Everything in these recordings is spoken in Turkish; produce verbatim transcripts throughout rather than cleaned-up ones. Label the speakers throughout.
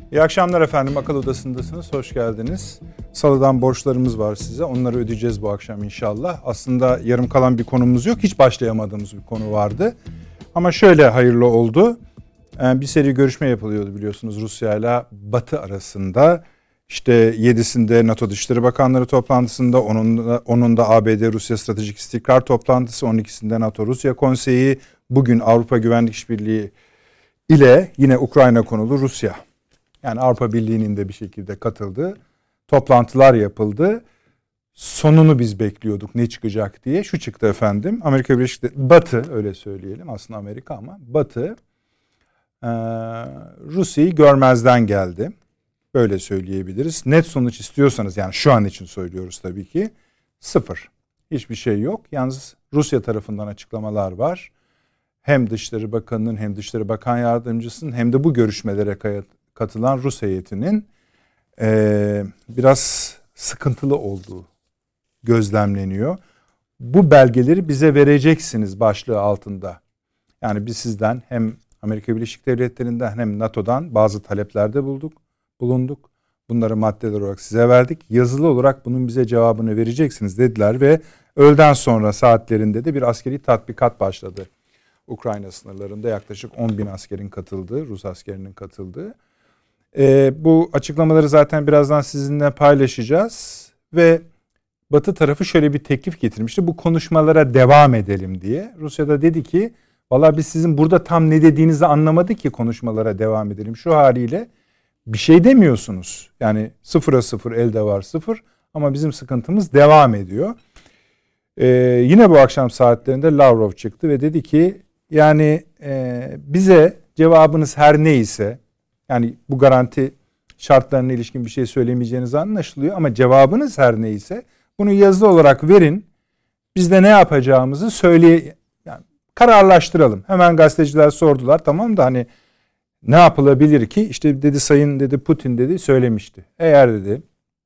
Speaker 1: İyi akşamlar efendim. Akıl Odası'ndasınız. Hoş geldiniz. Salıdan borçlarımız var size. Onları ödeyeceğiz bu akşam inşallah. Aslında yarım kalan bir konumuz yok. Hiç başlayamadığımız bir konu vardı. Ama şöyle hayırlı oldu. Bir seri görüşme yapılıyordu biliyorsunuz Rusya ile Batı arasında. İşte yedisinde NATO Dışişleri Bakanları toplantısında, onun da, onun da A B D-Rusya Stratejik İstikrar toplantısı, on ikisinde NATO-Rusya Konseyi, bugün Avrupa Güvenlik İşbirliği ile yine Ukrayna konulu Rusya. Yani Avrupa Birliği'nin de bir şekilde katıldığı toplantılar yapıldı. Sonunu biz bekliyorduk ne çıkacak diye. Şu çıktı efendim. Amerika Birleşik Devletleri, Batı öyle söyleyelim aslında Amerika ama Batı e, Rusya'yı görmezden geldi. Böyle söyleyebiliriz. Net sonuç istiyorsanız yani şu an için söylüyoruz tabii ki sıfır. Hiçbir şey yok. Yalnız Rusya tarafından açıklamalar var. Hem Dışişleri Bakanı'nın hem Dışişleri Bakan Yardımcısının hem de bu görüşmelere katılan Rus heyetinin e, biraz sıkıntılı olduğu gözlemleniyor. Bu belgeleri bize vereceksiniz başlığı altında. Yani biz sizden hem Amerika Birleşik Devletleri'nden hem NATO'dan bazı taleplerde bulduk, bulunduk. Bunları maddeler olarak size verdik. Yazılı olarak bunun bize cevabını vereceksiniz dediler ve öğleden sonra saatlerinde de bir askeri tatbikat başladı. Ukrayna sınırlarında yaklaşık on bin askerin katıldığı, Rus askerinin katıldığı. Ee, bu açıklamaları zaten birazdan sizinle paylaşacağız. Ve Batı tarafı şöyle bir teklif getirmişti. Bu konuşmalara devam edelim diye. Rusya da dedi ki, valla biz sizin burada tam ne dediğinizi anlamadık ki konuşmalara devam edelim. Şu haliyle bir şey demiyorsunuz. Yani sıfıra sıfır, elde var sıfır ama bizim sıkıntımız devam ediyor. Ee, yine bu akşam saatlerinde Lavrov çıktı ve dedi ki, yani e, bize cevabınız her neyse, yani bu garanti şartlarına ilişkin bir şey söylemeyeceğiniz anlaşılıyor ama cevabınız her neyse bunu yazılı olarak verin. Biz de ne yapacağımızı söyle, yani kararlaştıralım. Hemen gazeteciler sordular, tamam da hani ne yapılabilir ki? İşte dedi Sayın dedi Putin dedi söylemişti. Eğer dedi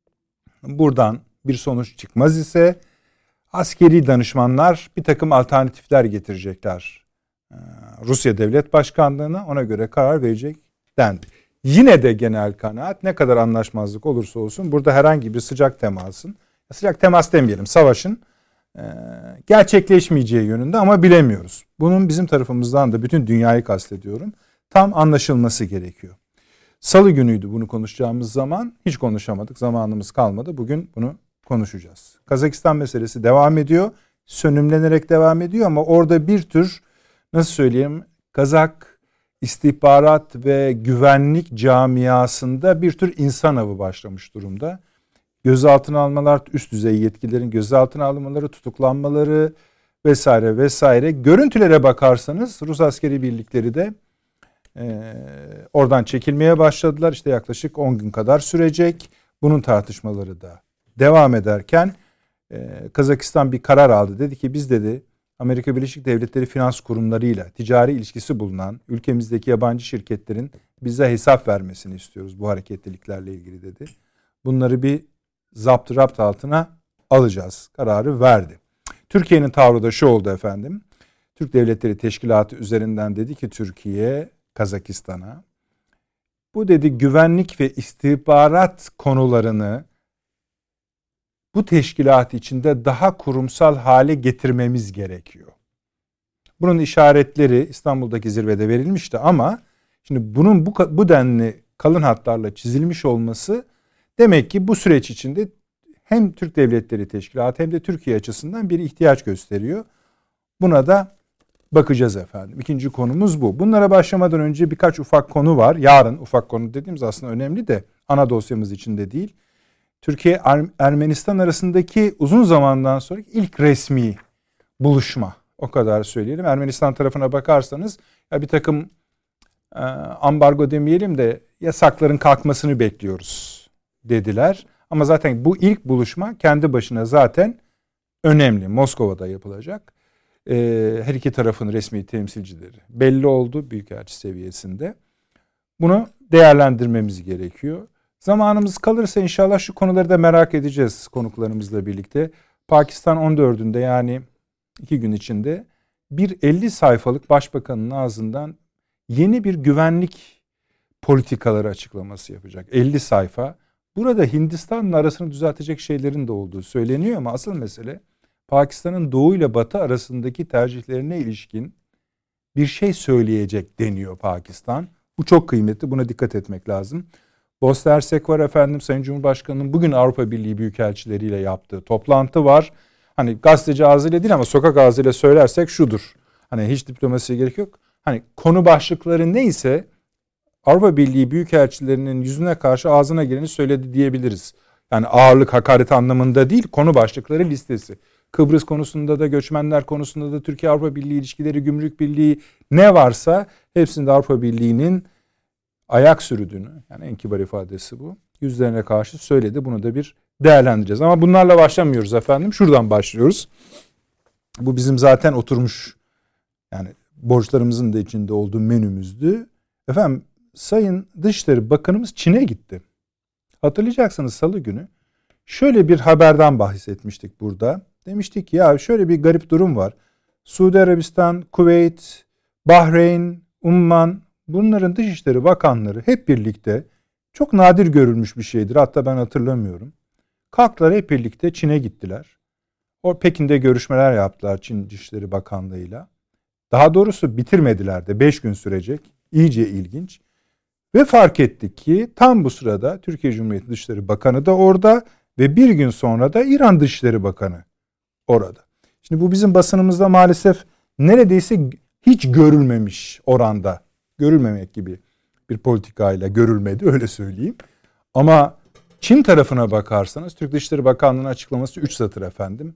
Speaker 1: buradan bir sonuç çıkmaz ise askeri danışmanlar bir takım alternatifler getirecekler Rusya Devlet Başkanlığı'na, ona göre karar verecek dendi. Yine de genel kanaat ne kadar anlaşmazlık olursa olsun burada herhangi bir sıcak temasın, sıcak temas demeyelim, savaşın e, gerçekleşmeyeceği yönünde ama bilemiyoruz. Bunun bizim tarafımızdan da bütün dünyayı kastediyorum tam anlaşılması gerekiyor. Salı günüydü bunu konuşacağımız zaman, hiç konuşamadık, zamanımız kalmadı. Bugün bunu konuşacağız. Kazakistan meselesi devam ediyor, sönümlenerek devam ediyor ama orada bir tür nasıl söyleyeyim Kazak istihbarat ve güvenlik camiasında bir tür insan avı başlamış durumda. Gözaltına almalar, üst düzey yetkililerin gözaltına almaları, tutuklanmaları vesaire vesaire. Görüntülere bakarsanız Rus askeri birlikleri de e, oradan çekilmeye başladılar. İşte yaklaşık on gün kadar sürecek. Bunun tartışmaları da devam ederken e, Kazakistan bir karar aldı. Dedi ki biz dedi Amerika Birleşik Devletleri finans kurumlarıyla ticari ilişkisi bulunan ülkemizdeki yabancı şirketlerin bize hesap vermesini istiyoruz bu hareketliliklerle ilgili dedi. Bunları bir zapt rapt altına alacağız kararı verdi. Türkiye'nin tavrı da şu oldu efendim. Türk Devletleri Teşkilatı üzerinden dedi ki Türkiye Kazakistan'a bu dedi güvenlik ve istihbarat konularını bu teşkilat içinde daha kurumsal hale getirmemiz gerekiyor. Bunun işaretleri İstanbul'daki zirvede verilmişti ama şimdi bunun bu, bu denli kalın hatlarla çizilmiş olması demek ki bu süreç içinde hem Türk Devletleri Teşkilatı hem de Türkiye açısından bir ihtiyaç gösteriyor. Buna da bakacağız efendim. İkinci konumuz bu. Bunlara başlamadan önce birkaç ufak konu var. Yarın ufak konu dediğimiz aslında önemli de ana dosyamız içinde değil. Türkiye Ermenistan arasındaki uzun zamandan sonra ilk resmi buluşma. O kadar söyleyelim. Ermenistan tarafına bakarsanız ya bir takım e, ambargo demeyelim de yasakların kalkmasını bekliyoruz dediler. Ama zaten bu ilk buluşma kendi başına zaten önemli. Moskova'da yapılacak. E, her iki tarafın resmi temsilcileri belli oldu büyükelçi seviyesinde. Bunu değerlendirmemiz gerekiyor. Zamanımız kalırsa inşallah şu konuları da merak edeceğiz konuklarımızla birlikte. Pakistan on dördünde yani iki gün içinde bir elli sayfalık başbakanın ağzından yeni bir güvenlik politikaları açıklaması yapacak. elli sayfa. Burada Hindistan'la arasını düzeltecek şeylerin de olduğu söyleniyor ama asıl mesele Pakistan'ın doğu ile batı arasındaki tercihlerine ilişkin bir şey söyleyecek deniyor Pakistan. Bu çok kıymetli. Buna dikkat etmek lazım. Bosna Hersek var efendim. Sayın Cumhurbaşkanı'nın bugün Avrupa Birliği büyükelçileriyle yaptığı toplantı var. Hani gazeteci ağzıyla değil ama sokak ağzıyla söylersek şudur. Hani hiç diplomasiye gerek yok. Hani konu başlıkları neyse Avrupa Birliği büyükelçilerinin yüzüne karşı ağzına geleni söyledi diyebiliriz. Yani ağırlık, hakaret anlamında değil, konu başlıkları listesi. Kıbrıs konusunda da, göçmenler konusunda da, Türkiye-Avrupa Birliği ilişkileri, gümrük birliği ne varsa hepsinde Avrupa Birliği'nin ayak sürdüğünü, yani en kibar ifadesi bu, yüzlerine karşı söyledi. Bunu da bir değerlendireceğiz. Ama bunlarla başlamıyoruz efendim. Şuradan başlıyoruz. Bu bizim zaten oturmuş, yani borçlarımızın da içinde olduğu menümüzdü. Efendim, Sayın Dışişleri Bakanımız Çin'e gitti. Hatırlayacaksınız salı günü şöyle bir haberden bahsetmiştik burada. Demiştik ki ya şöyle bir garip durum var. Suudi Arabistan, Kuveyt, Bahreyn, Umman, bunların Dışişleri Bakanları hep birlikte, çok nadir görülmüş bir şeydir. Hatta ben hatırlamıyorum. Kalktılar hep birlikte Çin'e gittiler. O Pekin'de görüşmeler yaptılar Çin Dışişleri Bakanlığı'yla. Daha doğrusu bitirmediler de, beş gün sürecek. İyice ilginç. Ve fark ettik ki tam bu sırada Türkiye Cumhuriyeti Dışişleri Bakanı da orada ve bir gün sonra da İran Dışişleri Bakanı orada. Şimdi bu bizim basınımızda maalesef neredeyse hiç görülmemiş oranda, görülmemek gibi bir politikayla görülmedi, öyle söyleyeyim. Ama Çin tarafına bakarsanız Türk Dışişleri Bakanlığı'nın açıklaması üç satır efendim.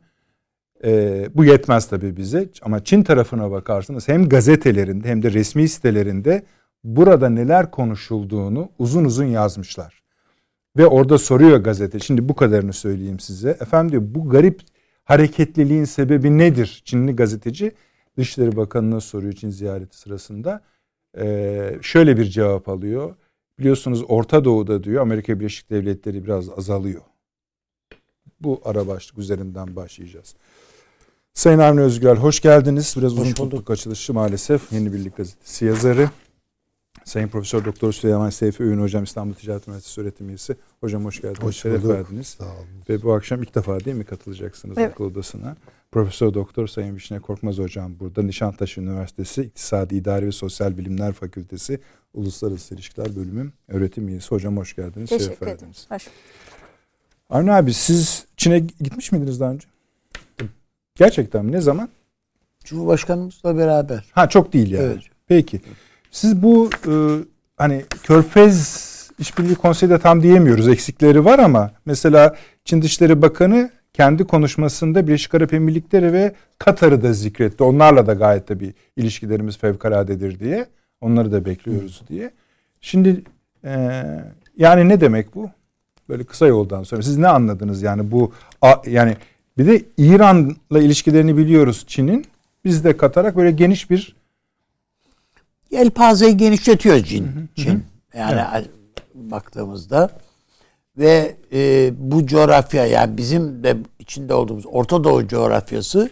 Speaker 1: Ee, bu yetmez tabii bize ama Çin tarafına bakarsanız hem gazetelerinde hem de resmi sitelerinde burada neler konuşulduğunu uzun uzun yazmışlar. Ve orada soruyor gazete. Şimdi bu kadarını söyleyeyim size. Efendim diyor, bu garip hareketliliğin sebebi nedir? Çinli gazeteci Dışişleri Bakanı'na soruyor Çin ziyareti sırasında. Ee, şöyle bir cevap alıyor. Biliyorsunuz Orta Doğu'da diyor Amerika Birleşik Devletleri biraz azalıyor. Bu ara başlık üzerinden başlayacağız. Sayın Avni Özgürel hoş geldiniz. Biraz hoş uzun tuttuk açılışı maalesef. Yeni Birlik Gazetesi yazarı. Sayın Profesör Doktor Süleyman Seyfi Öğün Hocam, İstanbul Ticaret Üniversitesi öğretim üyesi. Hocam hoş geldiniz. Hoş Şeref verdiniz. Sağ olun. Ve bu akşam ilk defa değil mi katılacaksınız evet. Akıl Odası'na? Profesör Doktor Sayın Vişne Korkmaz Hocam burada. Nişantaşı Üniversitesi İktisadi İdari ve Sosyal Bilimler Fakültesi Uluslararası İlişkiler Bölümü öğretim üyesi. Hocam hoş geldiniz.
Speaker 2: Teşekkür Şeref ederim. Verdiniz. Hoş.
Speaker 1: Avni abi, siz Çin'e gitmiş miydiniz daha önce? Gerçekten mi? Ne zaman?
Speaker 3: Cumhurbaşkanımızla beraber.
Speaker 1: Ha, çok değil yani. Evet. Peki. Siz bu e, hani Körfez İşbirliği Konseyi de tam diyemiyoruz. Eksikleri var ama mesela Çin Dışişleri Bakanı kendi konuşmasında Birleşik Arap Emirlikleri ve Katar'ı da zikretti. Onlarla da gayet de bir ilişkilerimiz fevkaladedir diye. Onları da bekliyoruz Hı. diye. Şimdi e, yani ne demek bu? Böyle kısa yoldan sonra siz ne anladınız yani bu a, yani bir de İran'la ilişkilerini biliyoruz Çin'in. Biz de katarak böyle geniş bir
Speaker 3: yelpazeyi genişletiyor Çin. Hı hı. Çin. Yani evet. baktığımızda ve e, bu coğrafya, yani bizim de içinde olduğumuz Orta Doğu coğrafyası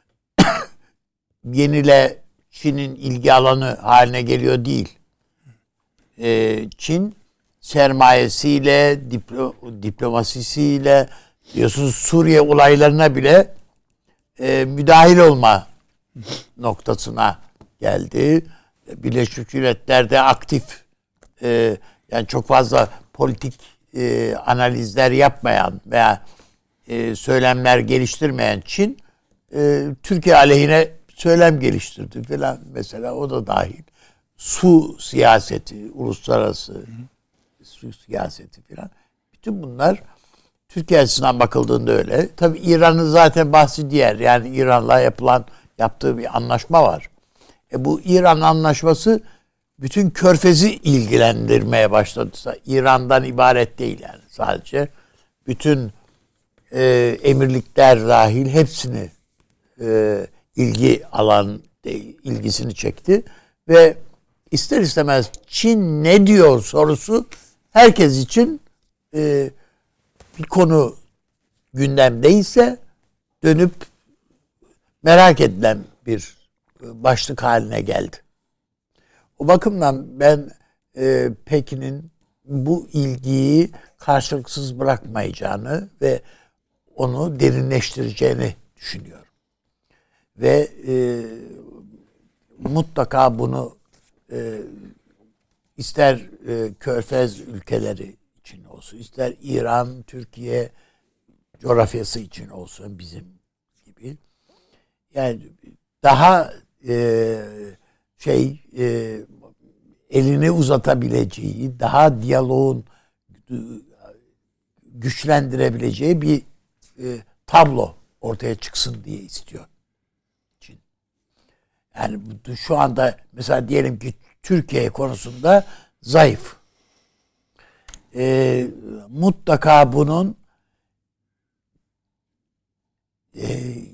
Speaker 3: yeniyle Çin'in ilgi alanı haline geliyor değil. E, Çin sermayesiyle, diplo, diplomasisiyle, diyorsunuz Suriye olaylarına bile e, müdahil olma noktasına geldi. Birleşmiş Milletler'de aktif, e, yani çok fazla politik e, analizler yapmayan veya e, söylemler geliştirmeyen Çin, e, Türkiye aleyhine söylem geliştirdi falan, mesela o da dahil. Su siyaseti, uluslararası hı hı. su siyaseti falan. Bütün bunlar Türkiye açısından bakıldığında öyle. Tabii İran'ın zaten bahsi diğer. Yani İran'la yapılan yaptığı bir anlaşma var. E bu İran anlaşması bütün Körfez'i ilgilendirmeye başladı. İran'dan ibaret değil yani sadece. Bütün e, emirlikler dahil hepsini e, ilgi alan e, ilgisini çekti ve ister istemez Çin ne diyor sorusu herkes için e, bir konu gündemdeyse dönüp merak edilen bir başlık haline geldi. O bakımdan ben e, Pekin'in bu ilgiyi karşılıksız bırakmayacağını ve onu derinleştireceğini düşünüyorum. Ve e, mutlaka bunu e, ister e, Körfez ülkeleri için olsun, ister İran, Türkiye coğrafyası için olsun bizim gibi. Yani daha e, şey e, elini uzatabileceği, daha diyaloğun güçlendirebileceği bir e, tablo ortaya çıksın diye istiyor Çin. Yani şu anda mesela diyelim ki Türkiye konusunda zayıf. E, mutlaka bunun e,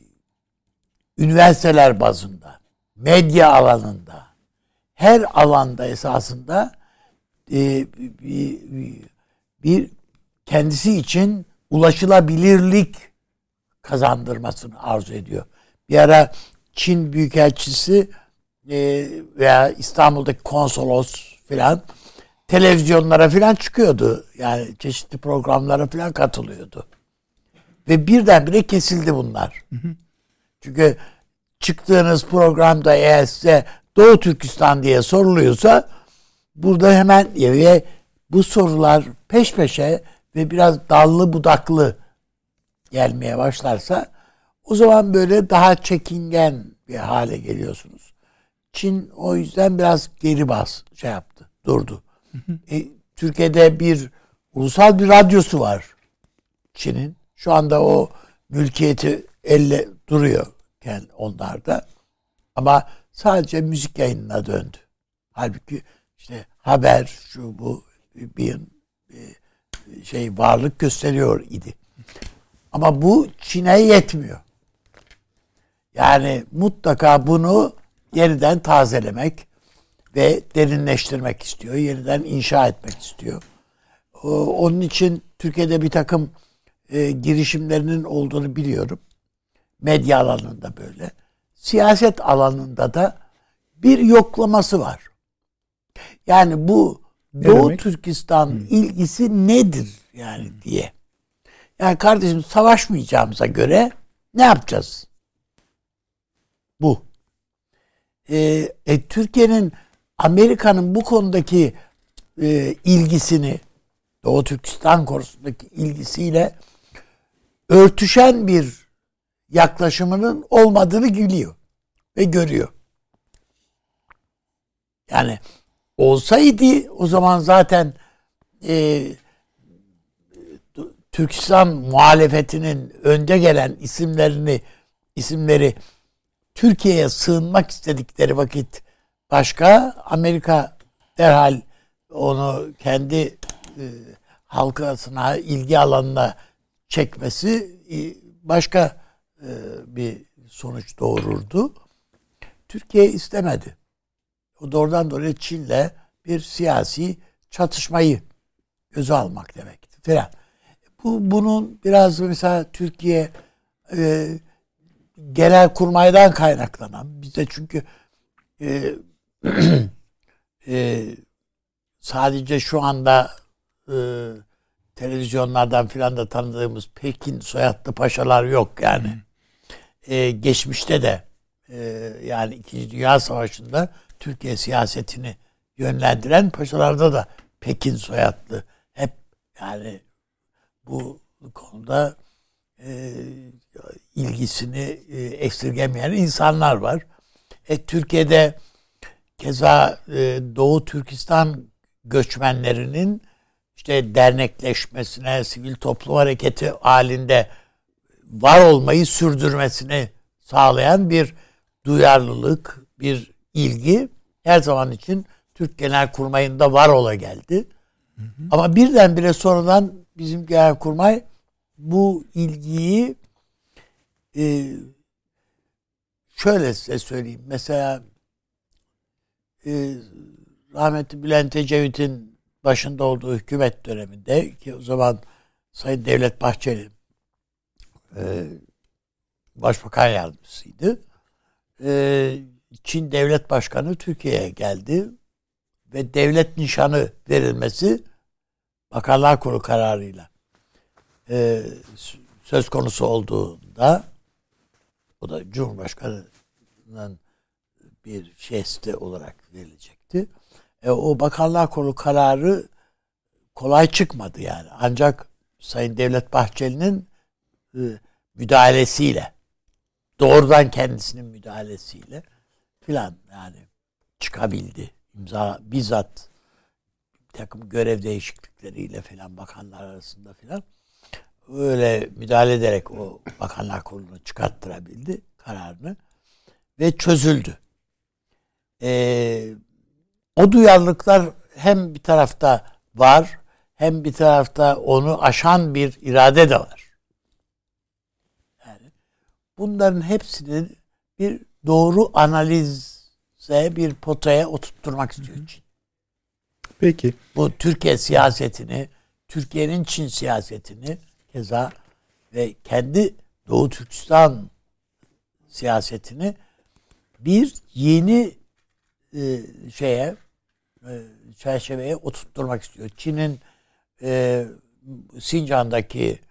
Speaker 3: üniversiteler bazında, medya alanında, her alanda esasında e, bir, bir kendisi için ulaşılabilirlik kazandırmasını arzu ediyor. Bir ara Çin Büyükelçisi e, veya İstanbul'daki konsolos filan televizyonlara filan çıkıyordu. Yani çeşitli programlara filan katılıyordu. Ve birdenbire kesildi bunlar. Hı hı. Çünkü çıktığınız programda eğer size Doğu Türkistan diye soruluyorsa burada hemen ve bu sorular peş peşe ve biraz dallı budaklı gelmeye başlarsa o zaman böyle daha çekingen bir hale geliyorsunuz. Çin o yüzden biraz geri bas şey yaptı, durdu. Hı hı. E, Türkiye'de bir ulusal bir radyosu var Çin'in. Şu anda o mülkiyeti elle duruyor yani onlarda. Ama sadece müzik yayınına döndü. Halbuki işte haber şu bu bir, bir şey varlık gösteriyor idi. Ama bu Çin'e yetmiyor. Yani mutlaka bunu yeniden tazelemek ve derinleştirmek istiyor. Yeniden inşa etmek istiyor. Onun için Türkiye'de bir takım e, girişimlerinin olduğunu biliyorum. Medya alanında böyle. Siyaset alanında da bir yoklaması var. Yani bu ne Doğu demek? Türkistan hmm. ilgisi nedir yani hmm. diye. Yani kardeşim savaşmayacağımıza göre ne yapacağız? Bu. Ee, e, Türkiye'nin Amerika'nın bu konudaki e, ilgisini Doğu Türkistan konusundaki ilgisiyle örtüşen bir yaklaşımının olmadığını biliyor ve görüyor. Yani olsaydı o zaman zaten e, Türkistan muhalefetinin önde gelen isimlerini isimleri Türkiye'ye sığınmak istedikleri vakit başka, Amerika derhal onu kendi e, halkasına, ilgi alanına çekmesi e, başka e, bir sonuç doğururdu. Türkiye istemedi. O doğrudan doğruya Çin'le bir siyasi çatışmayı göze almak demekti falan. Bu bunun biraz mesela Türkiye e, Genelkurmay'dan kaynaklanan, bizde çünkü e, e, sadece şu anda e, televizyonlardan filan da tanıdığımız Pekin soyadlı paşalar yok yani. E, geçmişte de e, yani İkinci Dünya Savaşı'nda Türkiye siyasetini yönlendiren paşalarda da Pekin soyadlı hep yani bu konuda e, ilgisini e, esirgemeyen insanlar var. E, Türkiye'de keza e, Doğu Türkistan göçmenlerinin işte dernekleşmesine, sivil toplum hareketi halinde var olmayı sürdürmesini sağlayan bir duyarlılık, bir ilgi her zaman için Türk Genelkurmay'ında var ola geldi. Hı hı. Ama birdenbire sonradan bizim Genelkurmay bu ilgiyi e, şöyle size söyleyeyim. Mesela e, rahmetli Bülent Ecevit'in başında olduğu hükümet döneminde ki o zaman Sayın Devlet Bahçeli e, Başbakan Yardımcısıydı. E, Çin Devlet Başkanı Türkiye'ye geldi. ve devlet nişanı verilmesi Bakanlar Kurulu kararıyla e, söz konusu olduğunda, o da Cumhurbaşkanı'nın bir jesti olarak verilecekti. E, o Bakanlar Kurulu kararı kolay çıkmadı yani. Ancak Sayın Devlet Bahçeli'nin e, müdahalesiyle, doğrudan kendisinin müdahalesiyle filan yani çıkabildi. İmza bizzat bir takım görev değişiklikleriyle filan bakanlar arasında filan öyle müdahale ederek o Bakanlar Kurulu'nu çıkarttırabildi kararını ve çözüldü. Ee, o duyarlılıklar hem bir tarafta var, hem bir tarafta onu aşan bir irade de var. Yani bunların hepsini bir doğru analize, bir potaya oturtturmak istiyor Çin.
Speaker 1: Peki.
Speaker 3: Bu Türkiye siyasetini, Türkiye'nin Çin siyasetini keza ve kendi Doğu Türkistan siyasetini bir yeni e, şeye e, çerçeveye oturtturmak istiyor. Çin'in e, Sincan'daki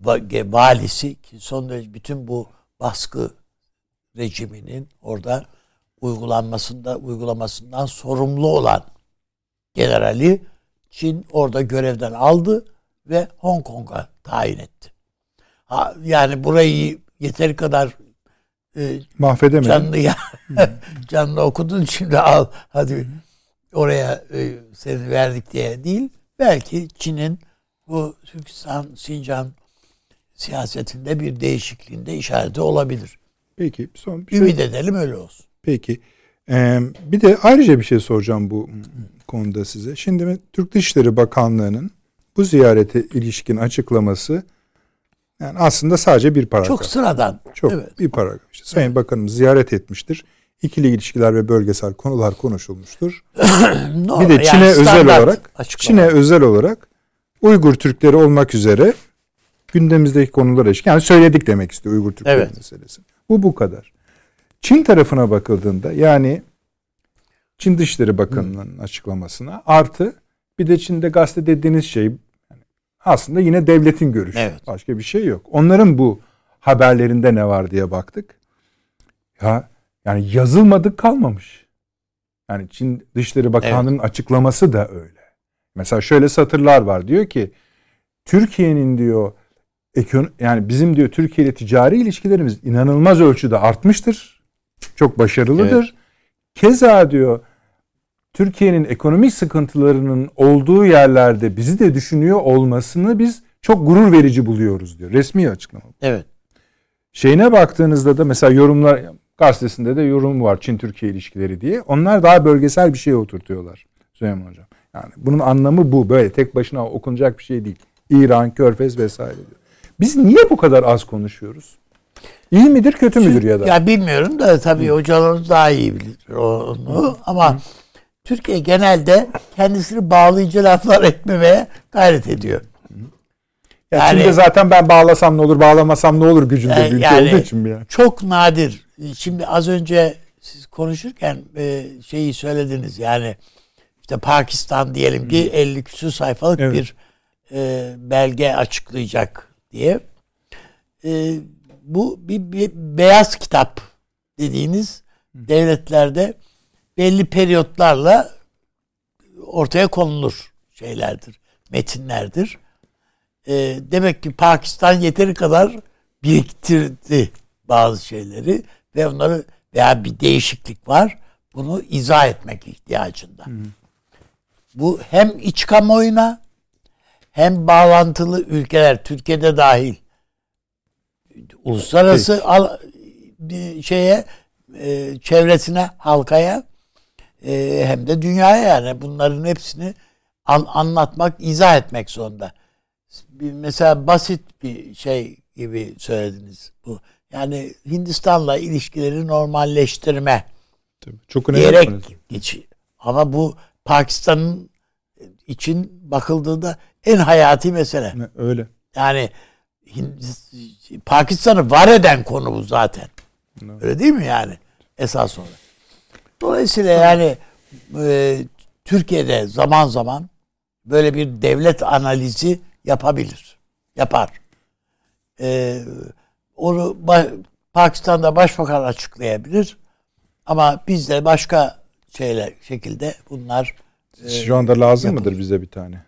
Speaker 3: valisi ki son derece bütün bu baskı rejiminin orada uygulanmasında uygulamasından sorumlu olan generali Çin orada görevden aldı ve Hong Kong'a tayin etti. Ha, yani burayı yeteri kadar e,
Speaker 1: mahvedemedim.
Speaker 3: Canlı ya, canlı okudun şimdi al hadi oraya e, seni verdik diye değil. Belki Çin'in bu Türkistan, Sincan siyasetinde bir değişikliğinde işareti olabilir.
Speaker 1: Peki. Son bir şey.
Speaker 3: Ümit edelim öyle olsun.
Speaker 1: Peki. Ee, bir de ayrıca bir şey soracağım bu konuda size. Şimdi Türk Dışişleri Bakanlığı'nın bu ziyarete ilişkin açıklaması yani aslında sadece bir paragraf.
Speaker 3: Çok sıradan.
Speaker 1: Çok
Speaker 3: evet.
Speaker 1: bir paragraf. İşte Sayın
Speaker 3: evet.
Speaker 1: Bakanımız ziyaret etmiştir. İkili ilişkiler ve bölgesel konular konuşulmuştur.
Speaker 3: no,
Speaker 1: bir de Çin'e
Speaker 3: yani
Speaker 1: özel olarak
Speaker 3: açıklama.
Speaker 1: Çin'e özel olarak Uygur Türkleri olmak üzere gündemimizdeki konulara ilişkin yani söyledik demek istiyor Uygur Türkleri
Speaker 3: evet.
Speaker 1: meselesi. Bu bu kadar. Çin tarafına bakıldığında yani Çin Dışişleri Bakanı'nın açıklamasına artı bir de Çin'de gazete dediğiniz şey yani aslında yine devletin görüşü.
Speaker 3: Evet.
Speaker 1: Başka bir şey yok. Onların bu haberlerinde ne var diye baktık. Ya yani yazılmadık kalmamış. Yani Çin Dışişleri Bakanlığı'nın evet. açıklaması da öyle. Mesela şöyle satırlar var. Diyor ki Türkiye'nin diyor yani bizim diyor Türkiye ile ticari ilişkilerimiz inanılmaz ölçüde artmıştır. Çok başarılıdır. Evet. Keza diyor Türkiye'nin ekonomik sıkıntılarının olduğu yerlerde bizi de düşünüyor olmasını biz çok gurur verici buluyoruz diyor. Resmi açıklama.
Speaker 3: Evet.
Speaker 1: Şeyine baktığınızda da mesela yorumlar gazetesinde de yorum var Çin-Türkiye ilişkileri diye. Onlar daha bölgesel bir şeye oturtuyorlar Süleyman Hocam. Yani bunun anlamı bu. Böyle tek başına okunacak bir şey değil. İran, Körfez vesaire diyor. Biz niye bu kadar az konuşuyoruz? İyi midir, kötü müdür ya da?
Speaker 3: Ya bilmiyorum da tabii hocalarımız daha iyi bilir onu. Ama Hı. Türkiye genelde kendisini bağlayıcı laflar etmemeye gayret ediyor.
Speaker 1: Ya yani, Çin'de zaten ben bağlasam ne olur, bağlamasam ne olur gücünde bir ülke yani, olduğu için mi yani?
Speaker 3: Çok nadir. Şimdi az önce siz konuşurken şeyi söylediniz yani işte Pakistan diyelim ki elli küsur sayfalık evet. bir e, belge açıklayacak diye. E, bu bir, bir beyaz kitap dediğiniz devletlerde belli periyotlarla ortaya konulur şeylerdir, metinlerdir. E, demek ki Pakistan yeteri kadar biriktirdi bazı şeyleri ve onları veya bir değişiklik var. Bunu izah etmek ihtiyacında. Hı. Bu hem iç kamuoyuna hem bağlantılı ülkeler, Türkiye'de dahil uluslararası al, bir şeye e, çevresine, halkaya e, hem de dünyaya yani bunların hepsini an, anlatmak, izah etmek zorunda. Bir, mesela basit bir şey gibi söylediniz bu. Yani Hindistan'la ilişkileri normalleştirme.
Speaker 1: Tabii, çok önemli.
Speaker 3: Geç. Ama bu Pakistan'ın için bakıldığında en hayati mesele.
Speaker 1: Öyle.
Speaker 3: Yani Pakistan'ı var eden konu bu zaten. No. Öyle değil mi yani? Esas olarak. Dolayısıyla yani e, Türkiye'de zaman zaman böyle bir devlet analizi yapabilir. Yapar. Ee, onu ba- Pakistan'da başbakan açıklayabilir. Ama bizde başka şeyler şekilde bunlar e,
Speaker 1: Şu anda lazım
Speaker 3: yapılır.
Speaker 1: mıdır bize bir tane?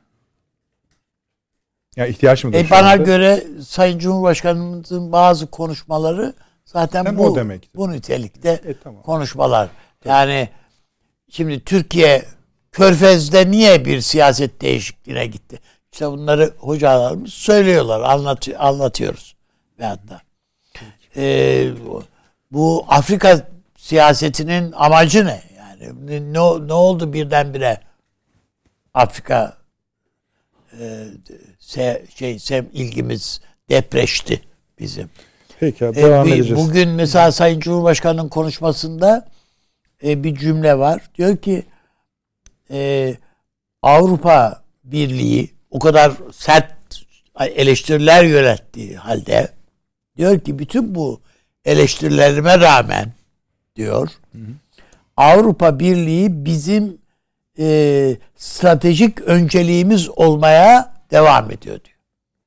Speaker 1: Ya ihtiyaç mıdır?
Speaker 3: E
Speaker 1: şu
Speaker 3: bana
Speaker 1: anda?
Speaker 3: göre Sayın Cumhurbaşkanımızın bazı konuşmaları zaten
Speaker 1: Hem
Speaker 3: bu
Speaker 1: o demektir.
Speaker 3: bu nitelikte
Speaker 1: E, tamam.
Speaker 3: konuşmalar. Yani şimdi Türkiye Körfez'de niye bir siyaset değişikliğine gitti? İşte bunları hocalarımız söylüyorlar, anlat, anlatıyoruz veyahut da. Ee, bu Afrika siyasetinin amacı ne? Yani ne, ne oldu birdenbire Afrika e, se, şey sem ilgimiz depreşti bizim.
Speaker 1: Peki abi,
Speaker 3: E,
Speaker 1: devam
Speaker 3: bir-
Speaker 1: edeceğiz.
Speaker 3: Bugün mesela Sayın Cumhurbaşkanı'nın konuşmasında e, bir cümle var. Diyor ki e, Avrupa Birliği o kadar sert eleştiriler yönettiği halde diyor ki bütün bu eleştirilerime rağmen diyor hı hı. Avrupa Birliği bizim e, stratejik önceliğimiz olmaya devam ediyor diyor.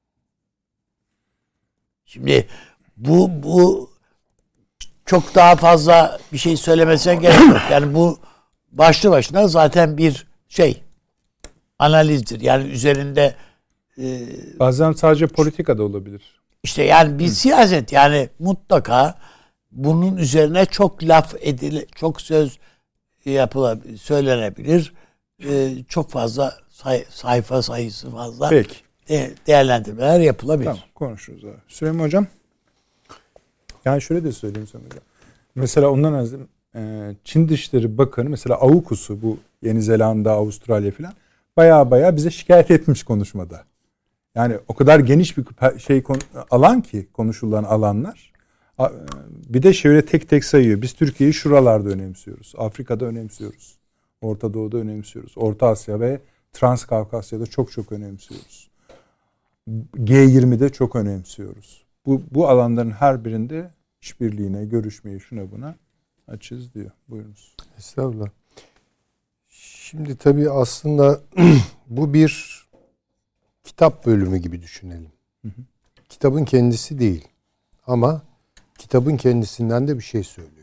Speaker 3: Şimdi bu bu çok daha fazla bir şey söylemesine gerek yok. Yani bu başlı başına zaten bir şey analizdir. Yani üzerinde e,
Speaker 1: bazen sadece politika da olabilir.
Speaker 3: İşte yani bir Hı. siyaset yani mutlaka bunun üzerine çok laf edile, çok söz yapılabilir, söylenebilir. Ee, çok fazla say, sayfa sayısı fazla.
Speaker 1: Peki.
Speaker 3: De, değerlendirmeler yapılabilir.
Speaker 1: Tamam, konuşuruz abi. Süleyman Hocam. Yani şöyle de söyleyeyim sana hocam. Mesela ondan az Çin Dışişleri Bakanı mesela AUKUS'u bu Yeni Zelanda, Avustralya falan baya baya bize şikayet etmiş konuşmada. Yani o kadar geniş bir şey alan ki konuşulan alanlar. Bir de şöyle tek tek sayıyor. Biz Türkiye'yi şuralarda önemsiyoruz. Afrika'da önemsiyoruz. Orta Doğu'da önemsiyoruz. Orta Asya ve Transkafkasya'da çok çok önemsiyoruz. G yirmi'de çok önemsiyoruz. Bu, bu alanların her birinde işbirliğine, görüşmeye, şuna buna açız diyor. Buyurunuz.
Speaker 2: Estağfurullah. Şimdi tabii aslında bu bir kitap bölümü gibi düşünelim. Hı hı. Kitabın kendisi değil. Ama kitabın kendisinden de bir şey söylüyor.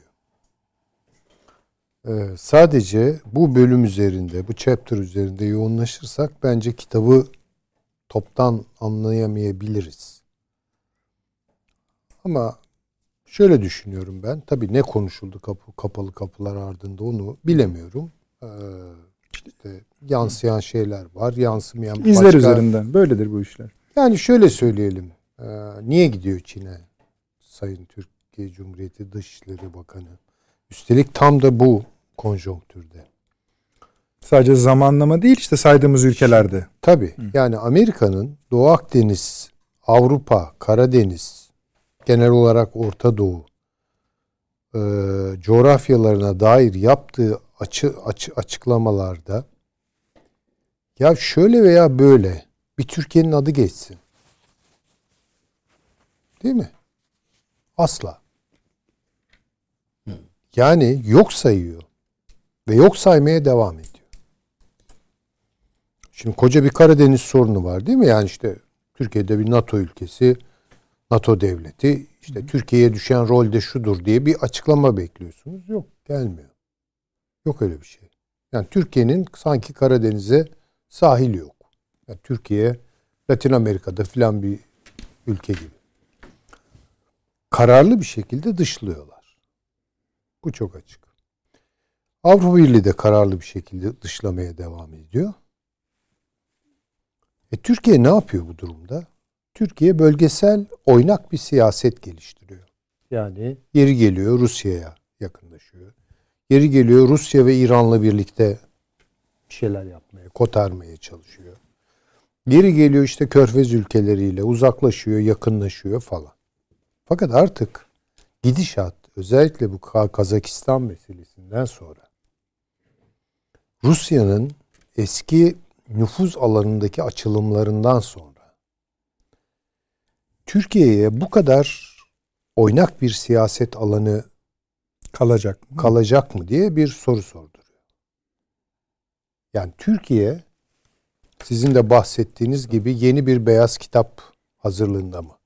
Speaker 2: Ee, sadece bu bölüm üzerinde, bu chapter üzerinde yoğunlaşırsak bence kitabı toptan anlayamayabiliriz. Ama şöyle düşünüyorum ben. Tabii ne konuşuldu kapı, kapalı kapılar ardında onu bilemiyorum. Ee, işte yansıyan şeyler var, yansımayan
Speaker 1: İzler
Speaker 2: başka...
Speaker 1: üzerinden. Böyledir bu işler.
Speaker 2: Yani şöyle söyleyelim. Ee, niye gidiyor Çin'e Sayın Türkiye Cumhuriyeti Dışişleri Bakanı? Üstelik tam da bu konjonktürde.
Speaker 1: Sadece zamanlama değil işte saydığımız ülkelerde.
Speaker 2: Tabii.
Speaker 1: Hı.
Speaker 2: Yani Amerika'nın Doğu Akdeniz, Avrupa, Karadeniz, genel olarak Orta Doğu e, coğrafyalarına dair yaptığı açı, açı, açıklamalarda ya şöyle veya böyle bir Türkiye'nin adı geçsin. Değil mi? Asla. Yani yok sayıyor. Ve yok saymaya devam ediyor. Şimdi koca bir Karadeniz sorunu var değil mi? Yani işte Türkiye'de bir NATO ülkesi, NATO devleti, işte Türkiye'ye düşen rol de şudur diye bir açıklama bekliyorsunuz. Yok, gelmiyor. Yok öyle bir şey. Yani Türkiye'nin sanki Karadeniz'e sahil yok. Yani Türkiye, Latin Amerika'da filan bir ülke gibi. Kararlı bir şekilde dışlıyorlar. Bu çok açık. Avrupa Birliği de kararlı bir şekilde dışlamaya devam ediyor. E Türkiye ne yapıyor bu durumda? Türkiye bölgesel oynak bir siyaset geliştiriyor. Yani yeri geliyor Rusya'ya yakınlaşıyor. Yeri geliyor Rusya ve İran'la birlikte bir şeyler yapmaya, kotarmaya çalışıyor. Yeri geliyor işte Körfez ülkeleriyle uzaklaşıyor, yakınlaşıyor falan. Fakat artık gidişat özellikle bu Kazakistan meselesinden sonra Rusya'nın eski nüfuz alanındaki açılımlarından sonra Türkiye'ye bu kadar oynak bir siyaset alanı
Speaker 1: kalacak mı?
Speaker 2: kalacak mı diye bir soru sorduruyor. Yani Türkiye sizin de bahsettiğiniz gibi yeni bir beyaz kitap hazırlığında mı?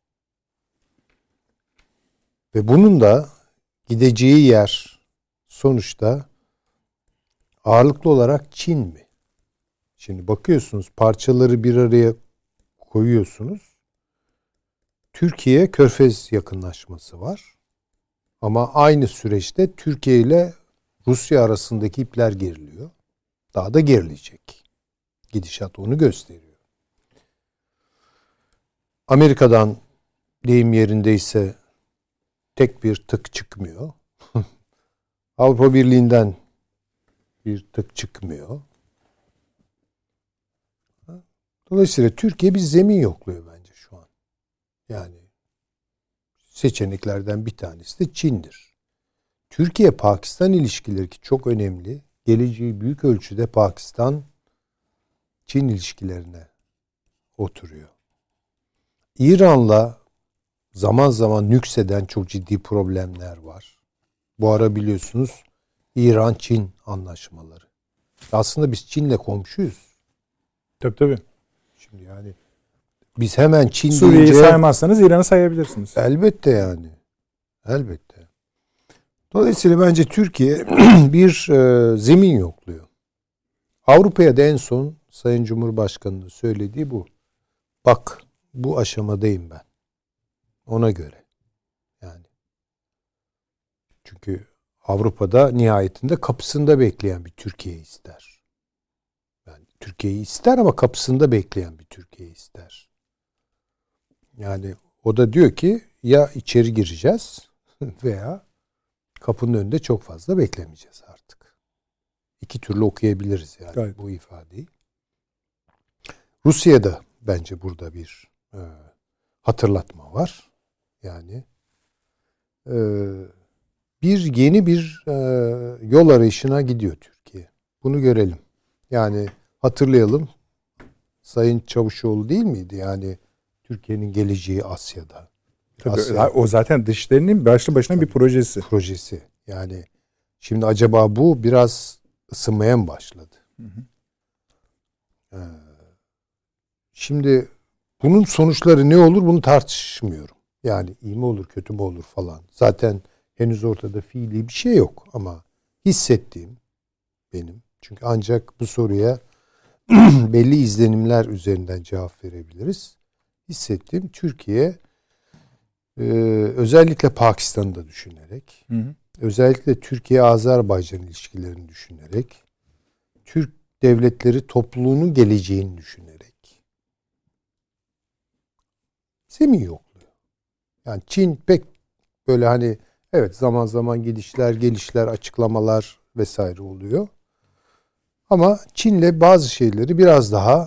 Speaker 2: Ve bunun da gideceği yer sonuçta ağırlıklı olarak Çin mi? Şimdi bakıyorsunuz, parçaları bir araya koyuyorsunuz. Türkiye Körfez yakınlaşması var. Ama aynı süreçte Türkiye ile Rusya arasındaki ipler geriliyor. Daha da gerilecek. Gidişat onu gösteriyor. Amerika'dan deyim yerindeyse tek bir tık çıkmıyor. Avrupa Birliği'nden bir tık çıkmıyor. Dolayısıyla Türkiye bir zemin yokluyor bence şu an. Yani seçeneklerden bir tanesi de Çin'dir. Türkiye-Pakistan ilişkileri ki çok önemli. Geleceği büyük ölçüde Pakistan-Çin ilişkilerine oturuyor. İran'la zaman zaman nükseden çok ciddi problemler var. Bu ara biliyorsunuz İran-Çin anlaşmaları. Aslında biz Çin'le komşuyuz.
Speaker 1: Tabii tabii.
Speaker 2: Şimdi yani biz hemen Çin
Speaker 1: Suriye'yi
Speaker 2: deyince,
Speaker 1: saymazsanız İran'ı sayabilirsiniz.
Speaker 2: Elbette yani. Elbette. Dolayısıyla bence Türkiye bir e, zemin yokluyor. Avrupa'ya da en son Sayın Cumhurbaşkanı'nın söylediği bu. Bak bu aşamadayım ben. Ona göre. Yani. Çünkü Avrupa'da nihayetinde kapısında bekleyen bir Türkiye ister. Yani Türkiye'yi ister ama kapısında bekleyen bir Türkiye ister. Yani o da diyor ki ya içeri gireceğiz veya kapının önünde çok fazla beklemeyeceğiz artık. İki türlü okuyabiliriz yani Gayet. bu ifadeyi. Rusya'da bence burada bir e, hatırlatma var. Yani e, bir yeni bir e, yol arayışına gidiyor Türkiye. Bunu görelim. Yani hatırlayalım. Sayın Çavuşoğlu değil miydi? Yani Türkiye'nin geleceği Asya'da.
Speaker 1: Tabii,
Speaker 2: Asya,
Speaker 1: o zaten dışlarının başlı başına bir projesi.
Speaker 2: Projesi. Yani şimdi acaba bu biraz ısınmaya mı başladı? Hı hı. Ee, şimdi bunun sonuçları ne olur bunu tartışmıyorum. Yani iyi mi olur kötü mü olur falan. Zaten henüz ortada fiili bir şey yok ama hissettiğim benim. Çünkü ancak bu soruya belli izlenimler üzerinden cevap verebiliriz. Hissettiğim Türkiye e, özellikle Pakistan'ı da düşünerek, hı hı. özellikle Türkiye-Azerbaycan ilişkilerini düşünerek, Türk devletleri topluluğunun geleceğini düşünerek zemin yokluyor. Yani Çin pek böyle hani evet zaman zaman gidişler, gelişler, açıklamalar vesaire oluyor. Ama Çin'le bazı şeyleri biraz daha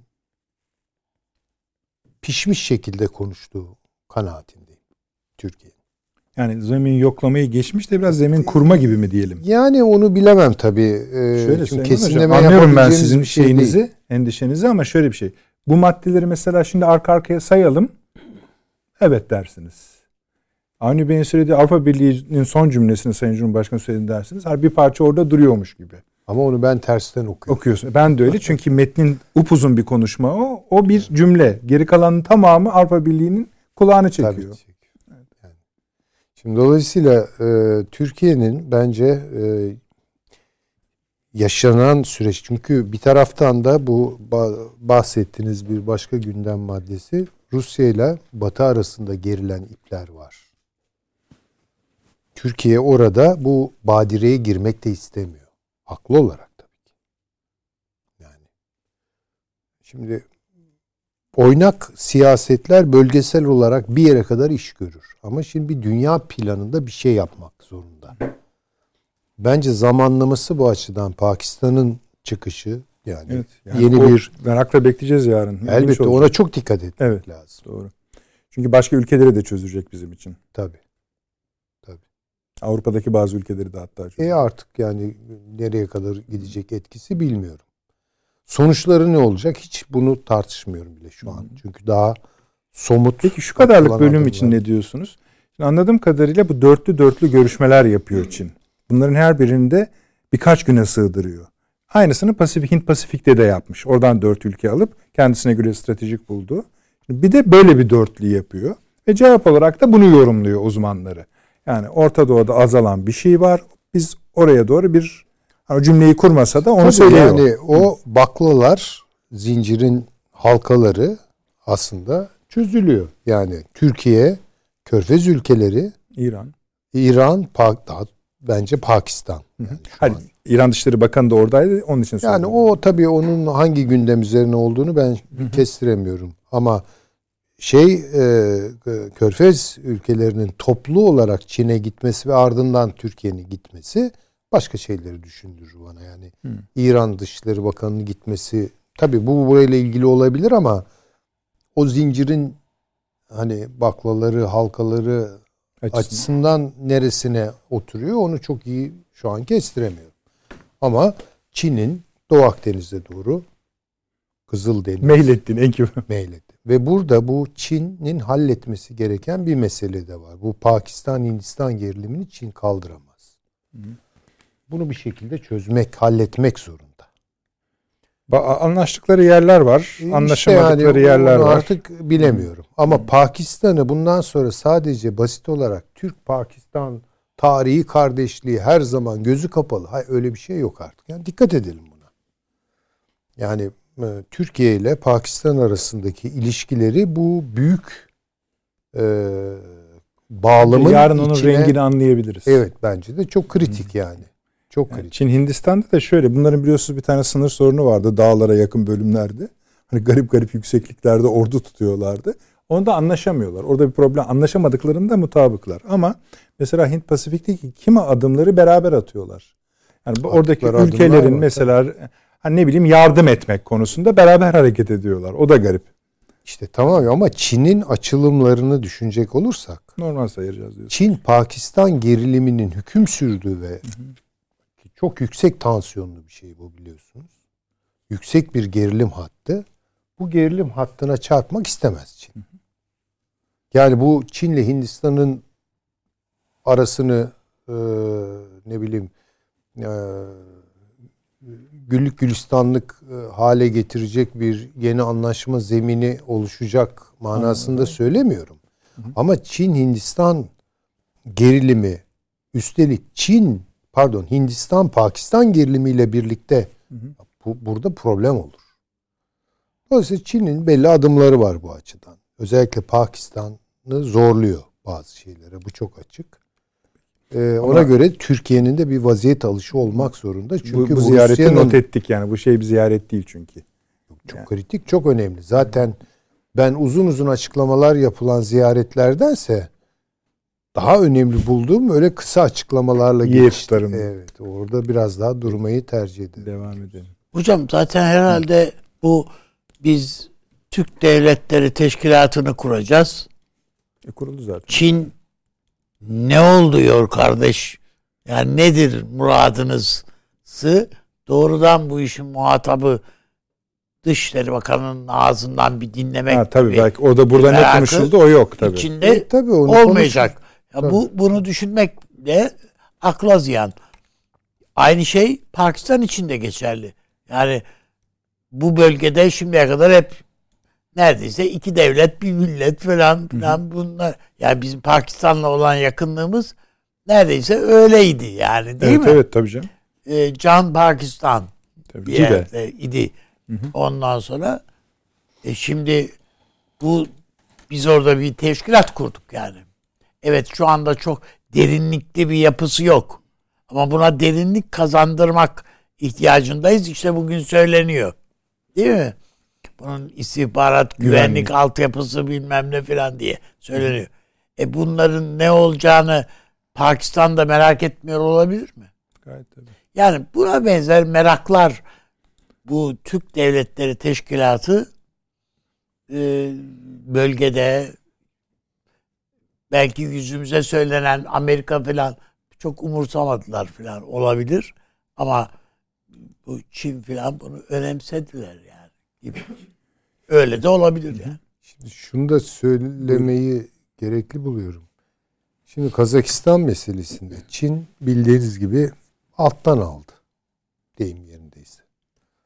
Speaker 2: pişmiş şekilde konuştuğu kanaatindeyim Türkiye'nin.
Speaker 1: Yani zemin yoklamayı geçmiş de biraz zemin kurma gibi mi diyelim?
Speaker 2: Yani onu bilemem tabii.
Speaker 1: Şöyle çünkü kesinleme anlıyorum ben sizin bir şey şeyinizi, değil. endişenizi ama şöyle bir şey. Bu maddeleri mesela şimdi arka arkaya sayalım. Evet dersiniz. Avni Bey'in söylediği Avrupa Birliği'nin son cümlesini Sayın Cumhurbaşkanı söyledi dersiniz. Bir parça orada duruyormuş gibi.
Speaker 2: Ama onu ben tersten okuyorum.
Speaker 1: Okuyorsun. Ben de öyle çünkü metnin upuzun bir konuşma o. O bir cümle. Geri kalanın tamamı Avrupa Birliği'nin kulağını çekiyor.
Speaker 2: Tabii çekiyor. Evet. Yani. Şimdi dolayısıyla e, Türkiye'nin bence e, yaşanan süreç çünkü bir taraftan da bu bahsettiğiniz bir başka gündem maddesi Rusya ile Batı arasında gerilen ipler var. Türkiye orada bu badireye girmek de istemiyor. Haklı olarak tabii ki. Yani şimdi oynak siyasetler bölgesel olarak bir yere kadar iş görür. Ama şimdi bir dünya planında bir şey yapmak zorunda. Bence zamanlaması bu açıdan Pakistan'ın çıkışı yani,
Speaker 1: evet, yani
Speaker 2: yeni bir
Speaker 1: merakla bekleyeceğiz yarın.
Speaker 2: Elbette ona çok dikkat etmek
Speaker 1: evet,
Speaker 2: lazım.
Speaker 1: Doğru. Çünkü başka ülkeleri de çözecek bizim için.
Speaker 2: Tabii. Tabii.
Speaker 1: Avrupa'daki bazı ülkeleri de hatta çözecek.
Speaker 2: E artık yani nereye kadar gidecek etkisi bilmiyorum. Sonuçları ne olacak hiç bunu tartışmıyorum bile şu an. Hı. Çünkü daha somut.
Speaker 1: Peki şu kadarlık bölüm için ne diyorsunuz? Şimdi anladığım kadarıyla bu dörtlü dörtlü görüşmeler yapıyor Çin. Bunların her birinde birkaç güne sığdırıyor. Aynısını Pasifik, Hint Pasifik'te de yapmış. Oradan dört ülke alıp kendisine göre stratejik buldu. Bir de böyle bir dörtlü yapıyor. Ve cevap olarak da bunu yorumluyor uzmanları. Yani Orta Doğu'da azalan bir şey var. Biz oraya doğru bir hani cümleyi kurmasa da onu
Speaker 2: Tabii
Speaker 1: söylüyor.
Speaker 2: Yani o baklalar, zincirin halkaları aslında çözülüyor. Yani Türkiye, Körfez ülkeleri,
Speaker 1: İran.
Speaker 2: İran, Pak, daha bence Pakistan. Yani şu
Speaker 1: Hayır,
Speaker 2: an.
Speaker 1: İran Dışişleri Bakanı da oradaydı. Onun için
Speaker 2: Yani
Speaker 1: söyledim.
Speaker 2: o tabii onun hangi gündem üzerine olduğunu ben kestiremiyorum. Ama şey e, Körfez ülkelerinin toplu olarak Çin'e gitmesi ve ardından Türkiye'nin gitmesi başka şeyleri düşündürür bana. Yani
Speaker 1: Hı.
Speaker 2: İran Dışişleri Bakanı'nın gitmesi tabii bu burayla ilgili olabilir ama o zincirin hani baklaları, halkaları
Speaker 1: Açısından.
Speaker 2: açısından neresine oturuyor onu çok iyi şu an kestiremiyorum. Ama Çin'in Doğu Akdeniz'e doğru Kızıldeniz
Speaker 1: Meylettin en kibar.
Speaker 2: meyletti. Ve burada bu Çin'in halletmesi gereken bir mesele de var. Bu Pakistan-Hindistan gerilimini Çin kaldıramaz.
Speaker 1: Hı.
Speaker 2: Bunu bir şekilde çözmek, halletmek zorunda.
Speaker 1: Ba- Anlaştıkları yerler var.
Speaker 2: İşte
Speaker 1: Anlaşamadıkları
Speaker 2: yani
Speaker 1: yerler
Speaker 2: onu
Speaker 1: var.
Speaker 2: artık bilemiyorum. Ama Pakistan'ı bundan sonra sadece basit olarak Türk-Pakistan tarihi kardeşliği her zaman gözü kapalı. Hayır, öyle bir şey yok artık. Yani dikkat edelim buna. Yani e, Türkiye ile Pakistan arasındaki ilişkileri bu büyük e, bağlamın
Speaker 1: Yarın onun
Speaker 2: içine,
Speaker 1: rengini anlayabiliriz.
Speaker 2: evet bence de çok kritik yani. Çok
Speaker 1: Yani
Speaker 2: kritik.
Speaker 1: Çin Hindistan'da da şöyle, bunların biliyorsunuz bir tane sınır sorunu vardı dağlara yakın bölümlerde. Hani garip garip yüksekliklerde ordu tutuyorlardı. Onda anlaşamıyorlar. Orada bir problem, anlaşamadıklarında mutabıklar. Ama mesela Hint Pasifik'teki kimi adımları beraber atıyorlar. Yani bu oradaki
Speaker 2: Attıkları adımlar
Speaker 1: ülkelerin
Speaker 2: var,
Speaker 1: mesela hani ne bileyim yardım etmek konusunda beraber hareket ediyorlar. O da garip.
Speaker 2: İşte tamam ama Çin'in açılımlarını düşünecek olursak
Speaker 1: Normal sayacağız diyorsun.
Speaker 2: Çin-Pakistan geriliminin hüküm sürdüğü ve çok yüksek tansiyonlu bir şey bu biliyorsunuz. Yüksek bir gerilim hattı. Bu gerilim hattına çarpmak istemez Çin. Yani bu Çin'le Hindistan'ın arasını e, ne bileyim e, güllük gülistanlık e, hale getirecek bir yeni anlaşma zemini oluşacak manasında
Speaker 1: Anladım.
Speaker 2: söylemiyorum. Hı hı. Ama Çin-Hindistan gerilimi üstelik Çin pardon Hindistan-Pakistan gerilimiyle birlikte hı hı. Bu, burada problem olur. Dolayısıyla Çin'in belli adımları var bu açıdan. Özellikle Pakistan'ı zorluyor bazı şeylere. Bu çok açık. Ee, ona
Speaker 1: Ama
Speaker 2: göre Türkiye'nin de bir vaziyet alışı olmak zorunda. Çünkü
Speaker 1: bu, bu
Speaker 2: bu
Speaker 1: ziyareti
Speaker 2: Rusya'nın
Speaker 1: not ettik yani. Bu şey bir ziyaret değil çünkü.
Speaker 2: çok
Speaker 1: Yani.
Speaker 2: kritik, çok önemli. Zaten ben uzun uzun açıklamalar yapılan ziyaretlerdense daha önemli bulduğum öyle kısa açıklamalarla geçti. Evet, orada biraz daha durmayı tercih ederim.
Speaker 1: Devam edelim.
Speaker 3: Hocam zaten herhalde bu biz Türk Devletleri Teşkilatı'nı kuracağız.
Speaker 1: E, kuruldu zaten.
Speaker 3: Çin ne oluyor kardeş? Yani nedir muradınızı? Doğrudan bu işin muhatabı Dışişleri Bakanı'nın ağzından bir dinlemek
Speaker 1: ha, tabii
Speaker 3: gibi.
Speaker 1: Belki o da burada ne konuşuldu o yok tabii.
Speaker 3: İçinde
Speaker 2: evet, tabii
Speaker 3: olmayacak. Ya bu bunu düşünmekle akla ziyan. Aynı şey Pakistan için de geçerli. Yani bu bölgede şimdiye kadar hep neredeyse iki devlet bir millet falan filan bunlar. Yani bizim Pakistan'la olan yakınlığımız neredeyse öyleydi yani değil
Speaker 1: evet,
Speaker 3: mi?
Speaker 1: Evet tabii canım.
Speaker 3: Ee, Can Pakistan
Speaker 1: Tabii,
Speaker 3: bir yerde idi.
Speaker 1: Hı hı.
Speaker 3: Ondan sonra e şimdi bu biz orada bir teşkilat kurduk yani. Evet şu anda çok derinlikli bir yapısı yok. Ama buna derinlik kazandırmak ihtiyacındayız. İşte bugün söyleniyor. Değil mi? Bunun istihbarat, güvenlik, güvenlik altyapısı bilmem ne falan diye söyleniyor. Hı. E bunların ne olacağını Pakistan da merak etmiyor olabilir mi?
Speaker 1: Gayet tabii.
Speaker 3: Yani buna benzer meraklar bu Türk Devletleri Teşkilatı e, bölgede belki yüzümüze söylenen Amerika falan çok umursamadılar falan olabilir. Ama bu Çin falan bunu önemsediler yani gibi. Öyle de olabilir yani.
Speaker 2: Şimdi şunu da söylemeyi gerekli buluyorum. Şimdi Kazakistan meselesinde Çin bildiğiniz gibi alttan aldı. Deyim yerindeyse.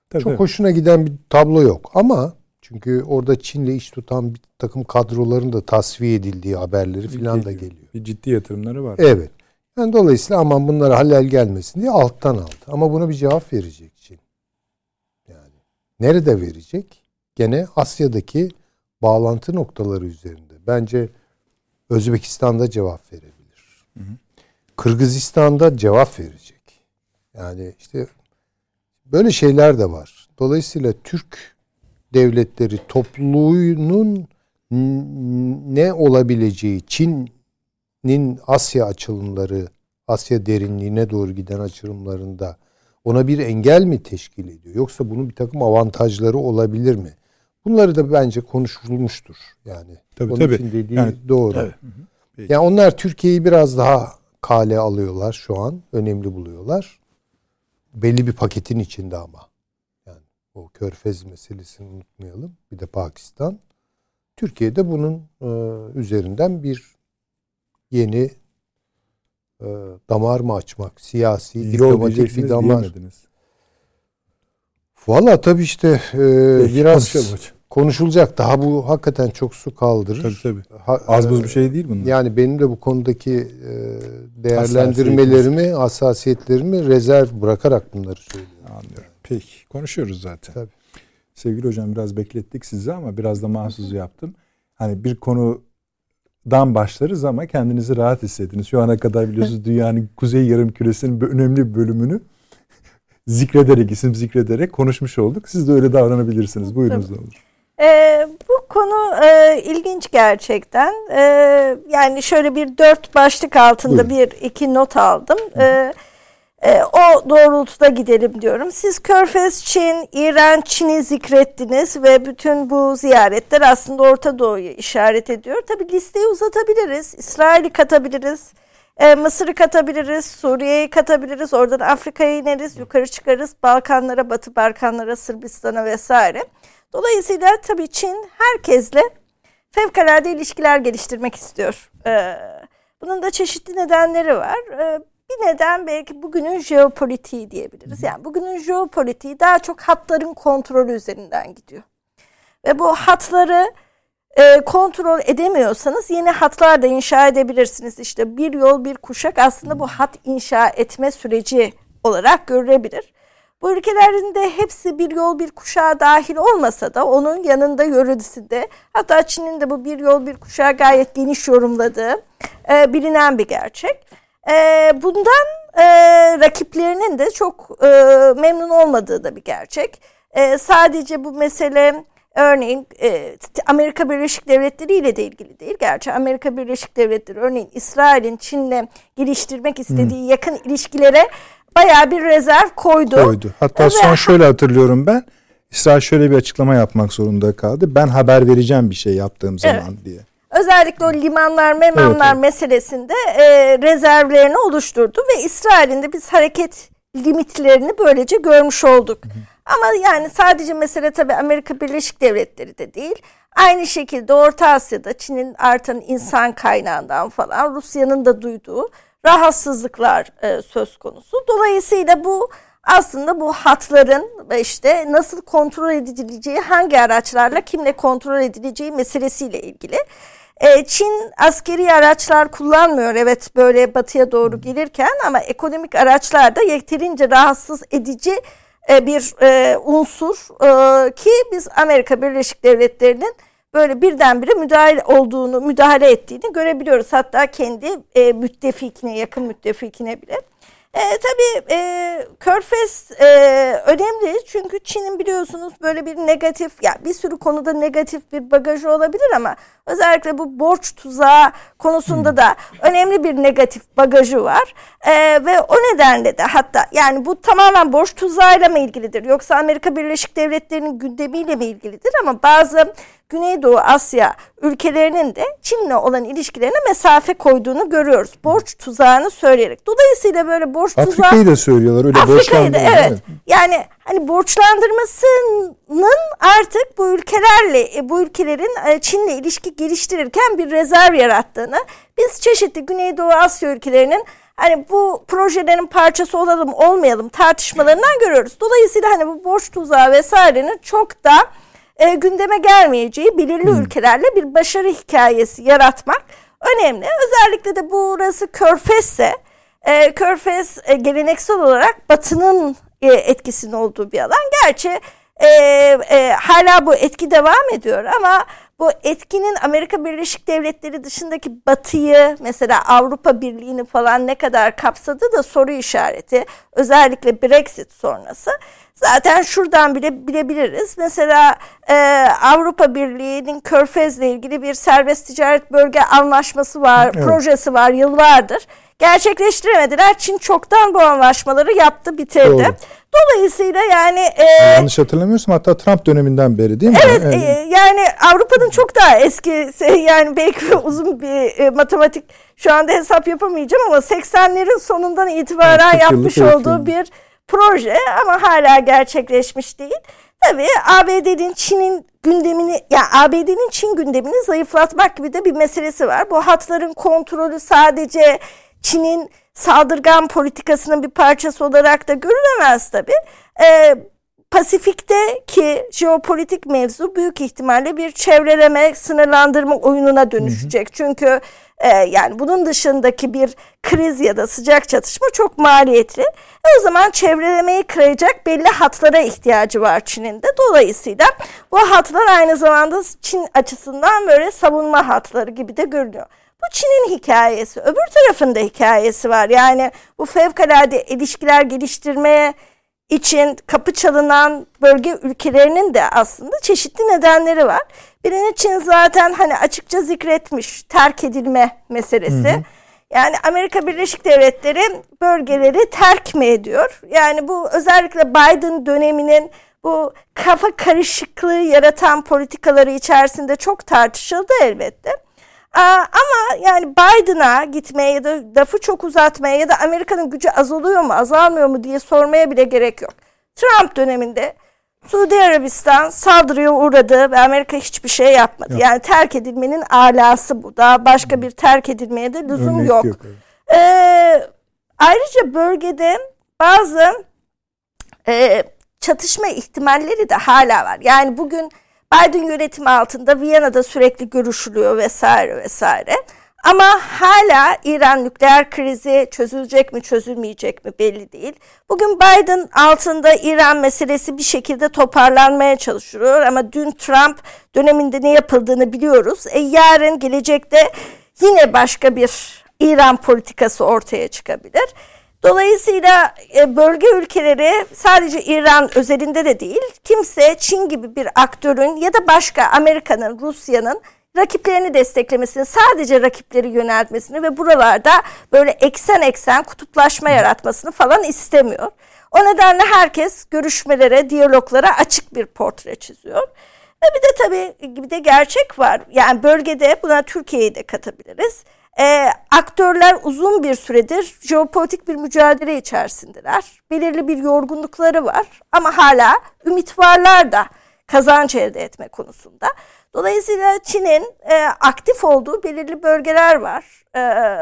Speaker 1: Tabii,
Speaker 2: çok
Speaker 1: tabii.
Speaker 2: hoşuna giden bir tablo yok. Ama çünkü orada Çin'le iş tutan bir takım kadroların da tasfiye edildiği haberleri falan da geliyor.
Speaker 1: Bir ciddi yatırımları var.
Speaker 2: Evet. Yani dolayısıyla aman bunlara halel gelmesin diye alttan aldı. Ama buna bir cevap verecek Çin. Yani nerede verecek? Gene Asya'daki bağlantı noktaları üzerinde. Bence Özbekistan'da cevap verebilir. Hı hı. Kırgızistan'da cevap verecek. Yani işte böyle şeyler de var. Dolayısıyla Türk devletleri topluluğunun ne olabileceği, Çin'in Asya açılımları, Asya derinliğine doğru giden açılımlarında ona bir engel mi teşkil ediyor? Yoksa bunun bir takım avantajları olabilir mi? Bunları da bence konuşulmuştur. Yani
Speaker 1: tabii,
Speaker 2: onun
Speaker 1: tabii.
Speaker 2: için dediği
Speaker 1: yani,
Speaker 2: doğru.
Speaker 1: Tabii.
Speaker 2: Yani onlar Türkiye'yi biraz daha kale alıyorlar şu an. Önemli buluyorlar. Belli bir paketin içinde ama. Yani o Körfez meselesini unutmayalım. Bir de Pakistan. Türkiye'de bunun e, üzerinden bir yeni e, damar mı açmak? Siyasi,
Speaker 1: Yol
Speaker 2: diplomatik bir damar.
Speaker 1: diyemediniz.
Speaker 2: Valla tabii işte e,
Speaker 1: Peki,
Speaker 2: biraz konuşulacak. Daha bu hakikaten çok su kaldırır.
Speaker 1: Tabii tabii.
Speaker 2: Ha,
Speaker 1: Az buz bir şey değil bunlar.
Speaker 2: Yani benim de bu konudaki e, değerlendirmelerimi, hassasiyetlerimi rezerv bırakarak bunları söylüyorum.
Speaker 1: Anlıyorum. Peki. Konuşuyoruz zaten.
Speaker 2: Tabii.
Speaker 1: Sevgili hocam biraz beklettik sizi ama biraz da mahsus yaptım. Hani bir konudan başlarız ama kendinizi rahat hissediniz. Şu ana kadar biliyorsunuz dünyanın kuzey yarımküresinin önemli bir bölümünü zikrederek, isim zikrederek konuşmuş olduk. Siz de öyle davranabilirsiniz. Buyurunuz ne olur.
Speaker 4: Ee, bu konu e, ilginç gerçekten. E, yani şöyle bir dört başlık altında Buyurun. bir iki not aldım. E, e, o doğrultuda gidelim diyorum. Siz Körfez, Çin, İran, Çin'i zikrettiniz ve bütün bu ziyaretler aslında Orta Doğu'yu işaret ediyor. Tabii listeyi uzatabiliriz. İsrail'i katabiliriz. E, Mısır'ı katabiliriz. Suriye'yi katabiliriz. Oradan Afrika'ya ineriz. Yukarı çıkarız. Balkanlara, Batı Balkanlara, Sırbistan'a vesaire. Dolayısıyla tabii Çin herkesle fevkalade ilişkiler geliştirmek istiyor. Ee, bunun da çeşitli nedenleri var. Ee, bir neden belki bugünün jeopolitiği diyebiliriz. Yani bugünün jeopolitiği daha çok hatların kontrolü üzerinden gidiyor. Ve bu hatları e, kontrol edemiyorsanız yeni hatlar da inşa edebilirsiniz. İşte bir yol bir kuşak aslında bu hat inşa etme süreci olarak görülebilir. Bu ülkelerin de hepsi bir yol bir kuşağa dahil olmasa da onun yanında yörüsünde, hatta Çin'in de bu bir yol bir kuşağı gayet geniş yorumladığı e, bilinen bir gerçek. E, bundan e, rakiplerinin de çok e, memnun olmadığı da bir gerçek. E, sadece bu mesele örneğin e, Amerika Birleşik Devletleri ile de ilgili değil. Gerçi Amerika Birleşik Devletleri örneğin İsrail'in Çin'le geliştirmek istediği hmm. yakın ilişkilere bayağı bir rezerv koydu.
Speaker 1: Koydu. Hatta Ve... son şöyle hatırlıyorum ben. İsrail şöyle bir açıklama yapmak zorunda kaldı. Ben haber vereceğim bir şey yaptığım zaman evet. diye.
Speaker 4: Özellikle o limanlar, memanlar evet, evet. meselesinde e, rezervlerini oluşturdu ve İsrail'in de biz hareket limitlerini böylece görmüş olduk. Hı hı. Ama yani sadece mesele tabii Amerika Birleşik Devletleri de değil. Aynı şekilde Orta Asya'da Çin'in artan insan kaynağından falan Rusya'nın da duyduğu rahatsızlıklar e, söz konusu. Dolayısıyla bu aslında bu hatların işte nasıl kontrol edileceği, hangi araçlarla kimle kontrol edileceği meselesiyle ilgili. E, Çin askeri araçlar kullanmıyor evet böyle batıya doğru gelirken ama ekonomik araçlar da yeterince rahatsız edici e, bir e, unsur e, ki biz Amerika Birleşik Devletleri'nin böyle birdenbire müdahale olduğunu, müdahale ettiğini görebiliyoruz. Hatta kendi e, müttefikine, yakın müttefikine bile. E, tabii e, Körfez e, önemli çünkü Çin'in biliyorsunuz böyle bir negatif, yani bir sürü konuda negatif bir bagajı olabilir ama özellikle bu borç tuzağı konusunda hmm. da önemli bir negatif bagajı var. E, ve o nedenle de hatta yani bu tamamen borç tuzağıyla mı ilgilidir yoksa Amerika Birleşik Devletleri'nin gündemiyle mi ilgilidir ama bazı Güneydoğu Asya ülkelerinin de Çin'le olan ilişkilerine mesafe koyduğunu görüyoruz. Borç tuzağını söyleyerek. Dolayısıyla böyle borç tuzağı...
Speaker 1: Afrika'yı da söylüyorlar öyle
Speaker 4: Afrika'yı da evet. Yani hani borçlandırmasının artık bu ülkelerle, bu ülkelerin Çin'le ilişki geliştirirken bir rezerv yarattığını, biz çeşitli Güneydoğu Asya ülkelerinin hani bu projelerin parçası olalım olmayalım tartışmalarından görüyoruz. Dolayısıyla hani bu borç tuzağı vesairenin çok da e, gündeme gelmeyeceği belirli hmm. ülkelerle bir başarı hikayesi yaratmak önemli. Özellikle de burası Körfez'se, e, Körfez e, geleneksel olarak Batı'nın e, etkisinin olduğu bir alan. Gerçi e, e, hala bu etki devam ediyor ama bu etkinin Amerika Birleşik Devletleri dışındaki Batı'yı, mesela Avrupa Birliği'ni falan ne kadar kapsadığı da soru işareti. Özellikle Brexit sonrası. Zaten şuradan bile bilebiliriz. Mesela e, Avrupa Birliği'nin Körfez'le ilgili bir serbest ticaret bölge anlaşması var, evet. projesi var yıllardır. Gerçekleştiremediler. Çin çoktan bu anlaşmaları yaptı, bitirdi. Doğru. Dolayısıyla yani... E,
Speaker 1: yanlış hatırlamıyorsam hatta Trump döneminden beri değil mi?
Speaker 4: Evet, yani, e, yani Avrupa'nın çok daha eski, yani belki uzun bir e, matematik, şu anda hesap yapamayacağım ama seksenlerin sonundan itibaren evet, yapmış olduğu bir proje ama hala gerçekleşmiş değil. Tabii A B D'nin Çin'in gündemini, yani A B D'nin Çin gündemini zayıflatmak gibi de bir meselesi var. Bu hatların kontrolü sadece Çin'in saldırgan politikasının bir parçası olarak da görülemez tabii. Ee, Pasifik'teki jeopolitik mevzu büyük ihtimalle bir çevreleme, sınırlandırma oyununa dönüşecek. Hı hı. Çünkü e, yani bunun dışındaki bir kriz ya da sıcak çatışma çok maliyetli. E, o zaman çevrelemeyi kıracak belli hatlara ihtiyacı var Çin'in de. Dolayısıyla bu hatlar aynı zamanda Çin açısından böyle savunma hatları gibi de görünüyor. Bu Çin'in hikayesi. Öbür tarafında hikayesi var. Yani bu fevkalade ilişkiler geliştirmeye için kapı çalınan bölge ülkelerinin de aslında çeşitli nedenleri var. Birinin Çin zaten hani açıkça zikretmiş terk edilme meselesi. Hı hı. Yani Amerika Birleşik Devletleri bölgeleri terk mi ediyor? Yani bu özellikle Biden döneminin bu kafa karışıklığı yaratan politikaları içerisinde çok tartışıldı elbette. Ama yani Biden'a gitmeye ya da lafı çok uzatmaya ya da Amerika'nın gücü azalıyor mu azalmıyor mu diye sormaya bile gerek yok. Trump döneminde Suudi Arabistan saldırıya uğradı ve Amerika hiçbir şey yapmadı. Yok. Yani terk edilmenin alası bu. Daha başka bir terk edilmeye de lüzum Örnek yok. yok evet. ee, ayrıca bölgede bazı e, çatışma ihtimalleri de hala var. Yani bugün Biden yönetimi altında Viyana'da sürekli görüşülüyor vesaire vesaire. Ama hala İran nükleer krizi çözülecek mi çözülmeyecek mi belli değil. Bugün Biden altında İran meselesi bir şekilde toparlanmaya çalışıyor. Ama dün Trump döneminde ne yapıldığını biliyoruz. E yarın gelecekte yine başka bir İran politikası ortaya çıkabilir. Dolayısıyla bölge ülkeleri sadece İran özelinde de değil, kimse Çin gibi bir aktörün ya da başka Amerika'nın, Rusya'nın rakiplerini desteklemesini, sadece rakipleri yöneltmesini ve buralarda böyle eksen eksen kutuplaşma yaratmasını falan istemiyor. O nedenle herkes görüşmelere, diyaloglara açık bir portre çiziyor. Ve bir de tabii bir de gerçek var. Yani bölgede, buna Türkiye'yi de katabiliriz. E, aktörler uzun bir süredir jeopolitik bir mücadele içerisindeler. Belirli bir yorgunlukları var ama hala ümit varlar da kazanç elde etme konusunda. Dolayısıyla Çin'in e, aktif olduğu belirli bölgeler var. E,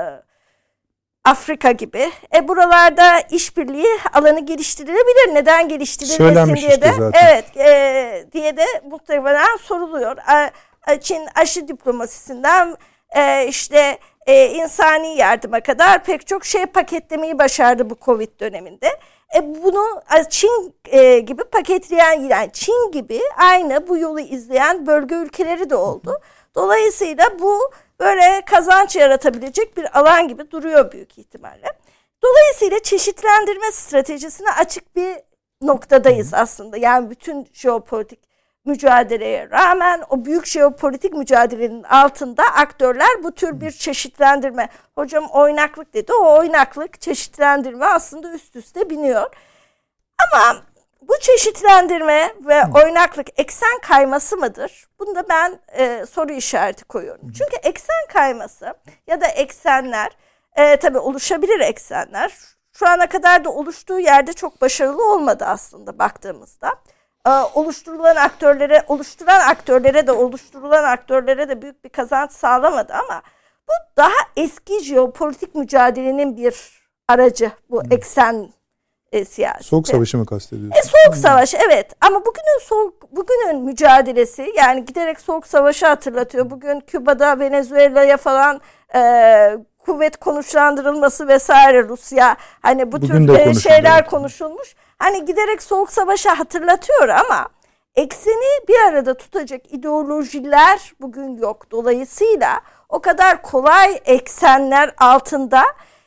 Speaker 4: Afrika gibi. E, buralarda işbirliği alanı geliştirilebilir. Neden geliştirilmesin diye de zaten. evet e, diye de muhtemelen soruluyor. E, Çin aşı diplomasisinden e, işte e, insani yardıma kadar pek çok şey paketlemeyi başardı bu Covid döneminde. E, bunu Çin e, gibi paketleyen, yani Çin gibi aynı bu yolu izleyen bölge ülkeleri de oldu. Dolayısıyla bu böyle kazanç yaratabilecek bir alan gibi duruyor büyük ihtimalle. Dolayısıyla çeşitlendirme stratejisine açık bir noktadayız aslında. Yani bütün jeopolitik mücadeleye rağmen o büyük jeopolitik mücadelenin altında aktörler bu tür bir çeşitlendirme. Hocam oynaklık dedi. O oynaklık, çeşitlendirme aslında üst üste biniyor. Ama bu çeşitlendirme ve oynaklık eksen kayması mıdır? Bunda ben e, soru işareti koyuyorum. Çünkü eksen kayması ya da eksenler, e, tabii oluşabilir eksenler. Şu ana kadar da oluştuğu yerde çok başarılı olmadı aslında baktığımızda. E, oluşturulan aktörlere, oluşturan aktörlere de oluşturulan aktörlere de büyük bir kazanç sağlamadı ama bu daha eski jeopolitik mücadelenin bir aracı bu eksen e, siyaseti.
Speaker 1: Soğuk Savaşı mı kastediyorsun?
Speaker 4: E, Soğuk Savaş evet ama bugünün soğuk bugünün mücadelesi yani giderek Soğuk Savaşı hatırlatıyor. Bugün Küba'da, Venezuela'ya falan e, kuvvet konuşlandırılması vesaire Rusya hani bu
Speaker 1: Bugün
Speaker 4: tür
Speaker 1: de
Speaker 4: e, şeyler
Speaker 1: evet.
Speaker 4: konuşulmuş. Hani giderek Soğuk Savaşı hatırlatıyor ama ekseni bir arada tutacak ideolojiler bugün yok. Dolayısıyla o kadar kolay eksenler altında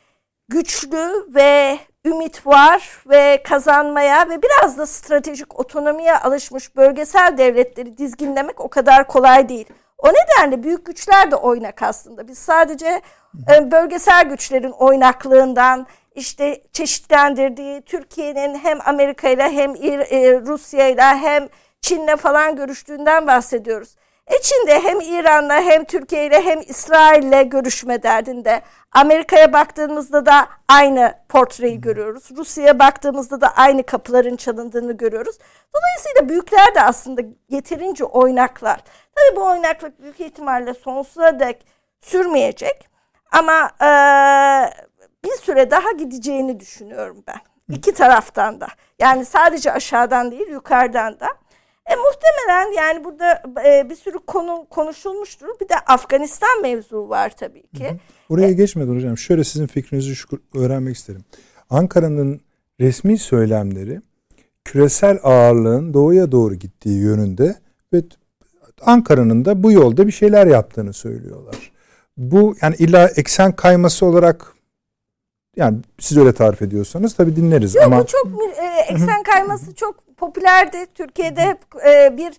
Speaker 4: güçlü ve ümit var ve kazanmaya ve biraz da stratejik otonomiye alışmış bölgesel devletleri dizginlemek o kadar kolay değil. O nedenle büyük güçler de oynak aslında. Biz sadece bölgesel güçlerin oynaklığından işte çeşitlendirdiği Türkiye'nin hem Amerika ile hem Rusya ile hem Çin'le falan görüştüğünden bahsediyoruz. E Çin'de hem İran'la hem Türkiye ile hem İsrail'le görüşme derdinde. Amerika'ya baktığımızda da aynı portreyi görüyoruz. Rusya'ya baktığımızda da aynı kapıların çalındığını görüyoruz. Dolayısıyla büyükler de aslında yeterince oynaklar. Tabii bu oynaklık büyük ihtimalle sonsuza dek sürmeyecek. Ama e, bir süre daha gideceğini düşünüyorum ben. İki taraftan da. Yani sadece aşağıdan değil yukarıdan da. E, muhtemelen yani burada e, bir sürü konu konuşulmuştur. Bir de Afganistan mevzu var tabii ki. Hı hı.
Speaker 1: Oraya
Speaker 4: e,
Speaker 1: geçmeden hocam şöyle sizin fikrinizi şu, öğrenmek isterim. Ankara'nın resmi söylemleri küresel ağırlığın doğuya doğru gittiği yönünde ve Ankara'nın da bu yolda bir şeyler yaptığını söylüyorlar. Bu yani illa eksen kayması olarak yani siz öyle tarif ediyorsanız tabii dinleriz.
Speaker 4: Yok,
Speaker 1: ama
Speaker 4: bu çok e, eksen kayması çok popülerdi. Türkiye'de hep e, bir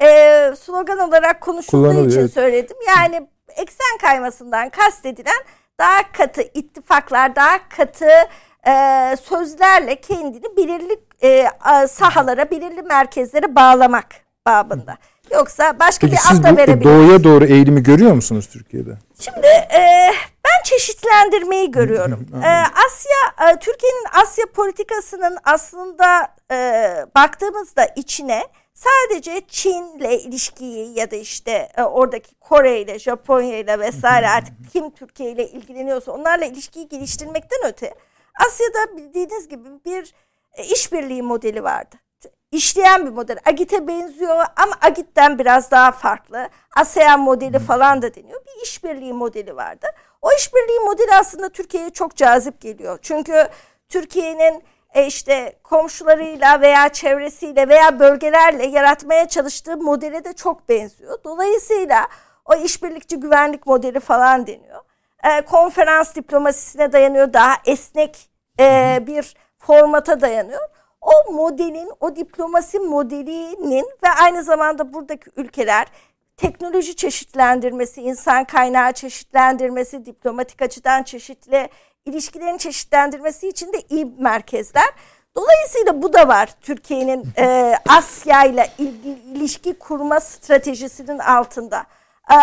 Speaker 4: e, slogan olarak konuşulduğu için evet. söyledim. Yani eksen kaymasından kastedilen daha katı ittifaklar, daha katı e, sözlerle kendini belirli e, sahalara, belirli merkezlere bağlamak babında. Yoksa başka
Speaker 1: Peki
Speaker 4: bir ad da verebiliriz.
Speaker 1: Doğuya doğru eğilimi görüyor musunuz Türkiye'de?
Speaker 4: Şimdi e, ben çeşitlendirmeyi görüyorum. e, Asya, e, Türkiye'nin Asya politikasının aslında e, baktığımızda içine sadece Çin'le ilişkiyi ya da işte e, oradaki Kore'yle, Japonya'yla vesaire artık kim Türkiye ile ilgileniyorsa onlarla ilişkiyi geliştirmekten öte Asya'da bildiğiniz gibi bir e, işbirliği modeli vardı. İşleyen bir model. Agit'e benziyor ama Agit'ten biraz daha farklı. ASEAN modeli falan da deniyor. Bir işbirliği modeli vardı. O işbirliği modeli aslında Türkiye'ye çok cazip geliyor. Çünkü Türkiye'nin e işte komşularıyla veya çevresiyle veya bölgelerle yaratmaya çalıştığı modele de çok benziyor. Dolayısıyla o işbirlikçi güvenlik modeli falan deniyor. E, konferans diplomasisine dayanıyor. Daha esnek e, bir formata dayanıyor. O modelin, o diplomasi modelinin ve aynı zamanda buradaki ülkeler teknoloji çeşitlendirmesi, insan kaynağı çeşitlendirmesi, diplomatik açıdan çeşitli ilişkilerin çeşitlendirmesi için de iyi merkezler. Dolayısıyla bu da var Türkiye'nin e, Asya ile ilişki kurma stratejisinin altında. Ee,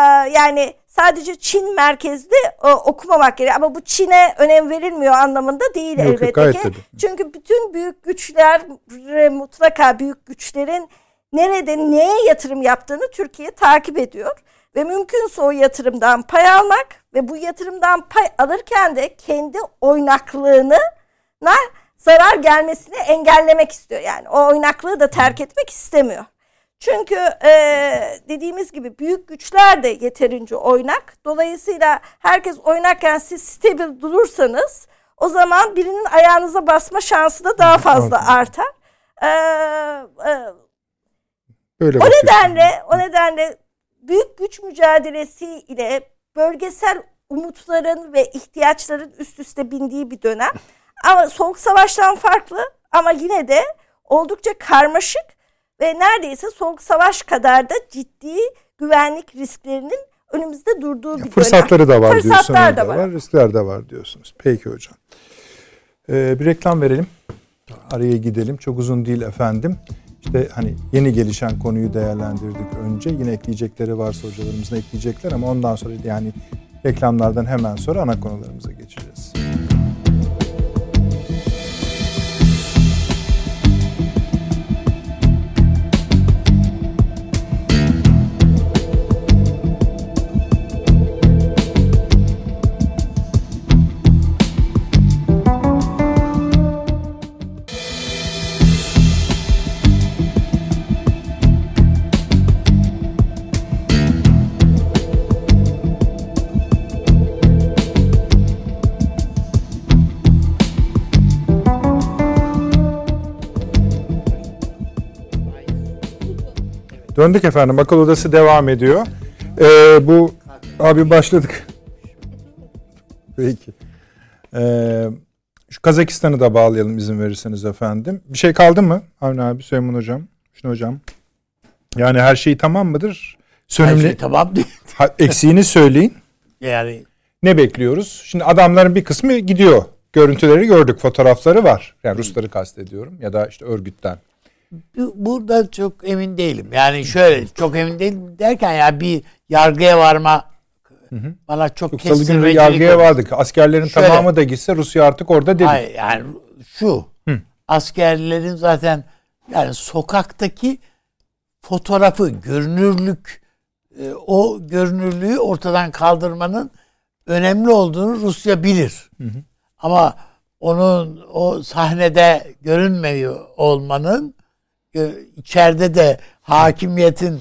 Speaker 4: yani sadece Çin merkezli e, okumamak gerekiyor ama bu Çin'e önem verilmiyor anlamında değil yok, elbette ki. Tabii. Çünkü bütün büyük güçler mutlaka büyük güçlerin nerede neye yatırım yaptığını Türkiye takip ediyor ve mümkünse o yatırımdan pay almak ve bu yatırımdan pay alırken de kendi oynaklığına zarar gelmesini engellemek istiyor. Yani o oynaklığı da terk etmek istemiyor. Çünkü e, dediğimiz gibi büyük güçler de yeterince oynak. Dolayısıyla herkes oynakken siz stabil durursanız o zaman birinin ayağınıza basma şansı da daha fazla artar. E, e, Böyle o nedenle o nedenle büyük güç mücadelesi ile bölgesel umutların ve ihtiyaçların üst üste bindiği bir dönem. Ama Soğuk Savaş'tan farklı ama yine de oldukça karmaşık ve neredeyse Soğuk Savaş kadar da ciddi güvenlik risklerinin önümüzde durduğu bir
Speaker 1: fırsatları
Speaker 4: dönem.
Speaker 1: da var
Speaker 4: Fırsatlar
Speaker 1: diyorsun,
Speaker 4: da var.
Speaker 1: var, riskler de var diyorsunuz. Peki hocam. Ee, bir reklam verelim. Araya gidelim. Çok uzun değil efendim. İşte hani yeni gelişen konuyu değerlendirdik önce. Yine ekleyecekleri varsa hocalarımızın ekleyecekler ama ondan sonra yani reklamlardan hemen sonra ana konularımıza geçeceğiz. Döndük efendim. Akıl Odası devam ediyor. Ee, bu abi başladık. Peki. Ee, şu Kazakistan'ı da bağlayalım izin verirseniz efendim. Bir şey kaldı mı? Avni abi, Süleyman hocam, Hüsnü hocam. Yani her şey tamam mıdır? Sönümlü...
Speaker 3: Her şey tamam değil.
Speaker 1: Ha, eksiğini söyleyin.
Speaker 3: Yani
Speaker 1: ne bekliyoruz? Şimdi adamların bir kısmı gidiyor. Görüntüleri gördük, fotoğrafları var. Yani Rusları kastediyorum ya da işte örgütten.
Speaker 3: Burada çok emin değilim. Yani şöyle çok emin değilim derken ya bir yargıya varma hı hı. bana çok, çok
Speaker 1: kesin. Salı günü yargıya vardık. Askerlerin şöyle, tamamı da gitse Rusya artık orada dedi.
Speaker 3: Hayır, yani şu hı. askerlerin zaten yani sokaktaki fotoğrafı, görünürlük, o görünürlüğü ortadan kaldırmanın önemli olduğunu Rusya bilir. Hı hı. Ama onun o sahnede görünmüyor olmanın içeride de hakimiyetin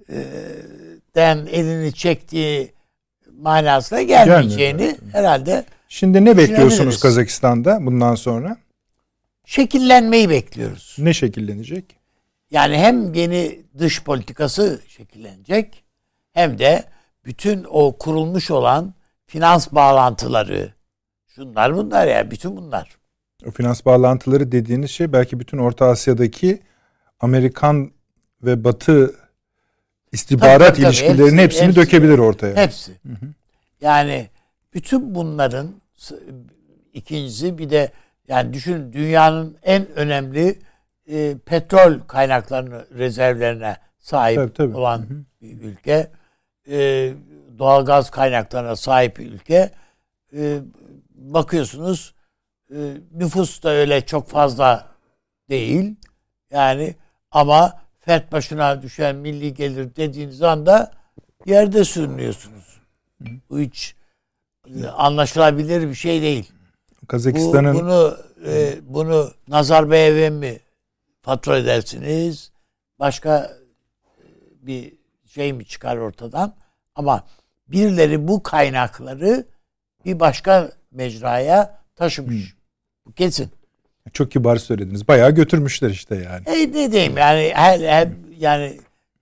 Speaker 3: den elini çektiği manasına gelmeyeceğini Gelmiyor. herhalde.
Speaker 1: Şimdi ne bekliyorsunuz Kazakistan'da bundan sonra?
Speaker 3: Şekillenmeyi bekliyoruz.
Speaker 1: Ne şekillenecek?
Speaker 3: Yani hem yeni dış politikası şekillenecek hem de bütün o kurulmuş olan finans bağlantıları, şunlar bunlar ya, bütün bunlar.
Speaker 1: O finans bağlantıları dediğiniz şey belki bütün Orta Asya'daki Amerikan ve Batı istihbarat tabii, tabii, ilişkilerinin hepsi, hepsini hepsi, dökebilir ortaya.
Speaker 3: Hepsi. Hı hı. Yani bütün bunların ikincisi bir de yani düşün dünyanın en önemli e, petrol kaynaklarını rezervlerine sahip tabii, tabii. olan hı hı. bir ülke. E, doğalgaz kaynaklarına sahip bir ülke. E, bakıyorsunuz e, nüfus da öyle çok fazla değil. Yani ama fert başına düşen milli gelir dediğiniz anda yerde sürünüyorsunuz. Hı. Bu hiç e, anlaşılabilir bir şey değil.
Speaker 1: Kazakistan'ın
Speaker 3: Bu, bunu e, bunu Nazarbayev'e mi fatura edersiniz? Başka bir şey mi çıkar ortadan? Ama birileri bu kaynakları bir başka mecraya taşımış. Hmm. Bu kesin.
Speaker 1: Çok kibar söylediniz. Bayağı götürmüşler işte yani.
Speaker 3: E ne diyeyim yani her, her yani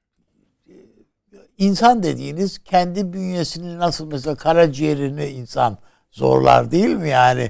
Speaker 3: insan dediğiniz kendi bünyesini nasıl mesela karaciğerini insan zorlar değil mi yani?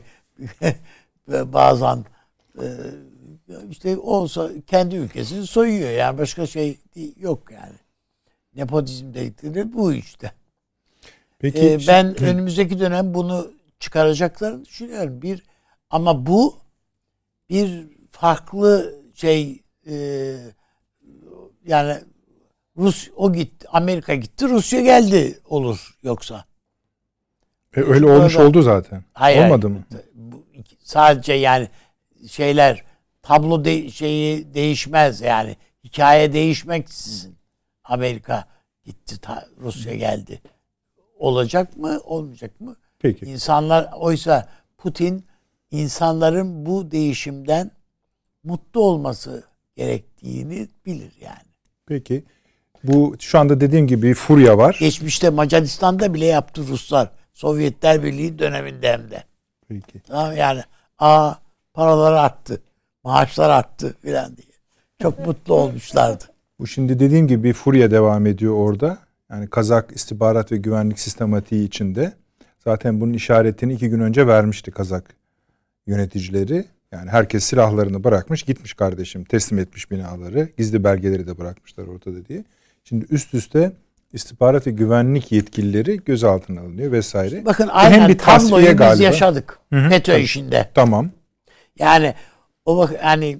Speaker 3: Bazen işte olsa kendi ülkesini soyuyor yani başka şey yok yani. Nepotizm dedikleri bu işte. Peki ee, ben şimdi... önümüzdeki dönem bunu çıkaracaklarını düşünüyorum. Bir ama bu bir farklı şey e, yani Rus o gitti, Amerika gitti, Rusya geldi olur yoksa.
Speaker 1: E, öyle olmuş oldu zaten.
Speaker 3: Hayır,
Speaker 1: olmadı mı?
Speaker 3: Bu, sadece yani şeyler tablo de, şeyi değişmez yani hikaye değişmeksizin Amerika gitti, ta, Rusya geldi. Olacak mı, olmayacak mı?
Speaker 1: Peki.
Speaker 3: İnsanlar oysa Putin insanların bu değişimden mutlu olması gerektiğini bilir yani.
Speaker 1: Peki. Bu şu anda dediğim gibi bir furya var.
Speaker 3: Geçmişte Macaristan'da bile yaptı Ruslar. Sovyetler Birliği döneminde hem de.
Speaker 1: Peki.
Speaker 3: Tamam yani aa paralar arttı. Maaşlar arttı filan diye. Çok mutlu olmuşlardı.
Speaker 1: Bu şimdi dediğim gibi bir furya devam ediyor orada. Yani Kazak istihbarat ve güvenlik sistematiği içinde. Zaten bunun işaretini iki gün önce vermişti Kazak yöneticileri. Yani herkes silahlarını bırakmış gitmiş kardeşim. Teslim etmiş binaları. Gizli belgeleri de bırakmışlar ortada diye. Şimdi üst üste istihbarat ve güvenlik yetkilileri gözaltına alınıyor vesaire.
Speaker 3: Bakın aynen bir tabloyu biz yaşadık. Hı-hı. FETÖ tamam. işinde.
Speaker 1: Tamam.
Speaker 3: Yani o bak yani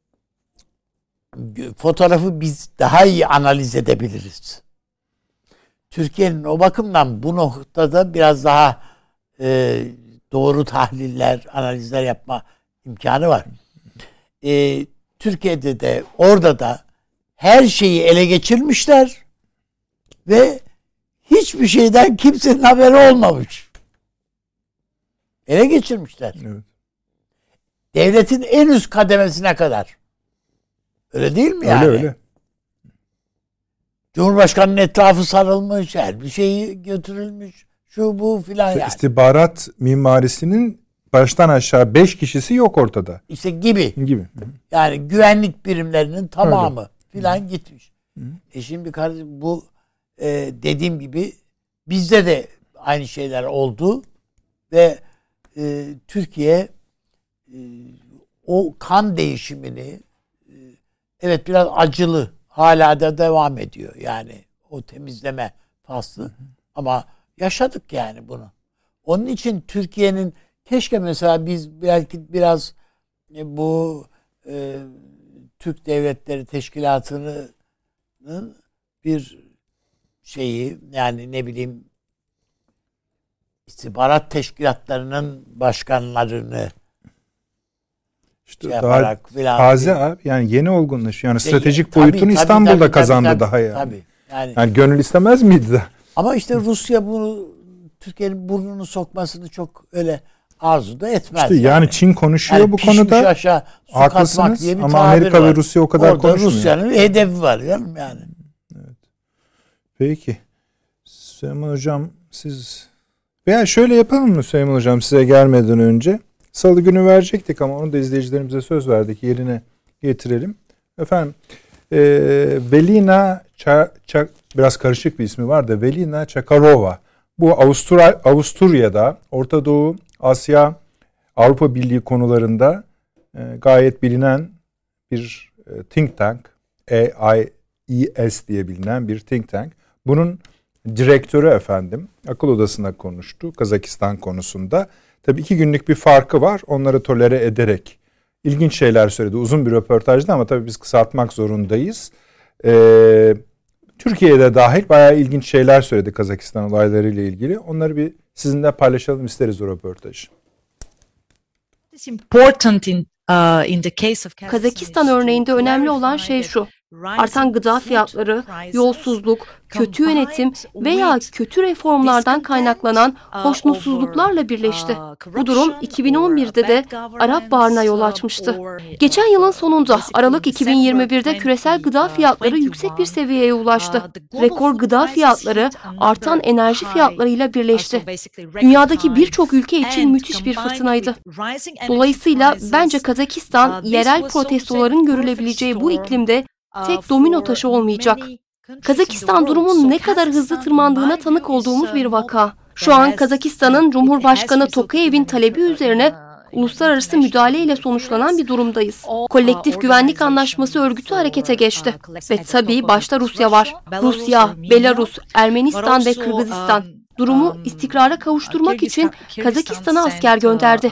Speaker 3: fotoğrafı biz daha iyi analiz edebiliriz. Türkiye'nin o bakımdan bu noktada biraz daha e, doğru tahliller, analizler yapma imkanı var. E, Türkiye'de de orada da her şeyi ele geçirmişler ve hiçbir şeyden kimsenin haberi olmamış. Ele geçirmişler.
Speaker 1: Evet.
Speaker 3: Devletin en üst kademesine kadar. Öyle değil mi yani?
Speaker 1: Öyle öyle.
Speaker 3: Cumhurbaşkanının etrafı sarılmış, her bir şeyi götürülmüş. Şu bu filan yani.
Speaker 1: İstihbarat mimarisinin baştan aşağı beş kişisi yok ortada.
Speaker 3: İşte gibi.
Speaker 1: Gibi.
Speaker 3: Yani güvenlik birimlerinin tamamı öyle filan gitmiş. Hı. E şimdi kardeşim bu e, dediğim gibi bizde de aynı şeyler oldu ve e, Türkiye e, o kan değişimini e, evet biraz acılı hala da devam ediyor yani o temizleme faslı. Hı hı. Ama yaşadık yani bunu. Onun için Türkiye'nin keşke mesela biz belki biraz e, bu e, Türk Devletleri Teşkilatı'nın bir şeyi yani ne bileyim istihbarat teşkilatlarının başkanlarını
Speaker 1: işte
Speaker 3: şey
Speaker 1: daha taze abi yani yeni olgunlaşıyor. Yani stratejik
Speaker 3: tabii,
Speaker 1: boyutunu
Speaker 3: tabii,
Speaker 1: İstanbul'da
Speaker 3: tabii,
Speaker 1: kazandı
Speaker 3: tabii,
Speaker 1: daha yani.
Speaker 3: Tabii. Yani,
Speaker 1: yani gönül istemez miydi de?
Speaker 3: Ama işte Rusya bunu Türkiye'nin burnunu sokmasını çok öyle arzu da etmez.
Speaker 1: İşte yani, yani Çin konuşuyor yani bu konuda.
Speaker 3: Aşağı, su
Speaker 1: haklısınız
Speaker 3: diye bir
Speaker 1: ama Amerika
Speaker 3: var.
Speaker 1: ve Rusya o kadar
Speaker 3: Orada
Speaker 1: konuşmuyor.
Speaker 3: Rusya'nın bir hedefi var canım yani.
Speaker 1: Evet. Peki. Süleyman Hocam siz veya şöyle yapalım mı Süleyman Hocam size gelmeden önce? Salı günü verecektik ama onu da izleyicilerimize söz verdik. Yerine getirelim. Efendim e, Velina Ça, Ça, biraz karışık bir ismi var da Velina Çakarova. Bu Avusturya, Avusturya'da Orta Doğu, Asya, Avrupa Birliği konularında e, gayet bilinen bir e, think tank. A I E S diye bilinen bir think tank. Bunun direktörü efendim akıl odasında konuştu Kazakistan konusunda. Tabii iki günlük bir farkı var. Onları tolere ederek ilginç şeyler söyledi. Uzun bir röportajdı ama tabii biz kısaltmak zorundayız. Ee, Türkiye'de dahil bayağı ilginç şeyler söyledi Kazakistan olaylarıyla ilgili. Onları bir sizinle paylaşalım isteriz o röportajı.
Speaker 5: Kazakistan örneğinde önemli olan şey şu. Artan gıda fiyatları, yolsuzluk, kötü yönetim veya kötü reformlardan kaynaklanan hoşnutsuzluklarla birleşti. Bu durum iki bin on birde de Arap Baharı'na yol açmıştı. Geçen yılın sonunda Aralık iki bin yirmi birde küresel gıda fiyatları yüksek bir seviyeye ulaştı. Rekor gıda fiyatları artan enerji fiyatlarıyla birleşti. Dünyadaki birçok ülke için müthiş bir fırtınaydı. Dolayısıyla bence Kazakistan yerel protestoların görülebileceği bu iklimde tek domino taşı olmayacak. Kazakistan durumun ne kadar hızlı tırmandığına tanık olduğumuz bir vaka. Şu an Kazakistan'ın Cumhurbaşkanı Tokayev'in talebi üzerine uluslararası müdahaleyle sonuçlanan bir durumdayız. Kolektif Güvenlik Anlaşması örgütü harekete geçti. Ve tabii başta Rusya var. Rusya, Belarus, Ermenistan ve Kırgızistan durumu istikrara kavuşturmak için Kazakistan'a asker gönderdi.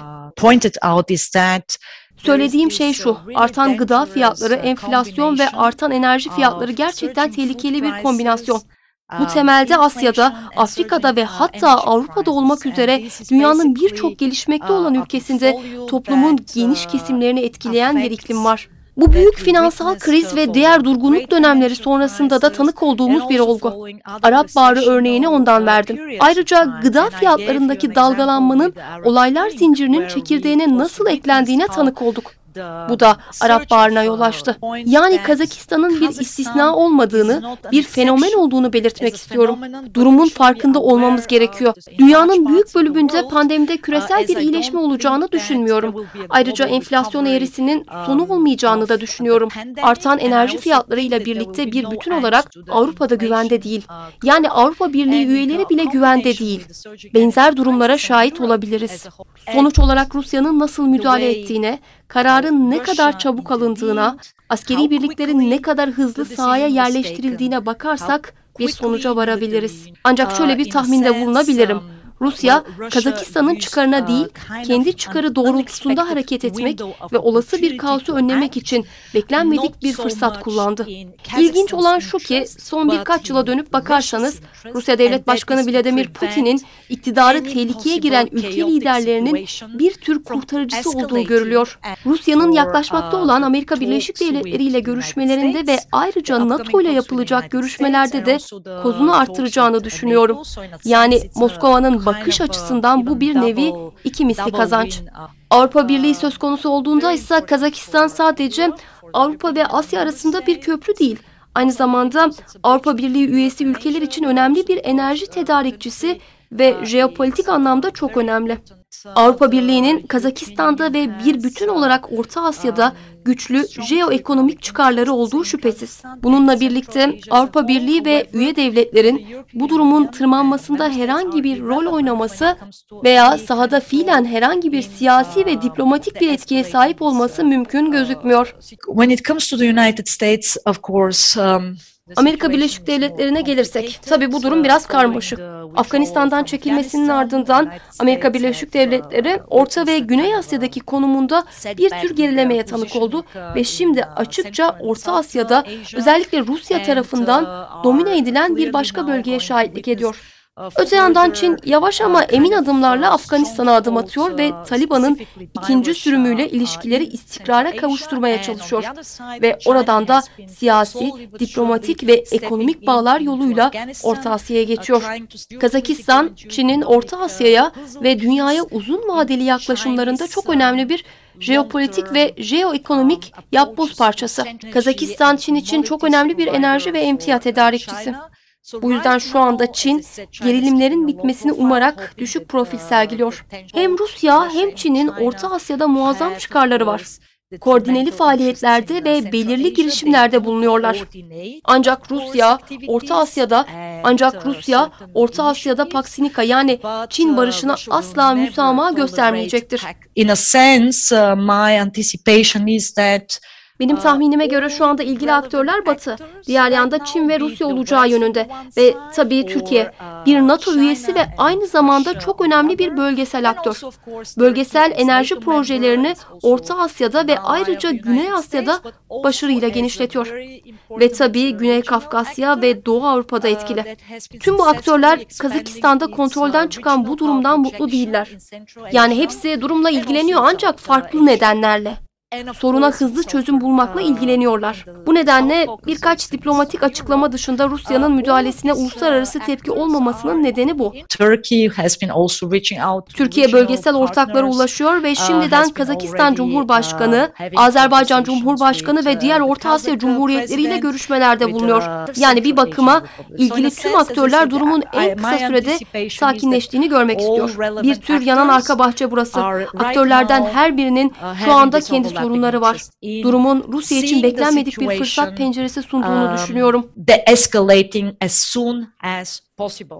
Speaker 5: Söylediğim şey şu, artan gıda fiyatları, enflasyon ve artan enerji fiyatları gerçekten tehlikeli bir kombinasyon. Bu temelde Asya'da, Afrika'da ve hatta Avrupa'da olmak üzere dünyanın birçok gelişmekte olan ülkesinde toplumun geniş kesimlerini etkileyen bir iklim var. Bu büyük finansal kriz ve diğer durgunluk dönemleri sonrasında da tanık olduğumuz bir olgu. Arap Baharı örneğini ondan verdim. Ayrıca gıda fiyatlarındaki dalgalanmanın olaylar zincirinin çekirdeğine nasıl eklendiğine tanık olduk. Bu da Arap Baharı'na yol açtı. Yani Kazakistan'ın bir istisna olmadığını, bir fenomen olduğunu belirtmek istiyorum. Durumun farkında olmamız gerekiyor. Dünyanın büyük bölümünde pandemide küresel bir iyileşme olacağını düşünmüyorum. Ayrıca enflasyon eğrisinin sonu olmayacağını da düşünüyorum. Artan enerji fiyatları ile birlikte bir bütün olarak Avrupa'da güvende değil. Yani Avrupa Birliği üyeleri bile güvende değil. Benzer durumlara şahit olabiliriz. Sonuç olarak Rusya'nın nasıl müdahale ettiğine, kararın ne kadar çabuk alındığına, askeri birliklerin ne kadar hızlı sahaya yerleştirildiğine bakarsak bir sonuca varabiliriz. Ancak şöyle bir tahminde bulunabilirim. Rusya, Kazakistan'ın çıkarına değil, kendi çıkarı doğrultusunda hareket etmek ve olası bir kaosu önlemek için beklenmedik bir fırsat kullandı. İlginç olan şu ki, son birkaç yıla dönüp bakarsanız, Rusya Devlet Başkanı Vladimir Putin'in iktidarı tehlikeye giren ülke liderlerinin bir tür kurtarıcısı olduğu görülüyor. Rusya'nın yaklaşmakta olan Amerika Birleşik Devletleri ile görüşmelerinde ve ayrıca NATO ile yapılacak görüşmelerde de kozunu artıracağını düşünüyorum. Yani Moskova'nın bakış açısından bu bir nevi iki misli kazanç. Avrupa Birliği söz konusu olduğunda ise Kazakistan sadece Avrupa ve Asya arasında bir köprü değil. Aynı zamanda Avrupa Birliği üyesi ülkeler için önemli bir enerji tedarikçisi ve jeopolitik anlamda çok önemli. Avrupa Birliği'nin Kazakistan'da ve bir bütün olarak Orta Asya'da güçlü jeoekonomik çıkarları olduğu şüphesiz. Bununla birlikte Avrupa Birliği ve üye devletlerin bu durumun tırmanmasında herhangi bir rol oynaması veya sahada fiilen herhangi bir siyasi ve diplomatik bir etkiye sahip olması mümkün gözükmüyor.
Speaker 6: When it comes to the United States, of course, um,
Speaker 5: Amerika Birleşik Devletleri'ne gelirsek, tabii bu durum biraz karmaşık. Afganistan'dan çekilmesinin ardından Amerika Birleşik Devletleri Orta ve Güney Asya'daki konumunda bir tür gerilemeye tanık oldu ve şimdi açıkça Orta Asya'da özellikle Rusya tarafından domine edilen bir başka bölgeye şahitlik ediyor. Öte yandan Çin yavaş ama emin adımlarla Afganistan'a adım atıyor ve Taliban'ın ikinci sürümüyle ilişkileri istikrara kavuşturmaya çalışıyor. Ve oradan da siyasi, diplomatik ve ekonomik bağlar yoluyla Orta Asya'ya geçiyor. Kazakistan, Çin'in Orta Asya'ya ve dünyaya uzun vadeli yaklaşımlarında çok önemli bir jeopolitik ve jeoekonomik yapboz parçası. Kazakistan, Çin için çok önemli bir enerji ve emtia tedarikçisi. Bu yüzden şu anda Çin, gerilimlerin bitmesini umarak düşük profil sergiliyor. Hem Rusya hem Çin'in Orta Asya'da muazzam çıkarları var. Koordineli faaliyetlerde ve belirli girişimlerde bulunuyorlar. Ancak Rusya, Orta Asya'da, ancak Rusya, Orta Asya'da Paksinika yani Çin barışına asla müsamaha göstermeyecektir.
Speaker 6: In a sense, my anticipation is that
Speaker 5: Benim tahminime göre şu anda ilgili aktörler Batı, diğer yanda Çin ve Rusya olacağı yönünde ve tabii Türkiye, bir NATO üyesi ve aynı zamanda çok önemli bir bölgesel aktör. Bölgesel enerji projelerini Orta Asya'da ve ayrıca Güney Asya'da başarıyla genişletiyor. Ve tabii Güney Kafkasya ve Doğu Avrupa'da etkili. Tüm bu aktörler Kazakistan'da kontrolden çıkan bu durumdan mutlu değiller. Yani hepsi durumla ilgileniyor ancak farklı nedenlerle. Soruna hızlı çözüm bulmakla ilgileniyorlar. Bu nedenle birkaç diplomatik açıklama dışında Rusya'nın müdahalesine uluslararası tepki olmamasının nedeni bu. Türkiye bölgesel ortaklara ulaşıyor ve şimdiden Kazakistan Cumhurbaşkanı, Azerbaycan Cumhurbaşkanı ve diğer Orta Asya Cumhuriyetleriyle görüşmelerde bulunuyor. Yani bir bakıma ilgili tüm aktörler durumun en kısa sürede sakinleştiğini görmek istiyor. Bir tür yanan arka bahçe burası. Aktörlerden her birinin şu anda kendi sorunları var. Durumun Rusya için beklenmedik bir fırsat penceresi sunduğunu düşünüyorum.
Speaker 6: The escalating as soon as possible.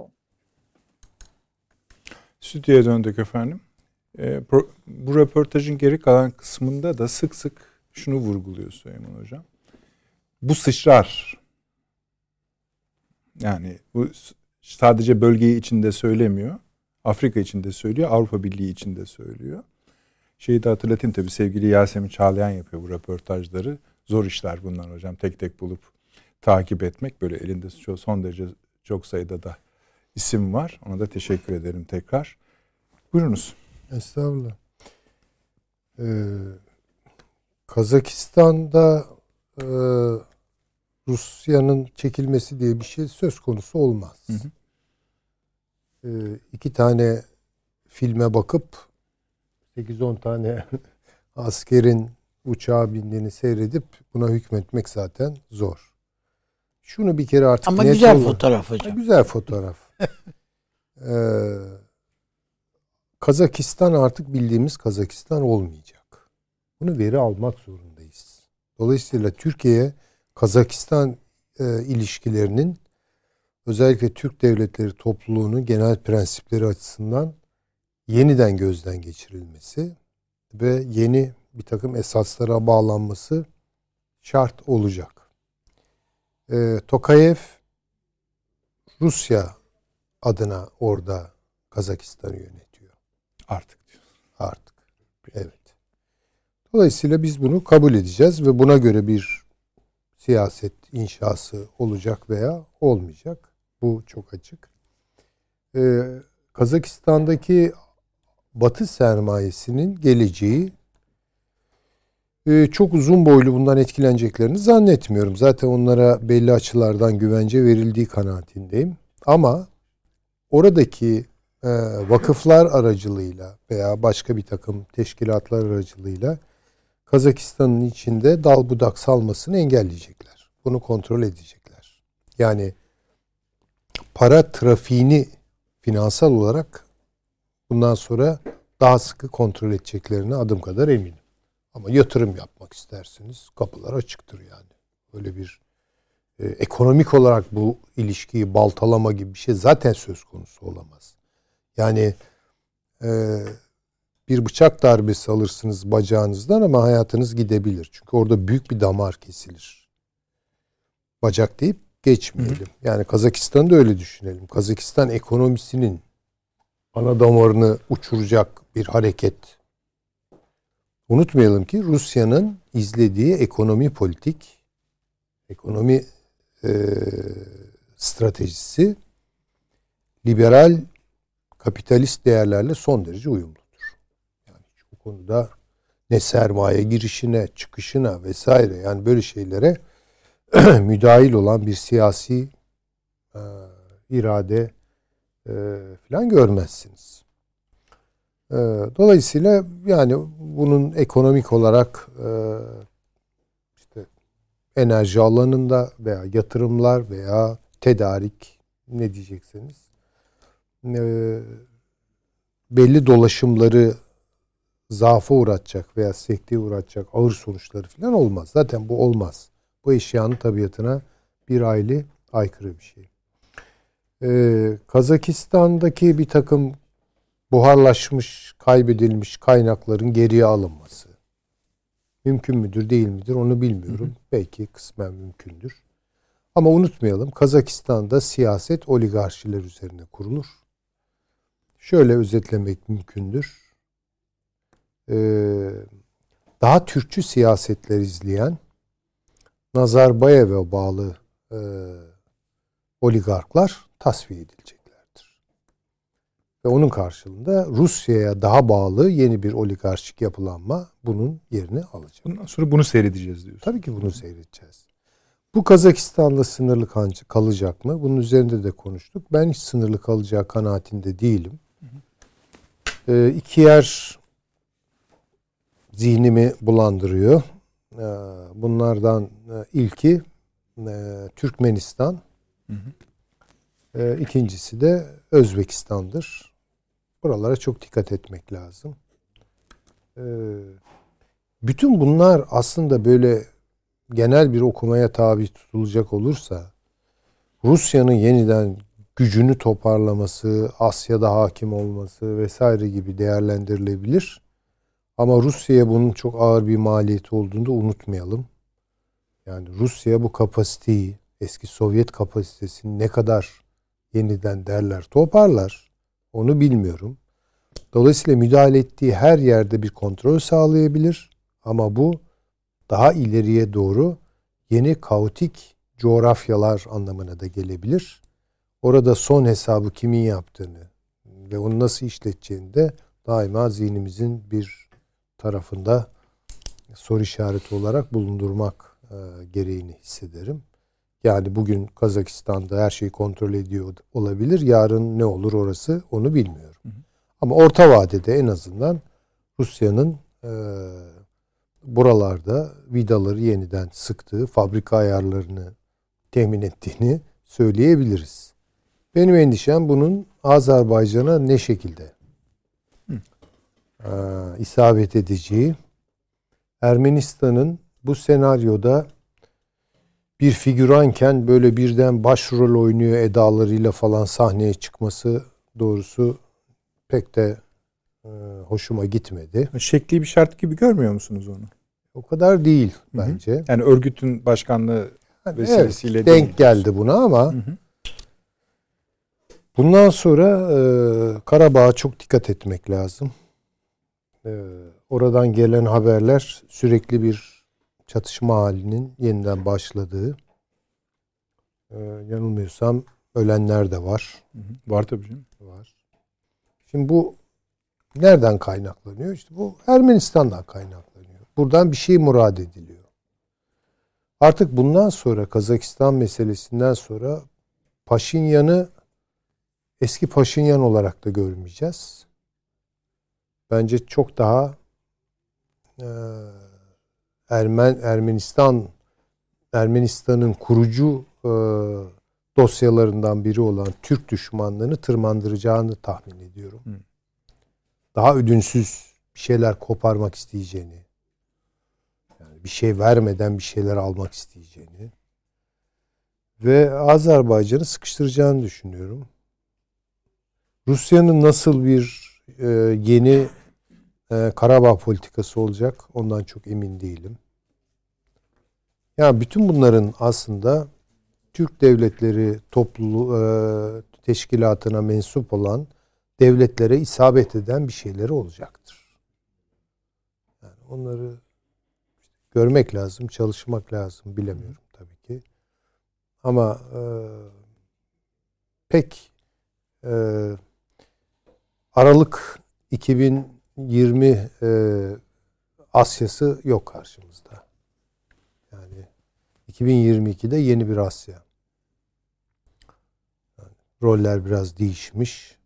Speaker 1: Stüdyoya döndük efendim. E, pro, bu röportajın geri kalan kısmında da sık sık şunu vurguluyor Süleyman Hocam. Bu sıçrar. Yani bu sadece bölgeyi içinde söylemiyor. Afrika içinde söylüyor. Avrupa Birliği içinde söylüyor. Şeyi de hatırlatayım tabii, sevgili Yasemin Çağlayan yapıyor bu röportajları. Zor işler bunlar hocam. Tek tek bulup takip etmek. Böyle elinde son derece çok sayıda da isim var. Ona da teşekkür ederim tekrar. Buyurunuz.
Speaker 2: Estağfurullah. Ee, Kazakistan'da e, Rusya'nın çekilmesi diye bir şey söz konusu olmaz. Hı hı. Ee, iki tane filme bakıp sekiz on tane askerin uçağa bindiğini seyredip buna hükmetmek zaten zor. Şunu bir kere artık
Speaker 3: ama
Speaker 2: net
Speaker 3: güzel
Speaker 2: olur.
Speaker 3: fotoğraf hocam.
Speaker 2: Ha, güzel fotoğraf. ee, Kazakistan artık bildiğimiz Kazakistan olmayacak. Bunu veri almak zorundayız. Dolayısıyla Türkiye Kazakistan e, ilişkilerinin özellikle Türk devletleri topluluğunun genel prensipleri açısından yeniden gözden geçirilmesi ve yeni bir takım esaslara bağlanması şart olacak. E, Tokayev Rusya adına orada Kazakistan'ı yönetiyor.
Speaker 1: Artık diyor.
Speaker 2: Artık. Evet. Dolayısıyla biz bunu kabul edeceğiz ve buna göre bir siyaset inşası olacak veya olmayacak. Bu çok açık. Ee, Kazakistan'daki Batı sermayesinin geleceği e, çok uzun boylu bundan etkileneceklerini zannetmiyorum. Zaten onlara belli açılardan güvence verildiği kanaatindeyim. Ama oradaki e, vakıflar aracılığıyla veya başka bir takım teşkilatlar aracılığıyla Kazakistan'ın içinde dal budak salmasını engelleyecekler. Bunu kontrol edecekler. Yani para trafiğini finansal olarak bundan sonra daha sıkı kontrol edeceklerine adım kadar eminim. Ama yatırım yapmak isterseniz kapılar açıktır yani. Öyle bir e, ekonomik olarak bu ilişkiyi baltalama gibi bir şey zaten söz konusu olamaz. Yani e, bir bıçak darbesi alırsınız bacağınızdan ama hayatınız gidebilir. Çünkü orada büyük bir damar kesilir. Bacak deyip geçmeyelim. Yani Kazakistan'ı da öyle düşünelim. Kazakistan ekonomisinin ana damarını uçuracak bir hareket. Unutmayalım ki Rusya'nın izlediği ekonomi politik, ekonomi e, stratejisi liberal kapitalist değerlerle son derece uyumludur. Yani bu konuda ne sermaye girişine, çıkışına vesaire yani böyle şeylere müdahil olan bir siyasi e, irade e, falan görmezsiniz. E, dolayısıyla yani bunun ekonomik olarak e, işte enerji alanında veya yatırımlar veya tedarik ne diyecekseniz e, belli dolaşımları zaafa uğratacak veya sekteye uğratacak ağır sonuçları falan olmaz. Zaten bu olmaz. Bu eşyanın tabiatına bir hayli aykırı bir şey. Ee, Kazakistan'daki bir takım buharlaşmış, kaybedilmiş kaynakların geriye alınması. Mümkün müdür, değil midir onu bilmiyorum. Hı hı. Belki kısmen mümkündür. Ama unutmayalım Kazakistan'da siyaset oligarşiler üzerine kurulur. Şöyle özetlemek mümkündür. Ee, daha Türkçü siyasetler izleyen Nazarbayev'e bağlı e, oligarklar tasfiye edileceklerdir. Ve onun karşılığında Rusya'ya daha bağlı yeni bir oligarşik yapılanma bunun yerini alacak.
Speaker 1: Bundan sonra bunu seyredeceğiz diyorsun.
Speaker 2: Tabii ki bunu seyredeceğiz. Bu Kazakistan'da sınırlı kalacak mı? Bunun üzerinde de konuştuk. Ben hiç sınırlı kalacağı kanaatinde değilim. Hı hı. E, iki yer zihnimi bulandırıyor. Bunlardan ilki Türkmenistan, hı hı. İkincisi de Özbekistan'dır. Buralara çok dikkat etmek lazım. Bütün bunlar aslında böyle genel bir okumaya tabi tutulacak olursa Rusya'nın yeniden gücünü toparlaması, Asya'da hakim olması vesaire gibi değerlendirilebilir. Ama Rusya'ya bunun çok ağır bir maliyeti olduğunu da unutmayalım. Yani Rusya bu kapasiteyi, eski Sovyet kapasitesini ne kadar yeniden derler, toparlar onu bilmiyorum. Dolayısıyla müdahale ettiği her yerde bir kontrol sağlayabilir. Ama bu daha ileriye doğru yeni kaotik coğrafyalar anlamına da gelebilir. Orada son hesabı kimin yaptığını ve onu nasıl işleteceğini de daima zihnimizin bir tarafında soru işareti olarak bulundurmak e, gereğini hissederim. Yani bugün Kazakistan'da her şeyi kontrol ediyor olabilir. Yarın ne olur orası onu bilmiyorum. Hı hı. Ama orta vadede en azından Rusya'nın e, buralarda vidaları yeniden sıktığı, fabrika ayarlarını temin ettiğini söyleyebiliriz. Benim endişem bunun Azerbaycan'a ne şekilde Hı. e, isabet edeceği. Ermenistan'ın bu senaryoda bir figüranken böyle birden başrol oynuyor edalarıyla falan sahneye çıkması doğrusu pek de e, hoşuma gitmedi.
Speaker 1: Şekli bir şart gibi görmüyor musunuz onu?
Speaker 2: O kadar değil bence. Hı hı.
Speaker 1: Yani örgütün başkanlığı yani vesilesiyle
Speaker 2: evet, denk geldi buna ama hı hı. bundan sonra e, Karabağ'a çok dikkat etmek lazım. E, oradan gelen haberler sürekli bir çatışma halinin yeniden başladığı. Ee, yanılmıyorsam ölenler de var.
Speaker 1: Hı hı. Var tabii canım.
Speaker 2: Var. Şimdi bu nereden kaynaklanıyor? İşte bu Ermenistan'dan kaynaklanıyor. Buradan bir şey murad ediliyor. Artık bundan sonra Kazakistan meselesinden sonra Paşinyan'ı eski Paşinyan olarak da görmeyeceğiz. Bence çok daha e, Ermen Ermenistan Ermenistan'ın kurucu e, dosyalarından biri olan Türk düşmanlığını tırmandıracağını tahmin ediyorum. Hı. Daha ödünsüz bir şeyler koparmak isteyeceğini, yani bir şey vermeden bir şeyler almak isteyeceğini ve Azerbaycan'ı sıkıştıracağını düşünüyorum. Rusya'nın nasıl bir e, yeni e, Karabağ politikası olacak ondan çok emin değilim. Yani bütün bunların aslında Türk devletleri topluluğu e, teşkilatına mensup olan devletlere isabet eden bir şeyleri olacaktır. Yani onları görmek lazım, çalışmak lazım. Bilemiyorum tabii ki. Ama e, pek e, Aralık iki bin yirmi e, Asya'sı yok karşımızda. Yani iki bin yirmi ikide yeni bir Asya. Yani roller biraz değişmiş.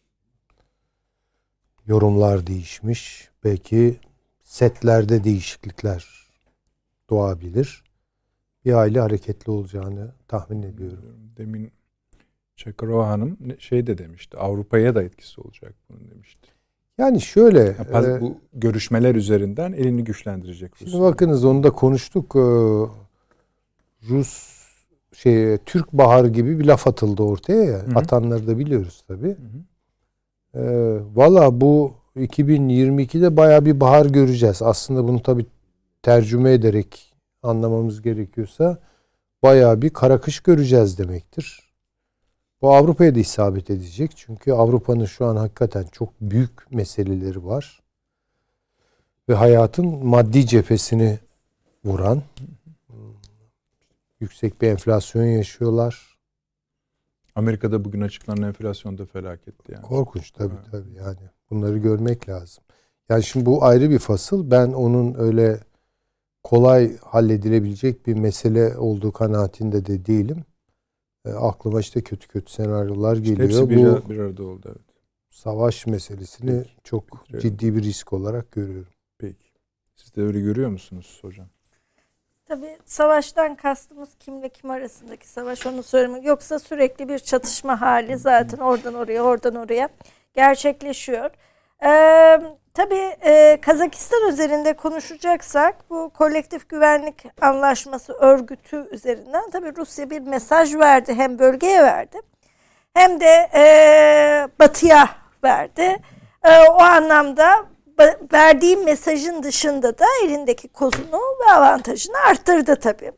Speaker 2: Yorumlar değişmiş. Belki setlerde değişiklikler doğabilir. Bir aile hareketli olacağını tahmin ediyorum.
Speaker 1: Demin Çakırova Hanım şey de demişti. Avrupa'ya da etkisi olacak bunun demişti.
Speaker 2: Yani şöyle.
Speaker 1: Ya, bu e, görüşmeler üzerinden elini güçlendirecek.
Speaker 2: Şimdi Rusya. Bakınız onu da konuştuk. Rus şey Türk Baharı gibi bir laf atıldı ortaya ya. Hı hı. Atanları da biliyoruz tabii. Hı hı. E, Valla bu iki bin yirmi ikide bayağı bir bahar göreceğiz. Aslında bunu tabii tercüme ederek anlamamız gerekiyorsa bayağı bir kara kış göreceğiz demektir. Bu Avrupa'ya da isabet edecek. Çünkü Avrupa'nın şu an hakikaten çok büyük meseleleri var. Ve hayatın maddi cephesini vuran yüksek bir enflasyon yaşıyorlar.
Speaker 1: Amerika'da bugün açıklanan enflasyon da felaketti yani.
Speaker 2: Korkunç tabii evet. tabii yani. Bunları görmek lazım. Yani şimdi bu ayrı bir fasıl. Ben onun öyle kolay halledilebilecek bir mesele olduğu kanaatinde de değilim. E, aklıma işte kötü kötü senaryolar
Speaker 1: işte
Speaker 2: geliyor.
Speaker 1: Hepsi bir, bu bir arada oldu evet.
Speaker 2: Savaş meselesini Peki. çok Peki. ciddi bir risk olarak görüyorum.
Speaker 1: Peki. Siz de öyle görüyor musunuz hocam?
Speaker 4: Tabii savaştan kastımız kimle kim arasındaki savaş, onu söylemek. Yoksa sürekli bir çatışma hali zaten oradan oraya oradan oraya gerçekleşiyor. Ee, tabii e, Kazakistan üzerinde konuşacaksak bu kolektif güvenlik anlaşması örgütü üzerinden tabii Rusya bir mesaj verdi. Hem bölgeye verdi hem de e, Batı'ya verdi. E, o anlamda verdiği mesajın dışında da elindeki kozunu ve avantajını arttırdı tabii.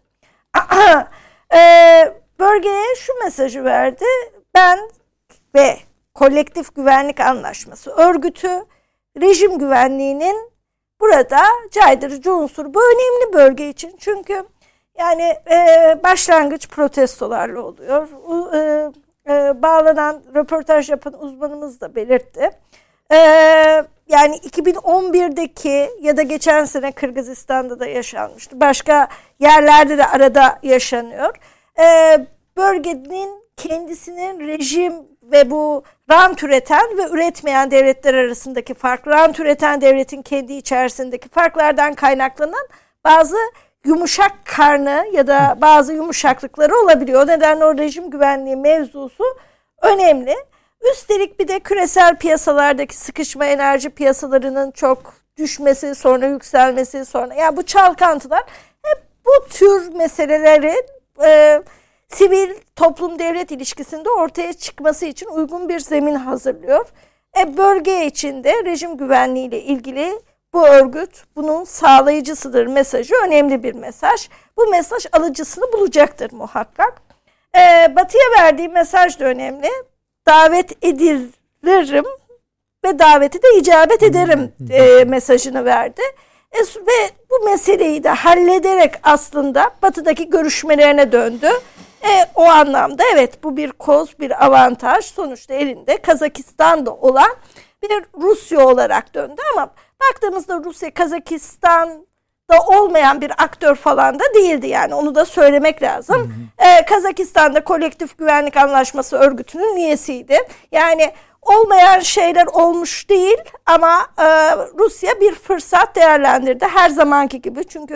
Speaker 4: e, bölgeye şu mesajı verdi. Ben ve kolektif güvenlik anlaşması örgütü rejim güvenliğinin burada caydırıcı unsur. Bu önemli bölge için. Çünkü yani e, başlangıç protestolarla oluyor. E, e, bağlanan, röportaj yapan uzmanımız da belirtti. E, yani iki bin on birdeki ya da geçen sene Kırgızistan'da da yaşanmıştı. Başka yerlerde de arada yaşanıyor. E, bölgenin kendisinin rejim ve bu rant üreten ve üretmeyen devletler arasındaki fark, rant üreten devletin kendi içerisindeki farklardan kaynaklanan bazı yumuşak karnı ya da bazı yumuşaklıkları olabiliyor. O nedenle o rejim güvenliği mevzusu önemli. Üstelik bir de küresel piyasalardaki sıkışma, enerji piyasalarının çok düşmesi, sonra yükselmesi, sonra yani bu çalkantılar hep bu tür meselelerin e, sivil toplum devlet ilişkisinde ortaya çıkması için uygun bir zemin hazırlıyor. E, bölge içinde rejim güvenliği ile ilgili bu örgüt bunun sağlayıcısıdır mesajı önemli bir mesaj. Bu mesaj alıcısını bulacaktır muhakkak. E, Batı'ya verdiği mesaj da önemli. Davet edilirim ve daveti de icabet ederim e, mesajını verdi. E, ve bu meseleyi de hallederek aslında Batı'daki görüşmelerine döndü. E, o anlamda evet bu bir koz, bir avantaj. Sonuçta elinde Kazakistan'da olan bir Rusya olarak döndü ama baktığımızda Rusya Kazakistan'da olmayan bir aktör falan da değildi yani onu da söylemek lazım. Hı hı. E, Kazakistan'da kolektif güvenlik anlaşması örgütünün üyesiydi. Yani olmayan şeyler olmuş değil ama e, Rusya bir fırsat değerlendirdi her zamanki gibi çünkü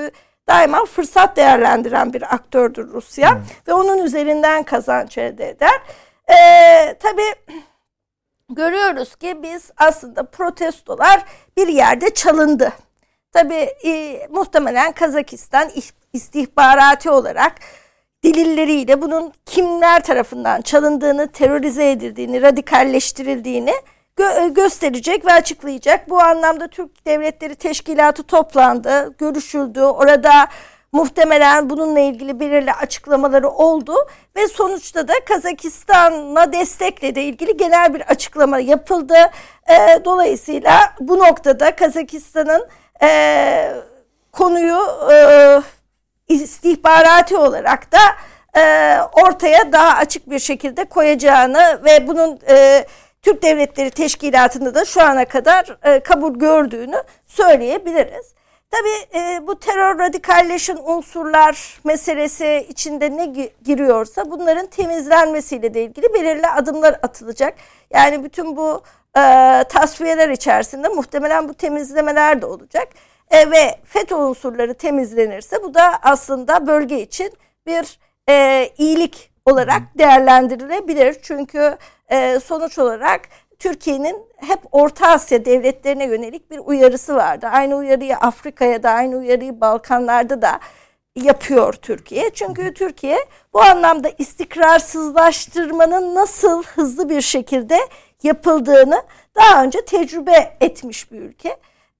Speaker 4: daima fırsat değerlendiren bir aktördür Rusya. Hmm. Ve onun üzerinden kazanç elde eder. Ee, tabii görüyoruz ki biz aslında protestolar bir yerde çalındı. Tabii e, muhtemelen Kazakistan istihbarati olarak delilleriyle bunun kimler tarafından çalındığını, terörize edildiğini, radikalleştirildiğini gö- gösterecek ve açıklayacak. Bu anlamda Türk Devletleri Teşkilatı toplandı, görüşüldü. Orada muhtemelen bununla ilgili belirli açıklamaları oldu ve sonuçta da Kazakistan'a destekle de ilgili genel bir açıklama yapıldı. E, dolayısıyla bu noktada Kazakistan'ın e, konuyu e, istihbarati olarak da e, ortaya daha açık bir şekilde koyacağını ve bunun e, Türk Devletleri Teşkilatı'nda da şu ana kadar e, kabul gördüğünü söyleyebiliriz. Tabii e, bu terör radikalleşen unsurlar meselesi içinde ne giriyorsa bunların temizlenmesiyle de ilgili belirli adımlar atılacak. Yani bütün bu e, tasfiyeler içerisinde muhtemelen bu temizlemeler de olacak. E, ve FETÖ unsurları temizlenirse bu da aslında bölge için bir e, iyilik olarak değerlendirilebilir. Çünkü e, sonuç olarak Türkiye'nin hep Orta Asya devletlerine yönelik bir uyarısı vardı. Aynı uyarıyı Afrika'ya da, aynı uyarıyı Balkanlarda da yapıyor Türkiye. Çünkü Türkiye bu anlamda istikrarsızlaştırmanın nasıl hızlı bir şekilde yapıldığını daha önce tecrübe etmiş bir ülke.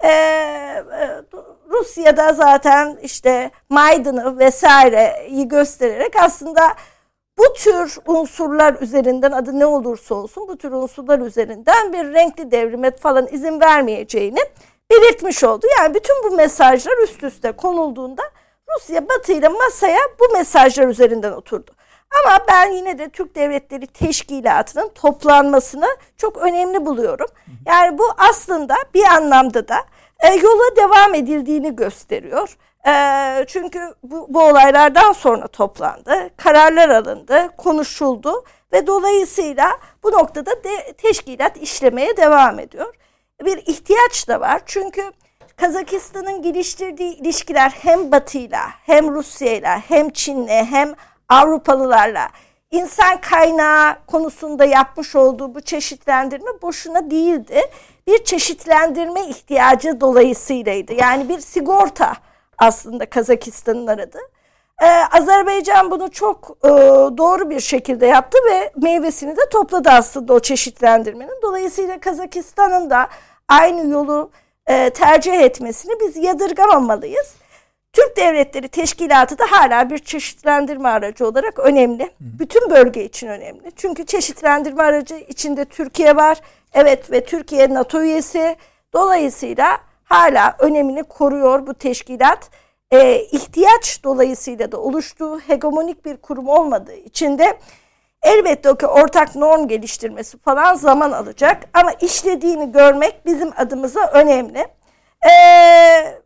Speaker 4: Ee, Rusya'da zaten işte Maydan'ı vesaireyi göstererek aslında bu tür unsurlar üzerinden, adı ne olursa olsun bu tür unsurlar üzerinden bir renkli devrime falan izin vermeyeceğini belirtmiş oldu. Yani bütün bu mesajlar üst üste konulduğunda Rusya Batı ile masaya bu mesajlar üzerinden oturdu. Ama ben yine de Türk Devletleri Teşkilatı'nın toplanmasını çok önemli buluyorum. Yani bu aslında bir anlamda da e, yola devam edildiğini gösteriyor. E, çünkü bu, bu olaylardan sonra toplandı, kararlar alındı, konuşuldu ve dolayısıyla bu noktada de, teşkilat işlemeye devam ediyor. Bir ihtiyaç da var çünkü Kazakistan'ın geliştirdiği ilişkiler hem Batı'yla hem Rusya'yla hem Çin'le hem Avrupalılarla insan kaynağı konusunda yapmış olduğu bu çeşitlendirme boşuna değildi. Bir çeşitlendirme ihtiyacı dolayısıylaydı. Yani bir sigorta aslında Kazakistan'ın aradığı. Ee, Azerbaycan bunu çok e, doğru bir şekilde yaptı ve meyvesini de topladı aslında o çeşitlendirmenin. Dolayısıyla Kazakistan'ın da aynı yolu e, tercih etmesini biz yadırgamamalıyız. Türk Devletleri Teşkilatı da hala bir çeşitlendirme aracı olarak önemli. Bütün bölge için önemli. Çünkü çeşitlendirme aracı içinde Türkiye var. Evet ve Türkiye NATO üyesi. Dolayısıyla hala önemini koruyor bu teşkilat. Ee, ihtiyaç dolayısıyla da oluştuğu hegemonik bir kurum olmadığı için de elbette ki ortak norm geliştirmesi falan zaman alacak. Ama işlediğini görmek bizim adımıza önemli. Eee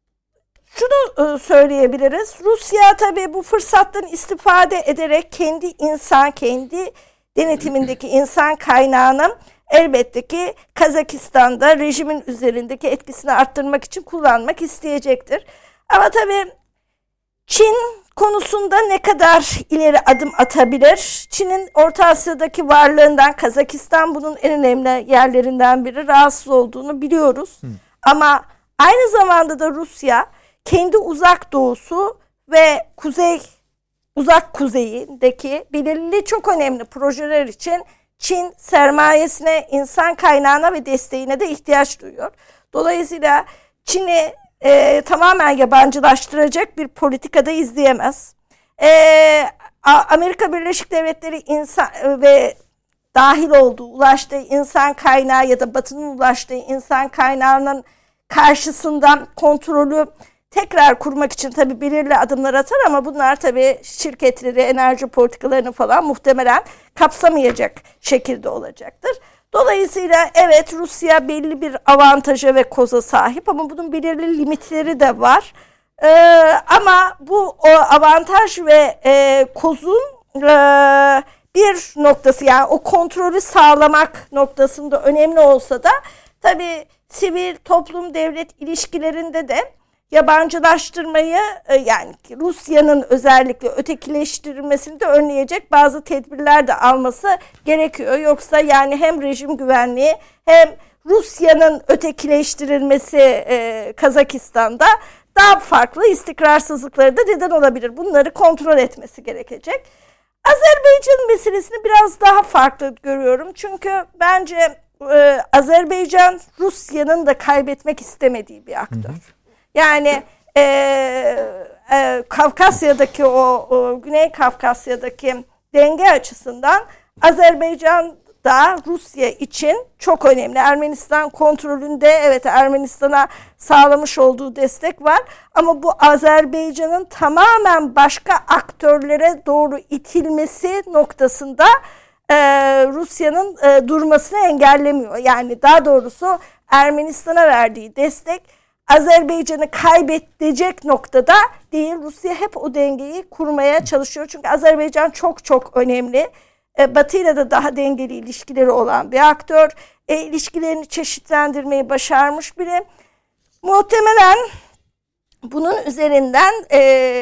Speaker 4: Şunu söyleyebiliriz. Rusya tabii bu fırsattan istifade ederek kendi insan, kendi denetimindeki insan kaynağını elbette ki Kazakistan'da rejimin üzerindeki etkisini arttırmak için kullanmak isteyecektir. Ama tabii Çin konusunda ne kadar ileri adım atabilir? Çin'in Orta Asya'daki varlığından, Kazakistan bunun en önemli yerlerinden biri, rahatsız olduğunu biliyoruz. Hı. Ama aynı zamanda da Rusya kendi uzak doğusu ve kuzey, uzak kuzeyindeki belirli çok önemli projeler için Çin sermayesine, insan kaynağına ve desteğine de ihtiyaç duyuyor. Dolayısıyla Çin'i e, tamamen yabancılaştıracak bir politikada izleyemez. E, Amerika Birleşik Devletleri insan ve dahil olduğu, ulaştığı insan kaynağı ya da Batı'nın ulaştığı insan kaynağının karşısından kontrolü tekrar kurmak için tabii belirli adımlar atar ama bunlar tabii şirketleri, enerji politikalarını falan muhtemelen kapsamayacak şekilde olacaktır. Dolayısıyla evet Rusya belli bir avantaja ve koza sahip ama bunun belirli limitleri de var. Ee, ama bu o avantaj ve e, kozun e, bir noktası, yani o kontrolü sağlamak noktasında önemli olsa da tabii sivil toplum devlet ilişkilerinde de yabancılaştırmayı yani Rusya'nın özellikle ötekileştirilmesini de önleyecek bazı tedbirler de alması gerekiyor. Yoksa yani hem rejim güvenliği hem Rusya'nın ötekileştirilmesi e, Kazakistan'da daha farklı istikrarsızlıkları da neden olabilir. Bunları kontrol etmesi gerekecek. Azerbaycan meselesini biraz daha farklı görüyorum. Çünkü bence e, Azerbaycan Rusya'nın da kaybetmek istemediği bir aktör. Hı hı. Yani e, e, Kafkasya'daki o, o Güney Kafkasya'daki denge açısından Azerbaycan da Rusya için çok önemli. Ermenistan kontrolünde evet Ermenistan'a sağlamış olduğu destek var. Ama bu Azerbaycan'ın tamamen başka aktörlere doğru itilmesi noktasında e, Rusya'nın e, durmasını engellemiyor. Yani daha doğrusu Ermenistan'a verdiği destek Azerbaycan'ı kaybedecek noktada değil. Rusya hep o dengeyi kurmaya çalışıyor. Çünkü Azerbaycan çok çok önemli. Batı ile de daha dengeli ilişkileri olan bir aktör. E, ilişkilerini çeşitlendirmeyi başarmış biri. Muhtemelen bunun üzerinden e,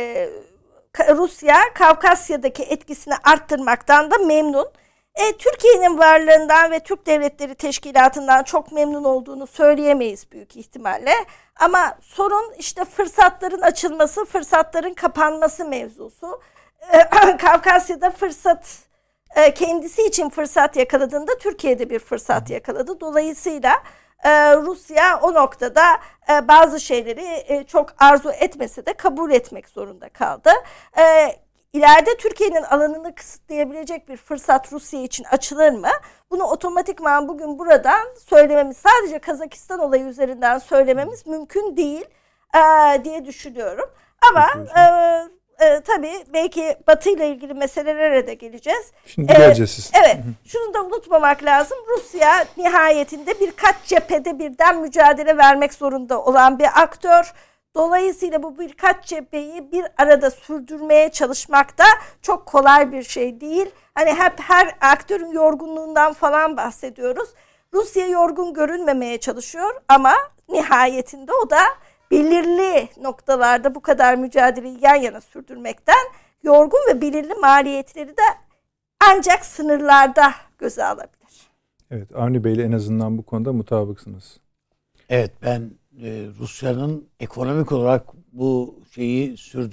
Speaker 4: Rusya Kafkasya'daki etkisini arttırmaktan da memnun. E, Türkiye'nin varlığından ve Türk Devletleri Teşkilatı'ndan çok memnun olduğunu söyleyemeyiz büyük ihtimalle. Ama sorun işte fırsatların açılması, fırsatların kapanması mevzusu. E, Kafkasya'da fırsat kendisi için fırsat yakaladığında Türkiye'de bir fırsat yakaladı. Dolayısıyla Rusya o noktada bazı şeyleri çok arzu etmese de kabul etmek zorunda kaldı. İleride Türkiye'nin alanını kısıtlayabilecek bir fırsat Rusya için açılır mı? Bunu otomatikman bugün buradan söylememiz, sadece Kazakistan olayı üzerinden söylememiz mümkün değil diye düşünüyorum. Ama Ee, tabii belki Batı ile ilgili meselelere de geleceğiz.
Speaker 1: Şimdi geleceğiz.
Speaker 4: Ee, evet. Şunu da unutmamak lazım. Rusya nihayetinde birkaç cephede birden mücadele vermek zorunda olan bir aktör. Dolayısıyla bu birkaç cepheyi bir arada sürdürmeye çalışmak da çok kolay bir şey değil. Hani hep her aktörün yorgunluğundan falan bahsediyoruz. Rusya yorgun görünmemeye çalışıyor ama nihayetinde o da belirli noktalarda bu kadar mücadeleyi yan yana sürdürmekten yorgun ve belirli maliyetleri de ancak sınırlarda göze alabilir.
Speaker 1: Evet, Avni Bey'le en azından bu konuda mutabıksınız.
Speaker 3: Evet, ben e, Rusya'nın ekonomik olarak bu şeyi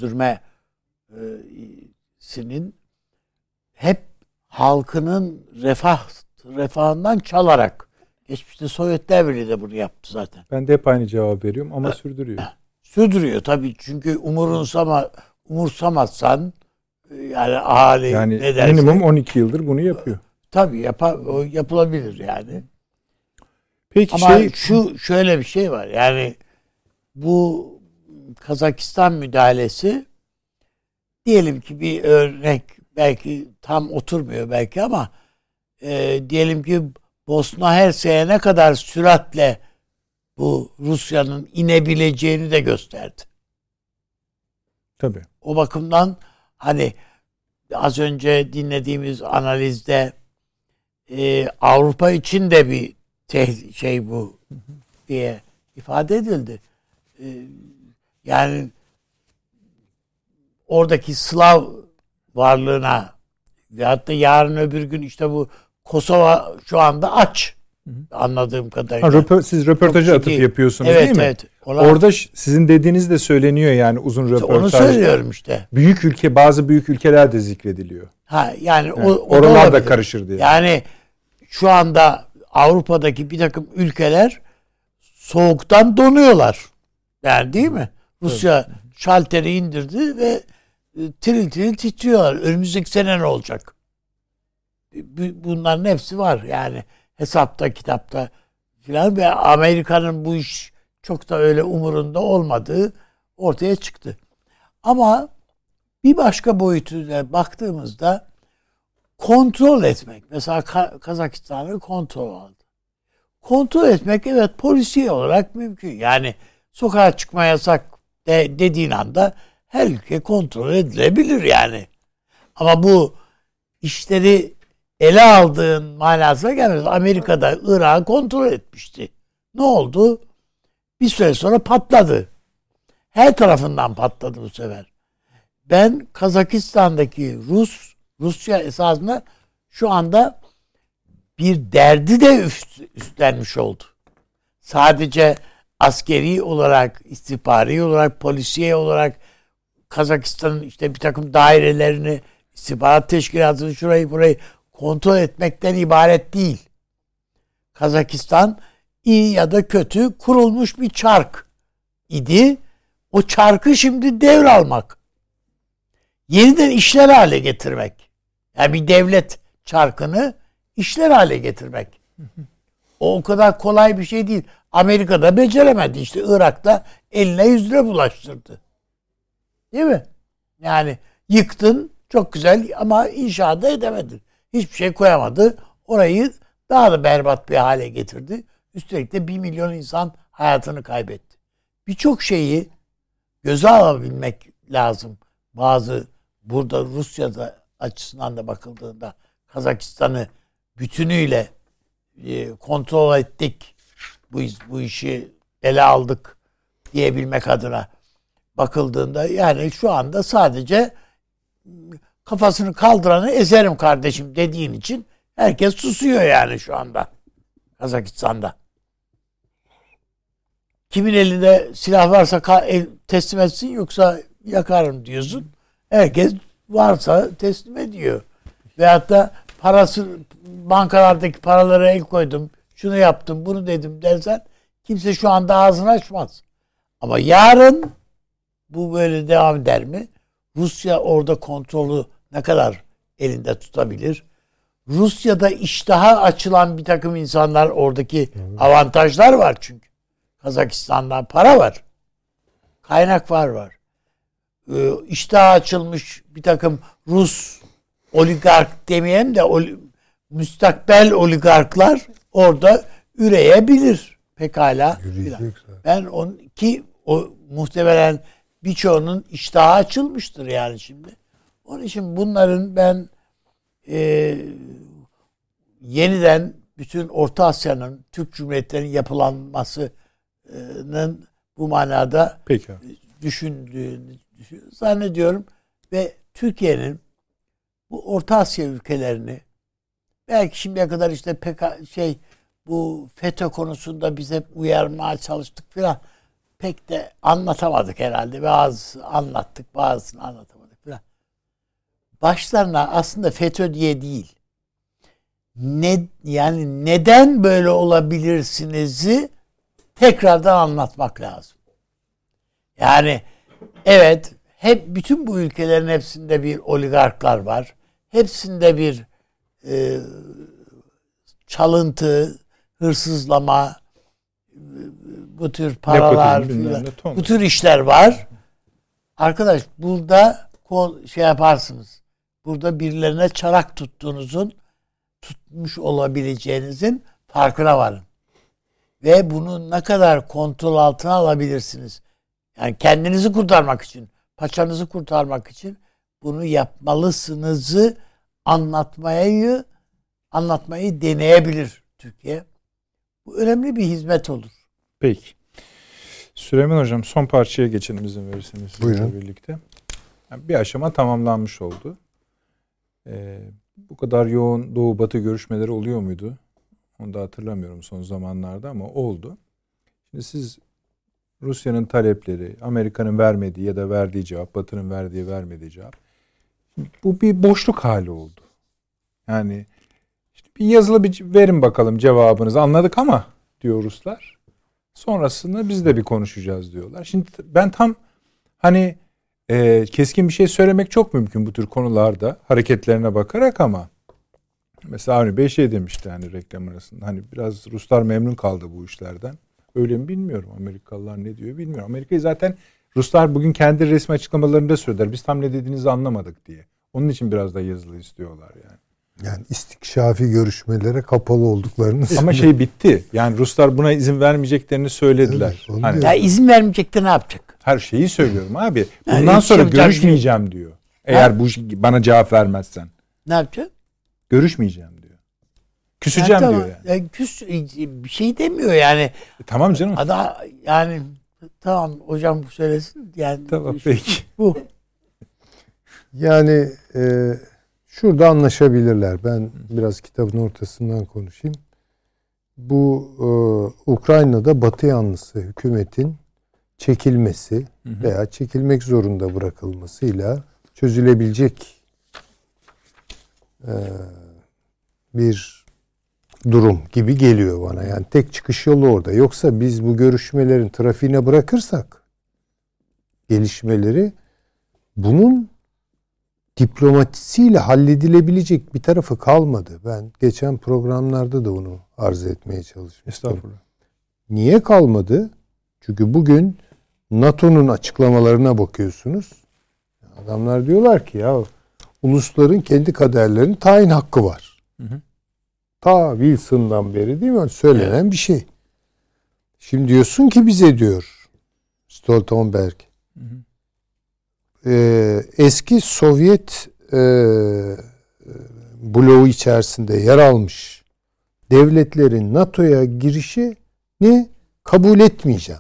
Speaker 3: sürdürmesinin hep halkının refah refahından çalarak, geçmişte Sovyetler Birliği de bunu yaptı zaten.
Speaker 1: Ben de hep aynı cevap veriyorum ama sürdürüyor.
Speaker 3: Sürdürüyor tabii, çünkü umursama, umursamazsan yani ahali
Speaker 1: yani
Speaker 3: ne derse,
Speaker 1: minimum on iki yıldır bunu yapıyor.
Speaker 3: Tabii yapa, o yapılabilir yani.
Speaker 1: Peki
Speaker 3: ama
Speaker 1: şey...
Speaker 3: şu şöyle bir şey var, yani bu Kazakistan müdahalesi, diyelim ki bir örnek, belki tam oturmuyor belki ama e, diyelim ki Bosna Hersek'e ne kadar süratle bu Rusya'nın inebileceğini de gösterdi.
Speaker 1: Tabii.
Speaker 3: O bakımdan hani az önce dinlediğimiz analizde e, Avrupa için de bir te- şey bu diye ifade edildi. E, yani oradaki Slav varlığına ve hatta yarın öbür gün işte bu Kosova şu anda aç. Hı hı. Anladığım kadarıyla.
Speaker 1: Ha, röpo- siz röportajı atıp ciddi yapıyorsunuz
Speaker 3: evet,
Speaker 1: değil mi?
Speaker 3: Evet. Ona...
Speaker 1: Orada sizin dediğiniz de söyleniyor yani uzun röportajda.
Speaker 3: Onu söylüyorum işte.
Speaker 1: Büyük ülke, bazı büyük ülkeler de zikrediliyor.
Speaker 3: Ha yani, yani o, o
Speaker 1: oralar da karışır diye.
Speaker 3: Yani şu anda Avrupa'daki bir takım ülkeler soğuktan donuyorlar. Yani değil mi? Rusya evet. şalteri indirdi ve tiril tiril titriyorlar. Önümüzdeki sene ne olacak? Bunların hepsi var yani hesapta, kitapta filan ve Amerika'nın bu iş çok da öyle umurunda olmadığı ortaya çıktı. Ama bir başka boyutuna baktığımızda kontrol etmek, mesela Kazakistan'ı kontrol aldı. Kontrol etmek evet polisiye olarak mümkün. Yani sokağa çıkma yasak de, dediğin anda her ülke kontrol edilebilir yani. Ama bu işleri ele aldığın manasına gelmez. Amerika'da Irak'ı kontrol etmişti. Ne oldu? Bir süre sonra patladı. her tarafından patladı bu sefer. Ben Kazakistan'daki Rus, Rusya esasında şu anda bir derdi de üst, üstlenmiş oldu. Sadece askeri olarak, istihbari olarak, polisiye olarak Kazakistan'ın işte bir takım dairelerini, istihbarat teşkilatını, şurayı burayı kontrol etmekten ibaret değil. Kazakistan iyi ya da kötü kurulmuş bir çark idi. O çarkı şimdi devralmak. Yeniden işler hale getirmek. Yani bir devlet çarkını işler hale getirmek. O o kadar kolay bir şey değil. Amerika'da beceremedi. İşte Irak'ta eline yüzüne bulaştırdı. Değil mi? Yani yıktın çok güzel ama inşa da edemedin. Hiçbir şey koyamadı. Orayı daha da berbat bir hale getirdi. Üstelik de bir milyon insan hayatını kaybetti. Birçok şeyi göze alabilmek lazım. Bazı burada Rusya'da açısından da bakıldığında Kazakistan'ı bütünüyle e, kontrol ettik. Bu, bu işi ele aldık diyebilmek adına bakıldığında yani şu anda sadece kafasını kaldıranı ezerim kardeşim dediğin için herkes susuyor yani şu anda Kazakistan'da. Kimin elinde silah varsa teslim etsin yoksa yakarım diyorsun. Herkes varsa teslim ediyor. Veyahut da parası bankalardaki paralara el koydum. Şunu yaptım, bunu dedim dersen kimse şu anda ağzını açmaz. Ama yarın bu böyle devam eder mi? Rusya orada kontrolü ne kadar elinde tutabilir? Rusya'da iştaha açılan bir takım insanlar oradaki avantajlar var çünkü. Kazakistan'dan para var. Kaynak var var. Ee, iştaha açılmış bir takım Rus oligark demeyelim de oli, müstakbel oligarklar orada üreyebilir pekala. Ben on ki o muhtemelen birçoğunun iştahı açılmıştır yani şimdi. Onun için bunların ben e, yeniden bütün Orta Asya'nın, Türk Cumhuriyetlerinin yapılanmasının bu manada
Speaker 1: Peki.
Speaker 3: düşündüğünü zannediyorum ve Türkiye'nin bu Orta Asya ülkelerini belki şimdiye kadar işte pek şey bu FETÖ konusunda biz hep uyarmaya çalıştık filan. Pek de anlatamadık herhalde. Bazı anlattık, bazısını anlatamadık filan. Başlarına aslında FETÖ diye değil. Ne yani neden böyle olabilirsinizi tekrardan anlatmak lazım. Yani evet, hep bütün bu ülkelerin hepsinde bir oligarklar var. Hepsinde bir e, çalıntı, hırsızlama, bu tür paralar, filan, bu tür işler var. Arkadaş burada şey yaparsınız. Burada birilerine çarak tuttuğunuzun, tutmuş olabileceğinizin farkına varın. Ve bunu ne kadar kontrol altına alabilirsiniz. Yani kendinizi kurtarmak için, paçanızı kurtarmak için bunu yapmalısınızı anlatmayı anlatmayı deneyebilir Türkiye. Bu önemli bir hizmet olur.
Speaker 1: Peki. Süleyman Hocam son parçaya geçelim izin verirseniz sizinle birlikte. Yani bir aşama tamamlanmış oldu. Ee, bu kadar yoğun Doğu Batı görüşmeleri oluyor muydu? Onu da hatırlamıyorum son zamanlarda ama oldu. Şimdi siz Rusya'nın talepleri, Amerika'nın vermediği ya da verdiği cevap, Batı'nın verdiği vermediği cevap. Bu bir boşluk hali oldu. Yani işte bir yazılı bir verin bakalım cevabınızı anladık ama diyor Ruslar. Sonrasında biz de bir konuşacağız diyorlar. Şimdi ben tam hani e, keskin bir şey söylemek çok mümkün bu tür konularda hareketlerine bakarak ama mesela Avni Bey şey demişti hani reklam arasında hani biraz Ruslar memnun kaldı bu işlerden. Öyle mi bilmiyorum. Amerikalılar ne diyor bilmiyorum. Amerika'yı zaten Ruslar bugün kendi resmi açıklamalarında söylediler. Biz tam ne dediğinizi anlamadık diye. Onun için biraz da yazılı istiyorlar yani.
Speaker 2: Yani istikşafi görüşmelere kapalı olduklarını.
Speaker 1: Ama şey bitti. Yani Ruslar buna izin vermeyeceklerini söylediler.
Speaker 2: Evet,
Speaker 1: hani,
Speaker 3: ya izin vermeyecekti ne yapacak?
Speaker 1: Her şeyi söylüyorum abi. Bundan
Speaker 3: yani
Speaker 1: sonra
Speaker 3: yapacak
Speaker 1: görüşmeyeceğim şey diyor. Eğer ha? bu bana cevap vermezsen.
Speaker 3: Ne yapacak?
Speaker 1: Görüşmeyeceğim diyor. Küseceğim
Speaker 3: yani,
Speaker 1: diyor yani.
Speaker 3: yani. Küs bir şey demiyor yani.
Speaker 1: E, tamam canım.
Speaker 3: Ada, yani Tamam hocam söylesin. Yani
Speaker 1: Tamam peki.
Speaker 3: bu.
Speaker 2: Yani e, şurada anlaşabilirler. Ben biraz kitabın ortasından konuşayım. Bu e, Ukrayna'da Batı yanlısı hükümetin çekilmesi hı hı. veya çekilmek zorunda bırakılmasıyla çözülebilecek e, bir durum gibi geliyor bana. Yani tek çıkış yolu orada. Yoksa biz bu görüşmelerin trafiğine bırakırsak gelişmeleri, bunun diplomasisiyle halledilebilecek bir tarafı kalmadı. Ben geçen programlarda da onu arz etmeye çalışmıştım.
Speaker 1: Estağfurullah.
Speaker 2: Niye kalmadı? Çünkü bugün NATO'nun açıklamalarına bakıyorsunuz. Adamlar diyorlar ki ya ulusların kendi kaderlerinin tayin hakkı var. Hı hı. Ta Wilson'dan beri değil mi? Söylenen evet. bir şey. Şimdi diyorsun ki bize diyor Stoltenberg, hı hı. Ee, eski Sovyet e, bloğu içerisinde yer almış devletlerin NATO'ya girişini kabul etmeyeceğim.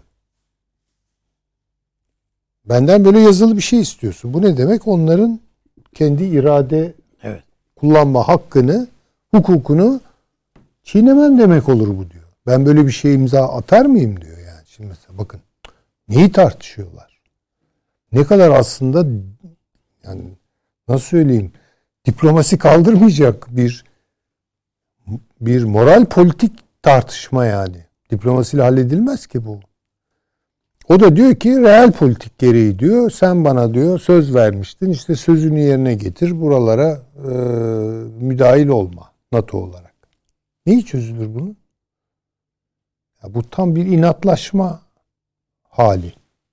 Speaker 2: Benden böyle yazılı bir şey istiyorsun. Bu ne demek? Onların kendi irade evet. kullanma hakkını, hukukunu çiğnemem demek olur bu diyor. Ben böyle bir şey imza atar mıyım diyor yani. Şimdi mesela bakın neyi tartışıyorlar? Ne kadar aslında yani nasıl söyleyeyim diplomasi kaldırmayacak bir bir moral politik tartışma yani. Diplomasiyle halledilmez ki bu. O da diyor ki real politik gereği diyor sen bana diyor söz vermiştin işte sözünü yerine getir buralara e, müdahil olma NATO olarak. Neyi çözülür bunun? Ya bu tam bir inatlaşma hali.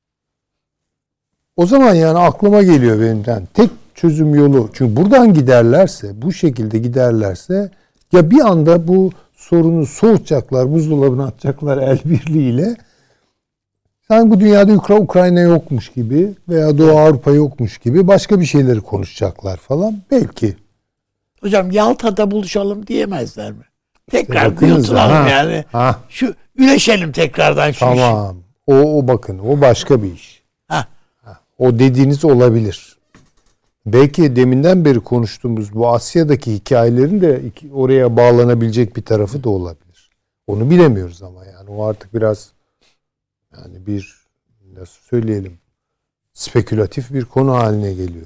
Speaker 2: O zaman yani aklıma geliyor benimden tek çözüm yolu. Çünkü buradan giderlerse, bu şekilde giderlerse ya bir anda bu sorunu soğutacaklar, buzdolabına atacaklar el birliğiyle. Sanki bu dünyada Ukra- Ukrayna yokmuş gibi veya Doğu Avrupa yokmuş gibi başka bir şeyleri konuşacaklar falan. Belki.
Speaker 3: Hocam Yalta'da buluşalım diyemezler mi? Tekrar
Speaker 2: İşte
Speaker 3: bir yutulalım
Speaker 2: ha,
Speaker 3: yani.
Speaker 2: Ha.
Speaker 3: Şu üleşelim tekrardan şu
Speaker 2: Tamam. O, o bakın o başka bir iş.
Speaker 3: Ha.
Speaker 2: Ha. O dediğiniz olabilir. Belki deminden beri konuştuğumuz bu Asya'daki hikayelerin de oraya bağlanabilecek bir tarafı da olabilir. Onu bilemiyoruz ama yani o artık biraz yani bir nasıl söyleyelim spekülatif bir konu haline geliyor.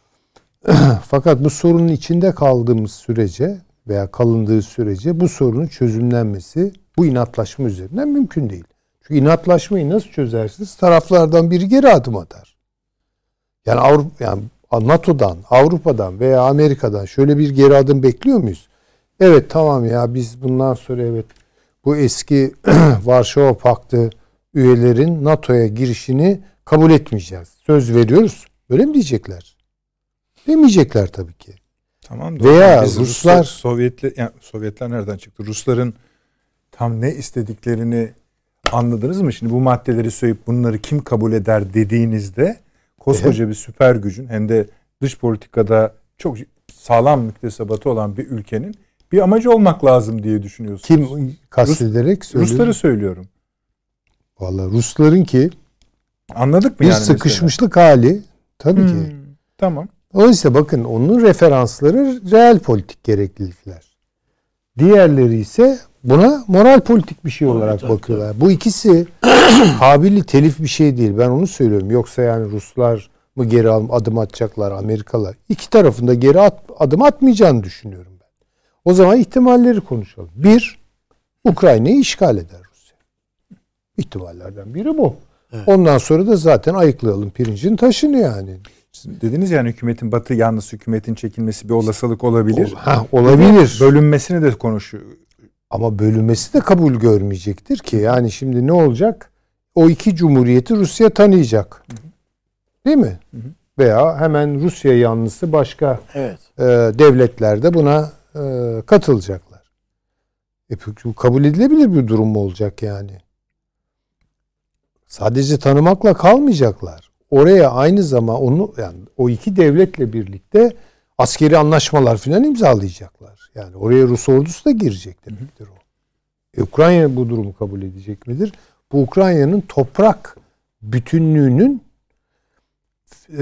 Speaker 2: Fakat bu sorunun içinde kaldığımız sürece veya kalındığı sürece bu sorunun çözümlenmesi bu inatlaşma üzerinden mümkün değil. Çünkü inatlaşmayı nasıl çözersiniz? Taraflardan biri geri adım atar. Yani Avrupa, yani NATO'dan, Avrupa'dan veya Amerika'dan şöyle bir geri adım bekliyor muyuz? Evet tamam ya biz bundan sonra evet bu eski Varşova Paktı üyelerin NATO'ya girişini kabul etmeyeceğiz. Söz veriyoruz. Öyle mi diyecekler? Demeyecekler tabii ki.
Speaker 1: Tamam da
Speaker 2: veya
Speaker 1: biz
Speaker 2: Ruslar
Speaker 1: Sovyetler yani Sovyetler nereden çıktı? Rusların tam ne istediklerini anladınız mı? Şimdi bu maddeleri söyleyip bunları kim kabul eder dediğinizde koskoca evet. bir süper gücün hem de dış politikada çok sağlam müktesebatı olan bir ülkenin bir amacı olmak lazım diye düşünüyorsunuz.
Speaker 2: Kim kastederek
Speaker 1: Rus, Rusları söylüyorum.
Speaker 2: Vallahi Rusların ki
Speaker 1: anladık mı
Speaker 2: bir
Speaker 1: yani
Speaker 2: sıkışmışlık mesela? Hali tabii hmm, ki.
Speaker 1: Tamam.
Speaker 2: Dolayısıyla bakın onun referansları real politik gereklilikler. Diğerleri ise buna moral politik bir şey olarak evet, bakıyorlar. Evet. Bu ikisi kabili telif bir şey değil. Ben onu söylüyorum. Yoksa yani Ruslar mı geri adım atacaklar, Amerikalılar? İki tarafında geri at, adım atmayacağını düşünüyorum ben. O zaman ihtimalleri konuşalım. Bir, Ukrayna'yı işgal eder Rusya. İhtimallerden biri bu. Evet. Ondan sonra da zaten ayıklayalım pirincin taşını yani.
Speaker 1: Siz dediniz yani hükümetin batı yanlısı hükümetin çekilmesi bir olasılık olabilir.
Speaker 2: Ha, olabilir.
Speaker 1: Bölünmesini de konuşuyor.
Speaker 2: Ama bölünmesi de kabul görmeyecektir ki. Yani şimdi ne olacak? O iki cumhuriyeti Rusya tanıyacak. Hı hı. Değil mi? Hı hı. Veya hemen Rusya yanlısı başka
Speaker 3: evet.
Speaker 2: e, devletler de buna e, katılacaklar. E, bu kabul edilebilir bir durum mu olacak yani? Sadece tanımakla kalmayacaklar. Oraya aynı zamanda onu yani o iki devletle birlikte askeri anlaşmalar falan imzalayacaklar. Yani oraya Rus ordusu da girecek demektir o. E, Ukrayna bu durumu kabul edecek midir? bu Ukrayna'nın toprak bütünlüğünün e,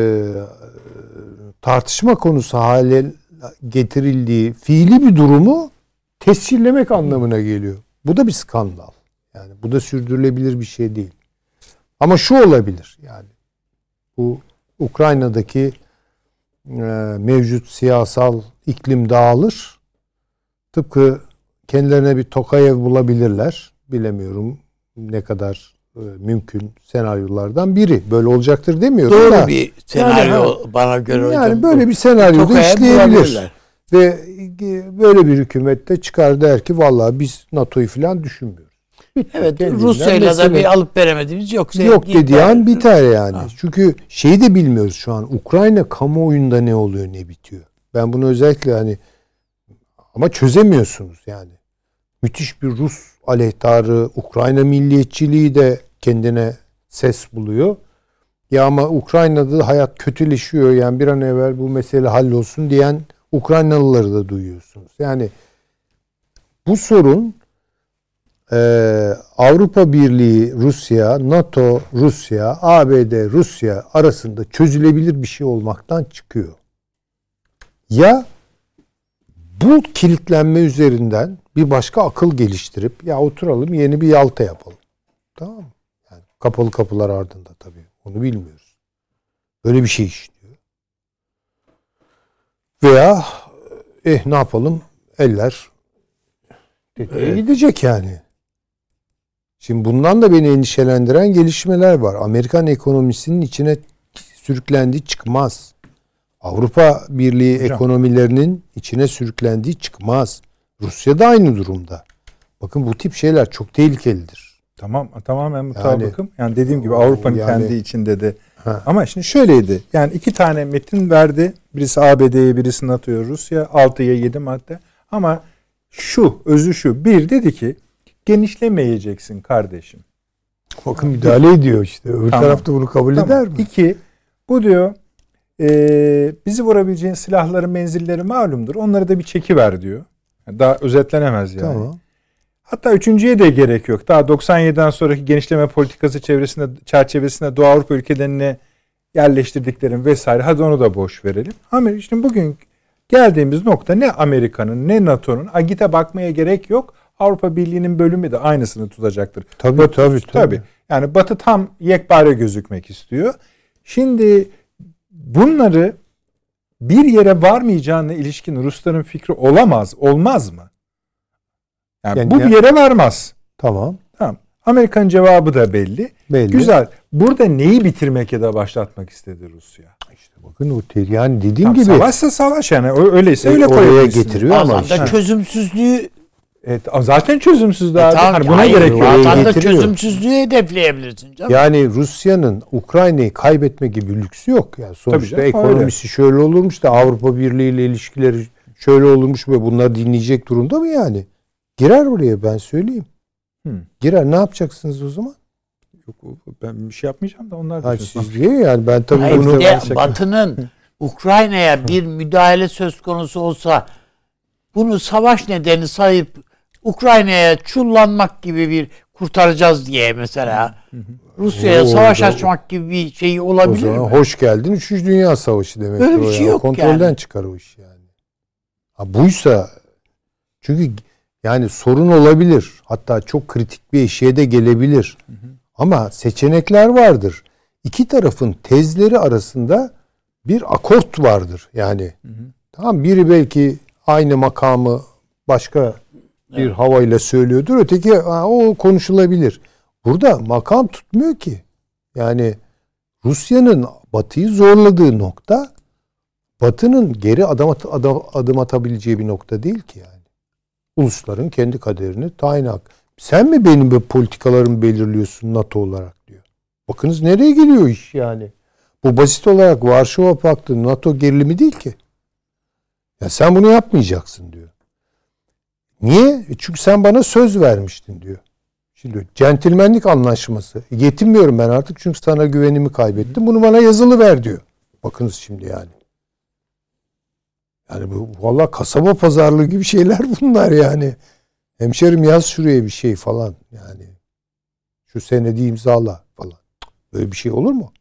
Speaker 2: tartışma konusu hale getirildiği fiili bir durumu tescillemek anlamına geliyor. Bu da bir skandal. Yani bu da sürdürülebilir bir şey değil. Ama şu olabilir yani bu Ukrayna'daki e, mevcut siyasal iklim dağılır. Tıpkı kendilerine bir Tokayev bulabilirler. Bilemiyorum ne kadar e, mümkün senaryolardan biri. Böyle olacaktır demiyorum
Speaker 3: Doğru
Speaker 2: da.
Speaker 3: bir senaryo
Speaker 2: yani,
Speaker 3: bana göre hocam.
Speaker 2: Yani böyle bir senaryoda
Speaker 3: Tokayev
Speaker 2: işleyebilir.
Speaker 3: bulabilirler.
Speaker 2: Ve böyle bir hükümette çıkar der ki vallahi biz NATO'yu falan düşünmüyoruz. Bitti.
Speaker 3: Evet,
Speaker 2: Kendinden
Speaker 3: Rusya'yla da
Speaker 2: mesele-
Speaker 3: bir alıp veremediğimiz yok.
Speaker 2: Yok dediği an biter yani.
Speaker 3: Ha.
Speaker 2: Çünkü şeyi de bilmiyoruz şu an. Ukrayna kamuoyunda ne oluyor ne bitiyor. Ben bunu özellikle hani ama çözemiyorsunuz yani. Müthiş bir Rus aleyhtarı, Ukrayna milliyetçiliği de kendine ses buluyor. Ya ama Ukrayna'da hayat kötüleşiyor. Yani bir an evvel bu mesele hallolsun diyen Ukraynalıları da duyuyorsunuz. Yani bu sorun Ee, Avrupa Birliği, Rusya, NATO, Rusya, A B D, Rusya arasında çözülebilir bir şey olmaktan çıkıyor. Ya bu kilitlenme üzerinden bir başka akıl geliştirip ya oturalım yeni bir Yalta yapalım. Tamam mı? Yani kapalı kapılar ardında tabii. Onu bilmiyoruz. Böyle bir şey işliyor. Veya eh ne yapalım? Eller tetiğe
Speaker 3: Evet.
Speaker 2: gidecek yani. Şimdi bundan da beni endişelendiren gelişmeler var. Amerikan ekonomisinin içine sürüklendiği çıkmaz. Avrupa Birliği
Speaker 1: Hocam.
Speaker 2: ekonomilerinin içine sürüklendiği çıkmaz. Rusya da aynı durumda. Bakın bu tip şeyler çok tehlikelidir.
Speaker 1: Tamam, tamamen mutabıkım. Yani, yani dediğim gibi
Speaker 2: o-
Speaker 1: Avrupa'nın
Speaker 2: yani-
Speaker 1: kendi içinde de.
Speaker 2: Ha.
Speaker 1: Ama şimdi şöyleydi. Yani iki tane metin verdi. Birisi A B D'ye, birisi NATO'ya, Rusya. altıya yedi madde. Ama şu, özü şu. Bir dedi ki genişlemeyeceksin kardeşim.
Speaker 2: Bakın müdahale ediyor işte. Öbür
Speaker 1: Tamam.
Speaker 2: tarafta bunu kabul
Speaker 1: Tamam.
Speaker 2: eder mi?
Speaker 1: İki, bu diyor e, bizi vurabileceğin silahların menzilleri malumdur. Onları da bir çekiver diyor. Yani daha özetlenemez yani.
Speaker 2: Tamam.
Speaker 1: Hatta üçüncüye de gerek yok. Daha doksan yediden sonraki genişleme politikası çevresinde, çerçevesinde Doğu Avrupa ülkelerine yerleştirdiklerin vesaire. Hadi onu da boş verelim. Ama işte bugün geldiğimiz nokta ne Amerika'nın ne NATO'nun. Agit'e bakmaya gerek yok. Avrupa Birliği'nin bölümü de aynısını tutacaktır.
Speaker 2: Tabii,
Speaker 1: Batı,
Speaker 2: tabii, tabii.
Speaker 1: Yani Batı tam yekpare gözükmek istiyor. Şimdi bunları bir yere varmayacağına ilişkin Rusların fikri olamaz. Olmaz mı? Yani,
Speaker 2: Yani
Speaker 1: bu
Speaker 2: ya-
Speaker 1: bir yere varmaz.
Speaker 2: Tamam.
Speaker 1: Tamam. Amerika'nın cevabı da belli.
Speaker 2: Belli.
Speaker 1: Güzel. Burada neyi bitirmek ya da başlatmak istedi Rusya?
Speaker 2: İşte bakın o te- yani dediğim
Speaker 1: Tamam,
Speaker 2: gibi
Speaker 1: savaşsa savaş yani. Ö- Öyleyse öyle
Speaker 2: oraya
Speaker 1: koyabilirsin.
Speaker 2: getiriyor ama
Speaker 3: Bazen de
Speaker 2: işte-
Speaker 3: çözümsüzlüğü
Speaker 1: Evet, zaten çözümsüz daha.
Speaker 3: E, tamam,
Speaker 1: hani buna
Speaker 3: hayır,
Speaker 1: gerek yok.
Speaker 2: oraya
Speaker 3: bazen de
Speaker 2: getiriyor.
Speaker 3: çözümsüzlüğü hedefleyebilirsin canım.
Speaker 2: yani Rusya'nın Ukrayna'yı kaybetme gibi lüksü yok. Yani sonuçta
Speaker 1: canım,
Speaker 2: ekonomisi şöyle olurmuş da Avrupa Birliği ile ilişkileri şöyle olurmuş ve bunları dinleyecek durumda mı yani? Girer buraya ben söyleyeyim.
Speaker 1: Hı.
Speaker 2: Girer ne yapacaksınız o zaman?
Speaker 1: Yok, ben bir şey yapmayacağım da onlar
Speaker 2: Ha,
Speaker 1: düşünsün.
Speaker 2: siz diyor yani ben tabii
Speaker 3: Hayır,
Speaker 2: bunu
Speaker 3: bir de Batı'nın Ukrayna'ya bir müdahale söz konusu olsa bunu savaş nedeni sayıp Ukrayna'ya çullanmak gibi bir kurtaracağız diye mesela Rusya'ya
Speaker 2: Oo,
Speaker 3: savaş
Speaker 2: o-
Speaker 3: açmak gibi bir şey
Speaker 2: o
Speaker 3: olabilir
Speaker 2: zaman
Speaker 3: mi?
Speaker 2: hoş geldin üçüncü Dünya Savaşı demek.
Speaker 3: Böyle bir şey yok
Speaker 2: Kontrolden
Speaker 3: yani.
Speaker 2: çıkar o iş yani. Ha, buysa çünkü yani sorun olabilir. Hatta çok kritik bir eşiğe de gelebilir. Hı hı. Ama seçenekler vardır. İki tarafın tezleri arasında bir akort vardır. Yani hı hı. Tamam biri belki aynı makamı başka bir evet. havayla söylüyordur. Öteki ha, o konuşulabilir. Burada makam tutmuyor ki. Yani Rusya'nın Batı'yı zorladığı nokta Batı'nın geri adım, at, adım, adım atabileceği bir nokta değil ki yani. Ulusların kendi kaderini tayin hakkı. Sen mi benim böyle politikalarımı belirliyorsun NATO olarak diyor. Bakınız nereye geliyor iş yani. Bu basit olarak Varşova Paktı NATO gerilimi değil ki. Ya sen bunu yapmayacaksın diyor. Niye? Çünkü sen bana söz vermiştin diyor. Şimdi centilmenlik anlaşması. Yetinmiyorum ben artık çünkü sana güvenimi kaybettim. Bunu bana yazılı ver diyor. Bakınız şimdi yani. Yani bu vallahi kasaba pazarlığı gibi şeyler bunlar yani. Hemşerim yaz şuraya bir şey falan yani. Şu senedi imzala falan. Böyle bir şey olur mu?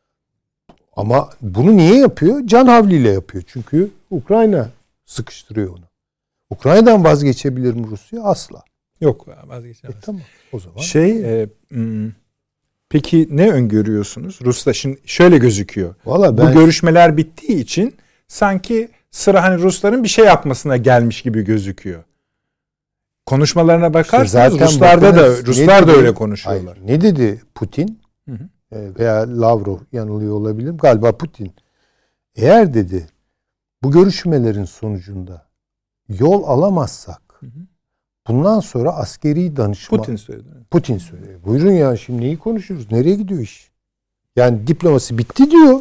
Speaker 2: Ama bunu niye yapıyor? Can havliyle yapıyor. Çünkü Ukrayna sıkıştırıyor onu. Ukrayna'dan vazgeçebilir mi Rusya? Asla.
Speaker 1: Yok
Speaker 2: E,
Speaker 1: vazgeçemez.
Speaker 2: tamam. O zaman.
Speaker 1: Şey e, hmm, peki ne öngörüyorsunuz? Rusya şimdi şöyle gözüküyor.
Speaker 2: Vallahi
Speaker 1: Bu
Speaker 2: ben
Speaker 1: görüşmeler bittiği için sanki sıra hani Rusların bir şey yapmasına gelmiş gibi gözüküyor. Konuşmalarına bakarsanız
Speaker 2: zaten
Speaker 1: Ruslarda da
Speaker 2: bakınız,
Speaker 1: Ruslar
Speaker 2: ne
Speaker 1: da
Speaker 2: dedi?
Speaker 1: öyle konuşuyorlar.
Speaker 2: Hayır, ne dedi Putin?
Speaker 1: Hı hı.
Speaker 2: E, veya Lavrov, yanılıyor olabilirim. Galiba Putin. Eğer dedi bu görüşmelerin sonucunda yol alamazsak
Speaker 1: Hı hı.
Speaker 2: bundan sonra askeri danışma
Speaker 1: Putin söyledi.
Speaker 2: Putin söylüyor. Buyurun ya, şimdi neyi konuşuyoruz? Nereye gidiyor iş? Yani diplomasi bitti diyor.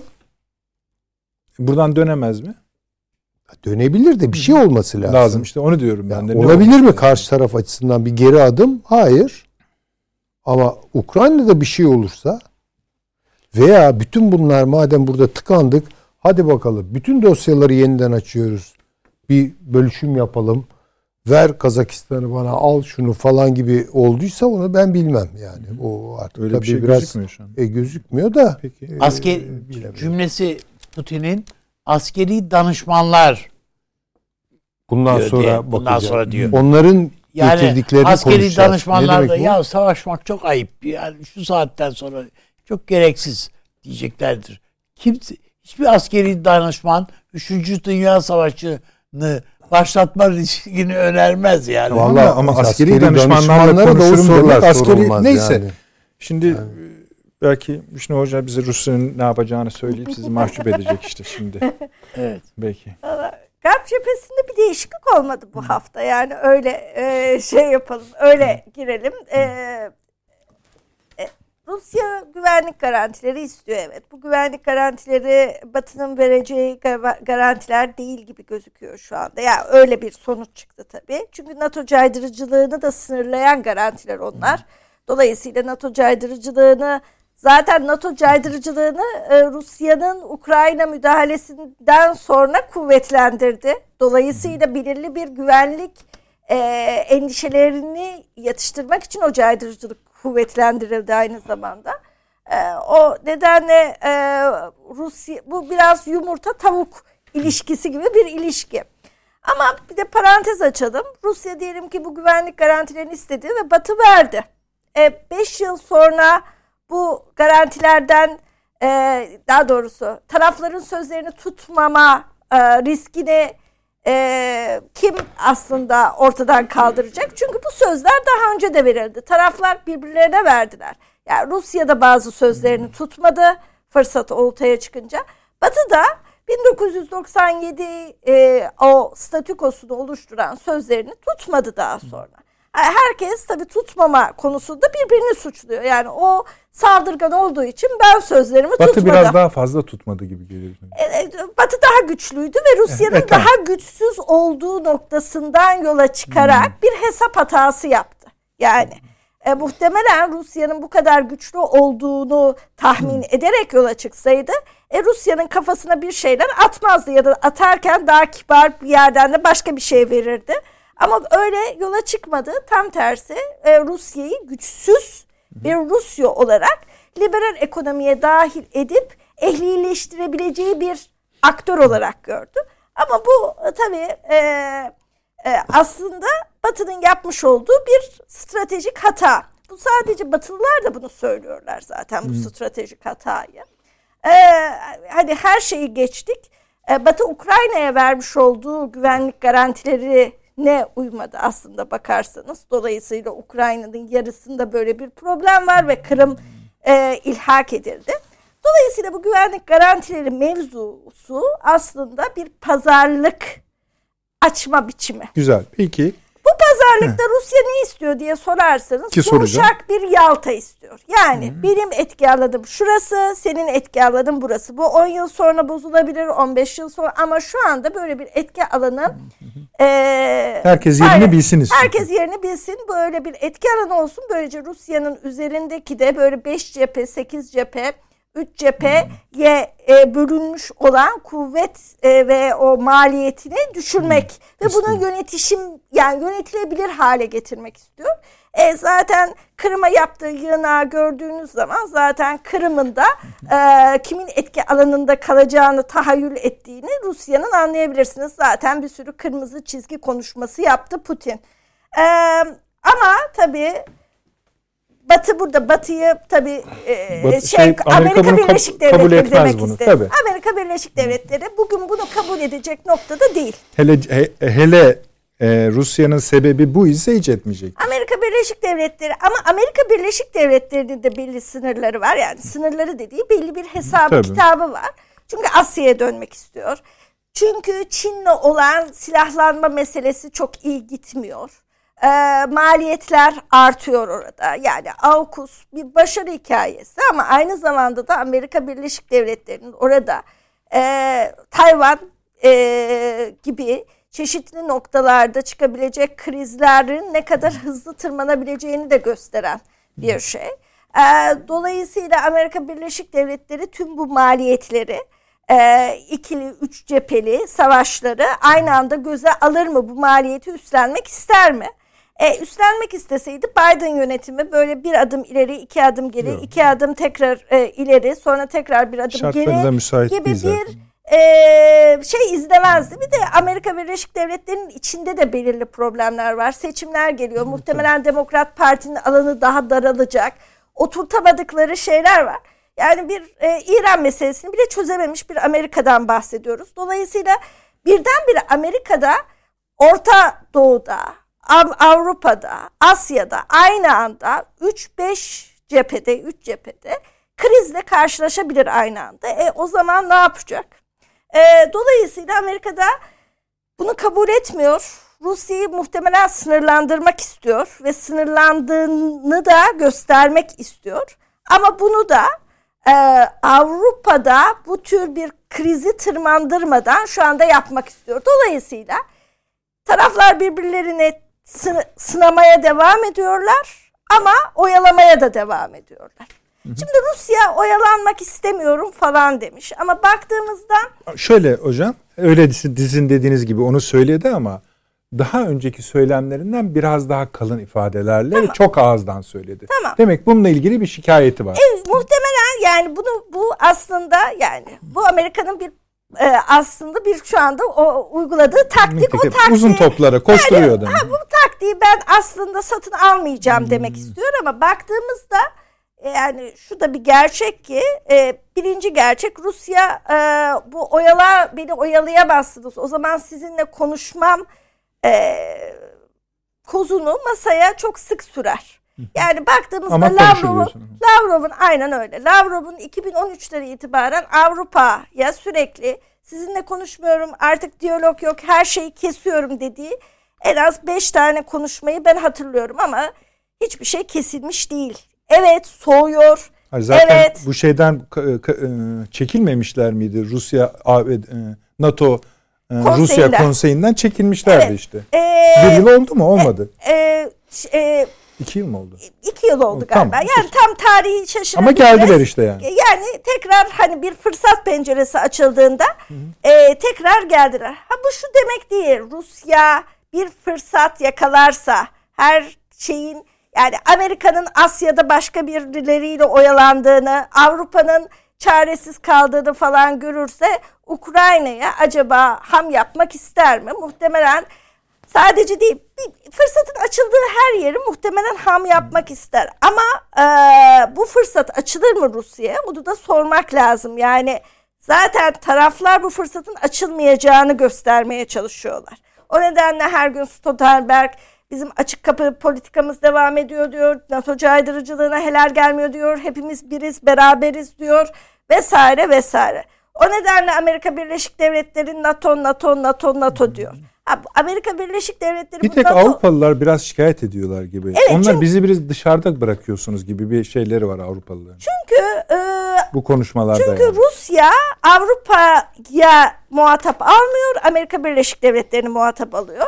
Speaker 1: Buradan dönemez mi?
Speaker 2: Dönebilir de bir şey olması lazım.
Speaker 1: Lazım işte onu diyorum ben
Speaker 2: Yani
Speaker 1: de. Ne
Speaker 2: olabilir
Speaker 1: olmuş
Speaker 2: mi
Speaker 1: yani?
Speaker 2: karşı taraf açısından bir geri adım? Hayır. Ama Ukrayna'da bir şey olursa veya bütün bunlar madem burada tıkandık, hadi bakalım bütün dosyaları yeniden açıyoruz. Bir bölüşüm yapalım. Ver Kazakistan'ı bana, al şunu falan gibi olduysa onu ben bilmem yani. O artık
Speaker 1: Öyle
Speaker 2: tabii
Speaker 1: bir şey
Speaker 2: biraz
Speaker 1: gözükmüyor şu an.
Speaker 2: e, gözükmüyor da.
Speaker 1: Peki.
Speaker 2: e,
Speaker 3: Asker
Speaker 2: bilemiyorum.
Speaker 3: cümlesi Putin'in askeri danışmanlar
Speaker 2: Bundan
Speaker 3: diyor
Speaker 2: sonra
Speaker 3: diye, bundan
Speaker 2: bakacağız.
Speaker 3: sonra diyor.
Speaker 2: Onların
Speaker 3: Yani
Speaker 2: getirdiklerini
Speaker 3: askeri
Speaker 2: konuşacağız. Ne
Speaker 3: danışmanlar
Speaker 2: demek
Speaker 3: da
Speaker 2: bu?
Speaker 3: ya savaşmak çok ayıp. Yani şu saatten sonra çok gereksiz diyeceklerdir. Kimse, hiçbir askeri danışman üçüncü. Dünya Savaşı'nı başlatma riskini önermez yani.
Speaker 2: Vallahi
Speaker 1: ama
Speaker 2: mesela
Speaker 1: askeri
Speaker 2: askeri
Speaker 1: danışmanlarla
Speaker 2: danışmanlara da o
Speaker 1: konuşurum
Speaker 2: sorular
Speaker 1: demek askeri
Speaker 2: sorulmaz
Speaker 1: neyse.
Speaker 2: yani.
Speaker 1: Şimdi
Speaker 2: Yani.
Speaker 1: belki Vişnu Hoca bize Rusya'nın ne yapacağını söyleyip sizi mahcup edecek işte şimdi.
Speaker 3: Evet.
Speaker 1: Belki.
Speaker 4: Garp cephesinde bir değişiklik olmadı bu hafta. Yani öyle e, şey yapalım, öyle girelim. E, e, Rusya güvenlik garantileri istiyor, evet. Bu güvenlik garantileri Batı'nın vereceği garantiler değil gibi gözüküyor şu anda. Yani öyle bir sonuç çıktı tabii. Çünkü NATO caydırıcılığını da sınırlayan garantiler onlar. Dolayısıyla NATO caydırıcılığını Zaten NATO caydırıcılığını e, Rusya'nın Ukrayna müdahalesinden sonra kuvvetlendirdi. Dolayısıyla belirli bir güvenlik e, endişelerini yatıştırmak için o caydırıcılık kuvvetlendirildi aynı zamanda. E, o nedenle e, Rusya, bu biraz yumurta tavuk ilişkisi gibi bir ilişki. Ama bir de parantez açalım. Rusya diyelim ki bu güvenlik garantilerini istedi ve Batı verdi. Beş e, yıl sonra bu garantilerden e, daha doğrusu tarafların sözlerini tutmama e, riskini e, kim aslında ortadan kaldıracak? Çünkü bu sözler daha önce de verildi. Taraflar birbirlerine verdiler. Yani Rusya da bazı sözlerini tutmadı fırsat ortaya çıkınca. Batı da bin dokuz yüz doksan yedi e, o statükosunu oluşturan sözlerini tutmadı daha sonra. Herkes tabii tutmama konusunda birbirini suçluyor. Yani o saldırgan olduğu için ben sözlerimi
Speaker 1: Batı
Speaker 4: tutmadım.
Speaker 1: biraz daha fazla tutmadı gibi geliyor.
Speaker 4: Batı daha güçlüydü ve Rusya'nın
Speaker 1: evet, tamam.
Speaker 4: daha güçsüz olduğu noktasından yola çıkarak hmm. bir hesap hatası yaptı. Yani e, muhtemelen Rusya'nın bu kadar güçlü olduğunu tahmin hmm. ederek yola çıksaydı e, Rusya'nın kafasına bir şeyler atmazdı ya da atarken daha kibar bir yerden de başka bir şey verirdi. Ama öyle yola çıkmadı. Tam tersi e, Rusya'yı güçsüz bir Rusya olarak liberal ekonomiye dahil edip ehlileştirebileceği bir aktör olarak gördü. Ama bu tabii e, e, aslında Batı'nın yapmış olduğu bir stratejik hata. Bu sadece Batılılar da bunu söylüyorlar zaten, bu hmm. stratejik hatayı. E, hani her şeyi geçtik. E, Batı Ukrayna'ya vermiş olduğu güvenlik garantileri ne uymadı aslında bakarsanız. Dolayısıyla Ukrayna'nın yarısında böyle bir problem var ve Kırım e, ilhak edildi. Dolayısıyla bu güvenlik garantileri mevzusu aslında bir pazarlık açma biçimi.
Speaker 1: Güzel. Peki.
Speaker 4: Bu pazarlıkta Heh. Rusya ne istiyor diye sorarsanız
Speaker 1: Ki
Speaker 4: yumuşak bir Yalta istiyor. Yani Hı. benim etki alanım şurası, senin etki alanın burası. Bu on yıl sonra bozulabilir, on beş yıl sonra, ama şu anda böyle bir etki alanı e,
Speaker 1: herkes yerini
Speaker 4: hayır,
Speaker 1: bilsin istiyor.
Speaker 4: Herkes yerini bilsin. Böyle bir etki alanı olsun. Böylece Rusya'nın üzerindeki de böyle beş cephe, sekiz cephe üç cepheye e, bölünmüş olan kuvvet e, ve o maliyetini düşürmek hmm. ve bunun yönetişim yani yönetilebilir hale getirmek istiyor. E, zaten Kırım'a yaptığı yığınağı gördüğünüz zaman zaten Kırım'ın da e, kimin etki alanında kalacağını tahayyül ettiğini Rusya'nın anlayabilirsiniz. Zaten bir sürü kırmızı çizgi konuşması yaptı Putin. E, ama tabii Batı burada Batı'yı tabii e,
Speaker 1: Batı,
Speaker 4: şey,
Speaker 1: şey,
Speaker 4: Amerika, Amerika Birleşik
Speaker 1: kab-
Speaker 4: Devletleri demek
Speaker 1: bunu,
Speaker 4: istedim.
Speaker 1: tabii.
Speaker 4: Amerika Birleşik Devletleri bugün bunu kabul edecek noktada değil.
Speaker 1: Hele he, hele e, Rusya'nın sebebi bu ise hiç etmeyecek.
Speaker 4: Amerika Birleşik Devletleri ama Amerika Birleşik Devletleri'nin de belli sınırları var. Yani sınırları dediği belli bir hesabı
Speaker 1: tabii.
Speaker 4: kitabı var. Çünkü Asya'ya dönmek istiyor. Çünkü Çin'le olan silahlanma meselesi çok iyi gitmiyor. E, maliyetler artıyor orada. Yani AUKUS bir başarı hikayesi ama aynı zamanda da Amerika Birleşik Devletleri'nin orada e, Tayvan e, gibi çeşitli noktalarda çıkabilecek krizlerin ne kadar hızlı tırmanabileceğini de gösteren bir şey. E, dolayısıyla Amerika Birleşik Devletleri tüm bu maliyetleri e, ikili, üç cepheli savaşları aynı anda göze alır mı? Bu maliyeti üstlenmek ister mi? E, üstlenmek isteseydi Biden yönetimi böyle bir adım ileri, iki adım geri, Yok. iki adım tekrar e, ileri, sonra tekrar bir adım geri gibi bir e, şey izlemezdi. Bir de Amerika Birleşik Devletleri'nin içinde de belirli problemler var. Seçimler geliyor. Hı, Muhtemelen tabii. Demokrat Parti'nin alanı daha daralacak. Oturtamadıkları şeyler var. Yani bir e, İran meselesini bile çözememiş bir Amerika'dan bahsediyoruz. Dolayısıyla birdenbire Amerika'da, Orta Doğu'da, Avrupa'da, Asya'da aynı anda üç beş cephede, üç cephede krizle karşılaşabilir aynı anda. E, o zaman ne yapacak? E, dolayısıyla Amerika'da bunu kabul etmiyor. Rusya'yı muhtemelen sınırlandırmak istiyor ve sınırlandığını da göstermek istiyor. Ama bunu da e, Avrupa'da bu tür bir krizi tırmandırmadan şu anda yapmak istiyor. Dolayısıyla taraflar birbirlerini sınamaya devam ediyorlar ama oyalamaya da devam ediyorlar. Hı hı. Şimdi Rusya oyalanmak istemiyorum falan demiş ama baktığımızda...
Speaker 1: Şöyle hocam, öyle dizin dediğiniz gibi onu söyledi ama daha önceki söylemlerinden biraz daha kalın ifadelerle tamam. çok ağızdan söyledi. Tamam. Demek bununla ilgili bir şikayeti var.
Speaker 4: Evet, muhtemelen yani bunu bu aslında yani bu Amerika'nın bir Ee, aslında bir şu anda o uyguladığı taktik, o taktiği
Speaker 1: uzun toplara koşturuyor yani,
Speaker 4: ha, bu taktiği ben aslında satın almayacağım hmm. demek istiyor ama baktığımızda yani şu da bir gerçek ki e, birinci gerçek Rusya e, bu oyala beni oyalayamazsınız o zaman sizinle konuşmam e, kozunu masaya çok sık sürer. Yani baktığımızda Lavrov'un, Lavrov'un aynen öyle. Lavrov'un iki bin on üçten itibaren Avrupa'ya sürekli sizinle konuşmuyorum artık diyalog yok her şeyi kesiyorum dediği en az beş tane konuşmayı ben hatırlıyorum ama hiçbir şey kesilmiş değil. Evet soğuyor.
Speaker 1: Zaten
Speaker 4: evet.
Speaker 1: bu şeyden çekilmemişler miydi? Rusya, NATO, Konseyinden. Rusya konseyinden çekilmişlerdi evet. işte. Ee, bir yıl oldu mu? Olmadı.
Speaker 4: E, e,
Speaker 1: İki yıl mı oldu?
Speaker 4: İki yıl oldu galiba. Tamam. Yani tam tarihi şaşırabiliriz.
Speaker 1: Ama geldiler işte yani.
Speaker 4: Yani tekrar hani bir fırsat penceresi açıldığında e, tekrar geldiler. Ha bu şu demek değil. Rusya bir fırsat yakalarsa her şeyin yani Amerika'nın Asya'da başka birileriyle oyalandığını, Avrupa'nın çaresiz kaldığını falan görürse Ukrayna'ya acaba ham yapmak ister mi? Muhtemelen sadece değil, bir fırsatın açıldığı her yeri muhtemelen ham yapmak ister. Ama e, bu fırsat açılır mı Rusya'ya? Onu da sormak lazım. Yani zaten taraflar bu fırsatın açılmayacağını göstermeye çalışıyorlar. O nedenle her gün Stoltenberg bizim açık kapı politikamız devam ediyor diyor. NATO caydırıcılığına helal gelmiyor diyor. Hepimiz biriz, beraberiz diyor vesaire vesaire. O nedenle Amerika Birleşik Devletleri NATO, NATO, NATO, NATO diyor. Amerika Birleşik Devletleri
Speaker 1: bir tek NATO... Avrupalılar biraz şikayet ediyorlar gibi. Evet, onlar çünkü... bizi biraz dışarıda bırakıyorsunuz gibi bir şeyleri var Avrupalıların.
Speaker 4: Çünkü e,
Speaker 1: bu konuşmalarda
Speaker 4: çünkü
Speaker 1: yani.
Speaker 4: Rusya Avrupa'ya muhatap almıyor, Amerika Birleşik Devletleri'ni muhatap alıyor.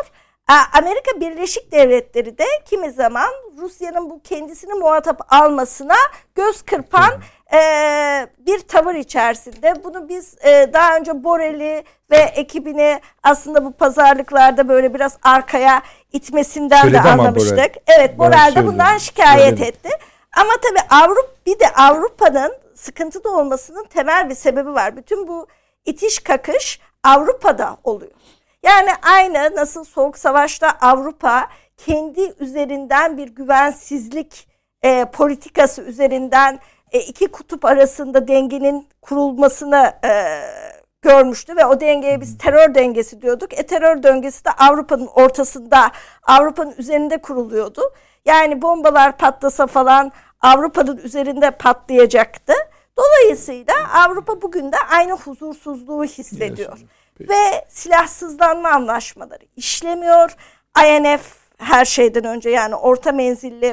Speaker 4: Amerika Birleşik Devletleri de kimi zaman Rusya'nın bu kendisini muhatap almasına göz kırpan e, bir tavır içerisinde. Bunu biz e, daha önce Borel'i ve ekibini aslında bu pazarlıklarda böyle biraz arkaya itmesinden Söyledi de anlamıştık. Borel. Evet, Borel de bundan şikayet Söyledi. etti. Ama tabii Avrupa, bir de Avrupa'nın sıkıntıda olmasının temel bir sebebi var. Bütün bu itiş kakış Avrupa'da oluyor. Yani aynı nasıl Soğuk Savaş'ta Avrupa kendi üzerinden bir güvensizlik e, politikası üzerinden e, iki kutup arasında dengenin kurulmasını e, görmüştü ve o dengeye biz terör dengesi diyorduk. E terör dengesi de Avrupa'nın ortasında, Avrupa'nın üzerinde kuruluyordu. Yani bombalar patlasa falan Avrupa'nın üzerinde patlayacaktı. Dolayısıyla Avrupa bugün de aynı huzursuzluğu hissediyor. Ve silahsızlanma anlaşmaları işlemiyor. I N F her şeyden önce, yani orta menzilli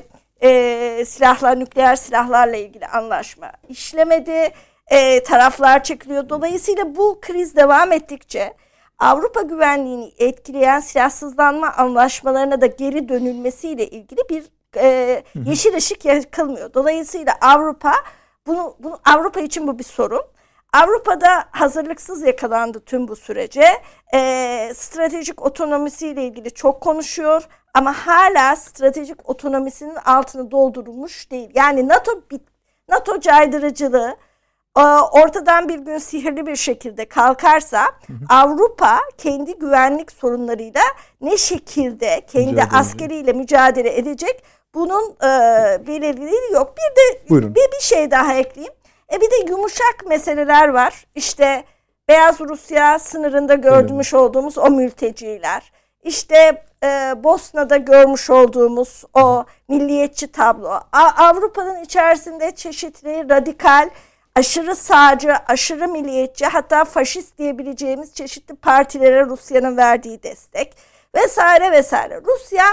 Speaker 4: e, silahlar, nükleer silahlarla ilgili anlaşma işlemedi. E, taraflar çekiliyor. Dolayısıyla bu kriz devam ettikçe Avrupa güvenliğini etkileyen silahsızlanma anlaşmalarına da geri dönülmesiyle ilgili bir e, yeşil ışık yakılmıyor. Dolayısıyla Avrupa bunu, bunu Avrupa için bu bir sorun. Avrupa'da hazırlıksız yakalandı tüm bu sürece. E, stratejik otonomisiyle ilgili çok konuşuyor ama hala stratejik otonomisinin altını doldurulmuş değil. Yani NATO NATO caydırıcılığı e, ortadan bir gün sihirli bir şekilde kalkarsa hı hı. Avrupa kendi güvenlik sorunlarıyla ne şekilde kendi mücadele askeriyle mücadele edecek, bunun e, belirliliği yok. Bir de bir, bir şey daha ekleyeyim. E bir de yumuşak meseleler var. İşte Beyaz Rusya sınırında görmüş evet. olduğumuz o mülteciler. İşte e, Bosna'da görmüş olduğumuz o milliyetçi tablo. A- Avrupa'nın içerisinde çeşitli radikal, aşırı sağcı, aşırı milliyetçi, hatta faşist diyebileceğimiz çeşitli partilere Rusya'nın verdiği destek vesaire vesaire. Rusya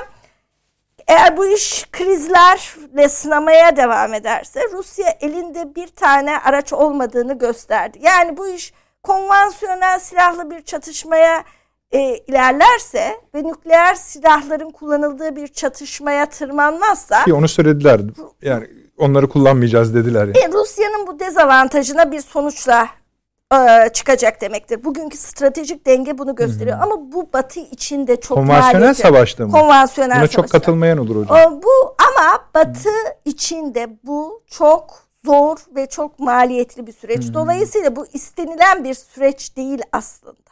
Speaker 4: eğer bu iş krizlerle sınamaya devam ederse Rusya elinde bir tane araç olmadığını gösterdi. Yani bu iş konvansiyonel silahlı bir çatışmaya e, ilerlerse ve nükleer silahların kullanıldığı bir çatışmaya tırmanmazsa...
Speaker 1: Ki onu söylediler. Yani onları kullanmayacağız dediler. Yani.
Speaker 4: E, Rusya'nın bu dezavantajına bir sonuçla e, çıkacak demektir. Bugünkü stratejik denge bunu gösteriyor. Hı-hı. Ama bu Batı için de çok
Speaker 1: konvansiyonel
Speaker 4: maliyetli.
Speaker 1: Savaşta mı?
Speaker 4: Konvansiyonel
Speaker 1: Buna
Speaker 4: savaşta.
Speaker 1: çok katılmayan olur hocam.
Speaker 4: O, bu ama Batı Hı-hı. için de bu çok zor ve çok maliyetli bir süreç. Hı-hı. Dolayısıyla bu istenilen bir süreç değil aslında.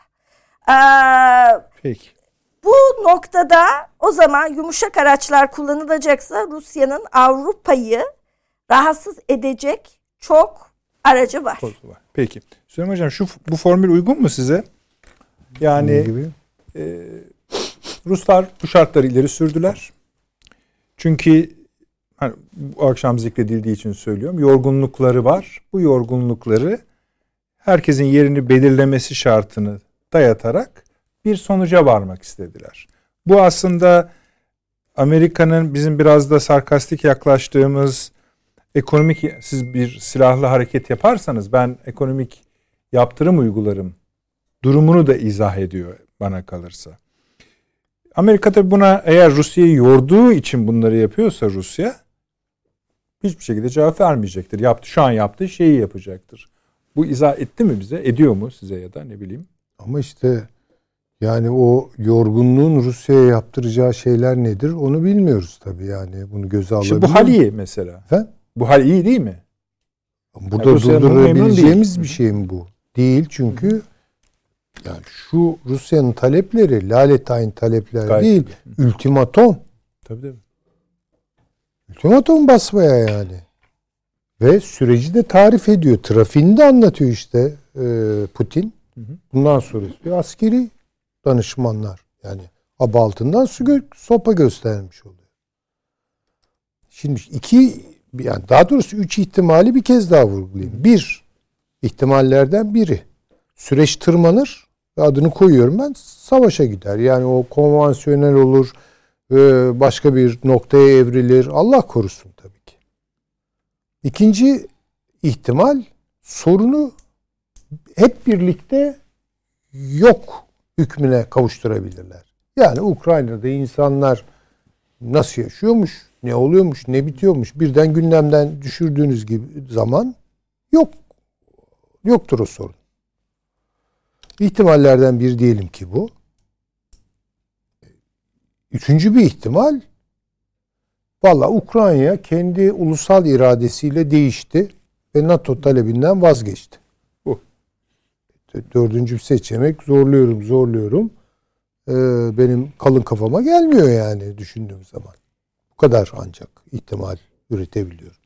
Speaker 4: Ee,
Speaker 1: Peki.
Speaker 4: Bu noktada o zaman yumuşak araçlar kullanılacaksa Rusya'nın Avrupa'yı rahatsız edecek çok aracı var.
Speaker 1: Peki. Süleyman Hocam, şu bu formül uygun mu size? Yani e, Ruslar bu şartları ileri sürdüler. Çünkü hani, bu akşam zikredildiği için söylüyorum. Yorgunlukları var. Bu yorgunlukları herkesin yerini belirlemesi şartını dayatarak bir sonuca varmak istediler. Bu aslında Amerika'nın bizim biraz da sarkastik yaklaştığımız ekonomik, siz bir silahlı hareket yaparsanız ben ekonomik yaptırım uygularım durumunu da izah ediyor bana kalırsa. Amerika tabi buna, eğer Rusya'yı yorduğu için bunları yapıyorsa Rusya hiçbir şekilde cevap vermeyecektir. Yaptı, şu an yaptığı şeyi yapacaktır. Bu izah etti mi bize? Ediyor mu size ya da ne bileyim?
Speaker 2: Ama işte yani o yorgunluğun Rusya'ya yaptıracağı şeyler nedir onu bilmiyoruz tabii, yani bunu göze alabilir.
Speaker 1: İşte bu hal iyi mesela.
Speaker 2: Efendim?
Speaker 1: Bu hal iyi değil mi?
Speaker 2: Burada yani durdurabileceğimiz bir şey mi bu? Değil çünkü Hı. yani şu Rusya'nın talepleri lalettayn talepler Gayet değil. Tabii. Ultimatom.
Speaker 1: Tabii tabii.
Speaker 2: Ultimatom basmaya yani. Ve süreci de tarif ediyor. Trafiğini de anlatıyor işte e, Putin. Hı hı. Bundan sonra istiyor askeri danışmanlar. Yani aba altından su gö- sopa göstermiş oluyor. Şimdi iki, yani daha doğrusu üç ihtimali bir kez daha vurgulayayım. Bir, ihtimallerden biri. Süreç tırmanır ve adını koyuyorum ben, savaşa gider. Yani o konvansiyonel olur, başka bir noktaya evrilir. Allah korusun tabii ki. İkinci ihtimal, sorunu hep birlikte yok hükmüne kavuşturabilirler. Yani Ukrayna'da insanlar nasıl yaşıyormuş, ne oluyormuş, ne bitiyormuş birden gündemden düşürdüğünüz gibi zaman yok. Yoktur o sorun. İhtimallerden biri diyelim ki bu. Üçüncü bir ihtimal, valla Ukrayna kendi ulusal iradesiyle değişti ve NATO talebinden vazgeçti. Bu. Dördüncü bir seçenek, zorluyorum zorluyorum. Ee, benim kalın kafama gelmiyor yani düşündüğüm zaman. Bu kadar ancak ihtimal üretebiliyorum.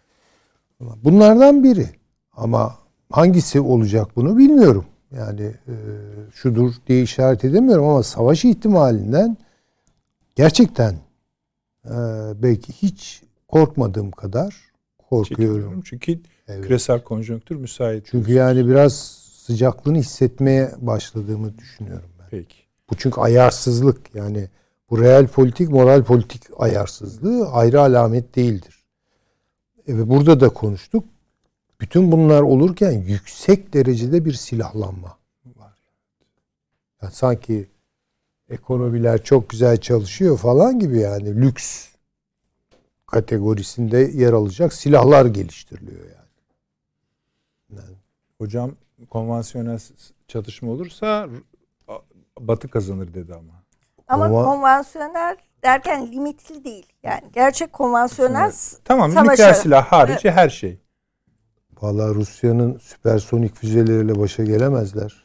Speaker 2: Bunlardan biri. Ama hangisi olacak bunu bilmiyorum. Yani e, şudur diye işaret edemiyorum ama savaş ihtimalinden gerçekten e, belki hiç korkmadığım kadar korkuyorum.
Speaker 1: Çünkü
Speaker 2: evet.
Speaker 1: Küresel konjonktür müsait.
Speaker 2: Çünkü yani biraz sıcaklığını hissetmeye başladığımı düşünüyorum ben.
Speaker 1: Peki.
Speaker 2: Bu çünkü ayarsızlık, yani bu real politik, moral politik ayarsızlığı ayrı alamet değildir. E, ve burada da konuştuk. Bütün bunlar olurken yüksek derecede bir silahlanma var. Yani sanki ekonomiler çok güzel çalışıyor falan gibi, yani lüks kategorisinde yer alacak silahlar geliştiriliyor yani. yani.
Speaker 1: Hocam konvansiyonel çatışma olursa Batı kazanır dedi ama.
Speaker 4: Ama
Speaker 2: Ama-
Speaker 4: konvansiyonel derken limitli değil. Yani gerçek konvansiyonel
Speaker 1: Tamam,
Speaker 4: savaşa-
Speaker 1: nükleer silah harici her şey.
Speaker 2: Vallahi Rusya'nın süpersonik füzeleriyle başa gelemezler.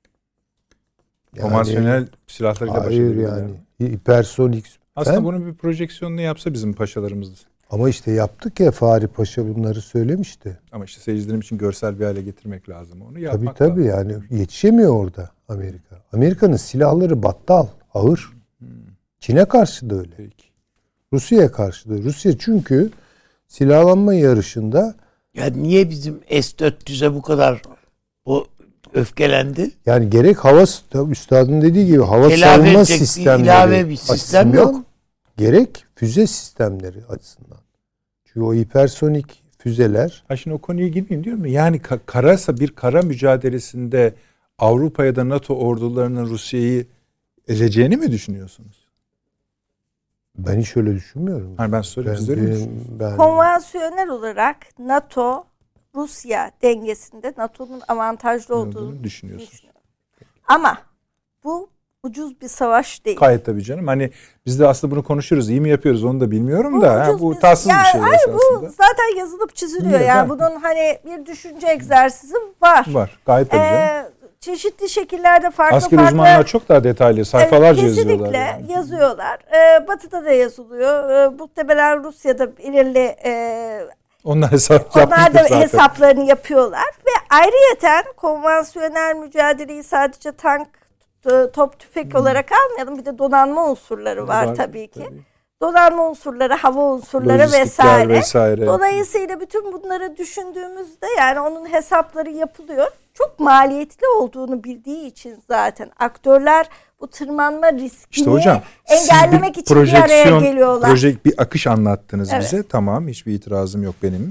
Speaker 2: Yani-
Speaker 1: Konvansiyonel silahlarıyla baş
Speaker 2: Hayır
Speaker 1: edebilirler.
Speaker 2: yani. Hipersonik.
Speaker 1: Aslında
Speaker 2: Ben-
Speaker 1: bunun bir projeksiyonunu yapsa bizim paşalarımız.
Speaker 2: Ama işte yaptık ya, Fahri Paşa bunları söylemişti.
Speaker 1: Ama işte seyircilerim için görsel bir hale getirmek lazım onu.
Speaker 2: Tabii
Speaker 1: Yapmak
Speaker 2: tabii
Speaker 1: lazım.
Speaker 2: yani yetişemiyor orada Amerika. Amerika'nın silahları battal, ağır. Çin'e karşı da öyle.
Speaker 1: Peki.
Speaker 2: Rusya'ya karşı da. Rusya çünkü silahlanma yarışında,
Speaker 3: Ya niye bizim S dört yüze bu kadar bu öfkelendi?
Speaker 2: yani gerek hava, tabii üstadın dediği gibi hava
Speaker 3: Telafi
Speaker 2: savunma
Speaker 3: edecek bir
Speaker 2: sistemleri
Speaker 3: ilave bir sistem
Speaker 2: açısından,
Speaker 3: yok.
Speaker 2: gerek füze sistemleri açısından. Çünkü o hipersonik füzeler,
Speaker 1: Ha şimdi o konuya girmeyeyim diyorum da yani ka- karasa bir kara mücadelesinde Avrupa ya da NATO ordularının Rusya'yı ezeceğini mi düşünüyorsunuz?
Speaker 2: ben hiç öyle düşünmüyorum.
Speaker 1: Hani ben soruyorum, siz öyle mi düşünüyorsunuz?
Speaker 2: ben,
Speaker 4: konvansiyonel olarak NATO Rusya dengesinde NATO'nun avantajlı
Speaker 1: Ne
Speaker 4: olduğunu
Speaker 1: olduğunu düşünüyorsunuz.
Speaker 4: düşünüyorum. Ama bu ucuz bir savaş değil.
Speaker 1: Gayet tabii canım. Hani biz de aslında bunu konuşuruz. İyi mi yapıyoruz onu da bilmiyorum
Speaker 4: Bu
Speaker 1: da. Ha,
Speaker 4: ucuz
Speaker 1: bu
Speaker 4: bir-
Speaker 1: tatsız
Speaker 4: yani
Speaker 1: bir şey
Speaker 4: hayır,
Speaker 1: esasında.
Speaker 4: bu zaten yazılıp çiziliyor.
Speaker 1: Niye?
Speaker 4: Yani
Speaker 1: Ben-
Speaker 4: bunun hani bir düşünce egzersizi var.
Speaker 1: Var. Gayet tabii canım.
Speaker 4: Ee, çeşitli şekillerde farklı
Speaker 1: Askeri
Speaker 4: farklı
Speaker 1: uzmanlar çok daha detaylı sayfalarca
Speaker 4: Evet,
Speaker 1: yazıyorlar.
Speaker 4: kesinlikle
Speaker 1: yani.
Speaker 4: yazıyorlar. Ee, Batı'da da yazılıyor. Ee, muhtemelen Rusya'da belirli e,
Speaker 1: Onlar hesap
Speaker 4: onlar
Speaker 1: yapmıştır
Speaker 4: da
Speaker 1: zaten.
Speaker 4: hesaplarını yapıyorlar ve ayrıyeten konvansiyonel mücadeleyi sadece tank, t- top, tüfek olarak almayalım. Bir de donanma unsurları var, tabii ki. Donanma unsurları, hava unsurları
Speaker 1: Lojistikler
Speaker 4: vesaire.
Speaker 1: vesaire.
Speaker 4: Dolayısıyla bütün bunları düşündüğümüzde yani onun hesapları yapılıyor. Çok maliyetli olduğunu bildiği için zaten aktörler bu tırmanma riskini
Speaker 1: İşte hocam siz
Speaker 4: engellemek
Speaker 1: bir
Speaker 4: için bir araya
Speaker 1: projeksiyon,
Speaker 4: geliyorlar.
Speaker 1: proje, bir akış anlattınız
Speaker 4: Evet.
Speaker 1: bize. Tamam, hiçbir itirazım yok benim.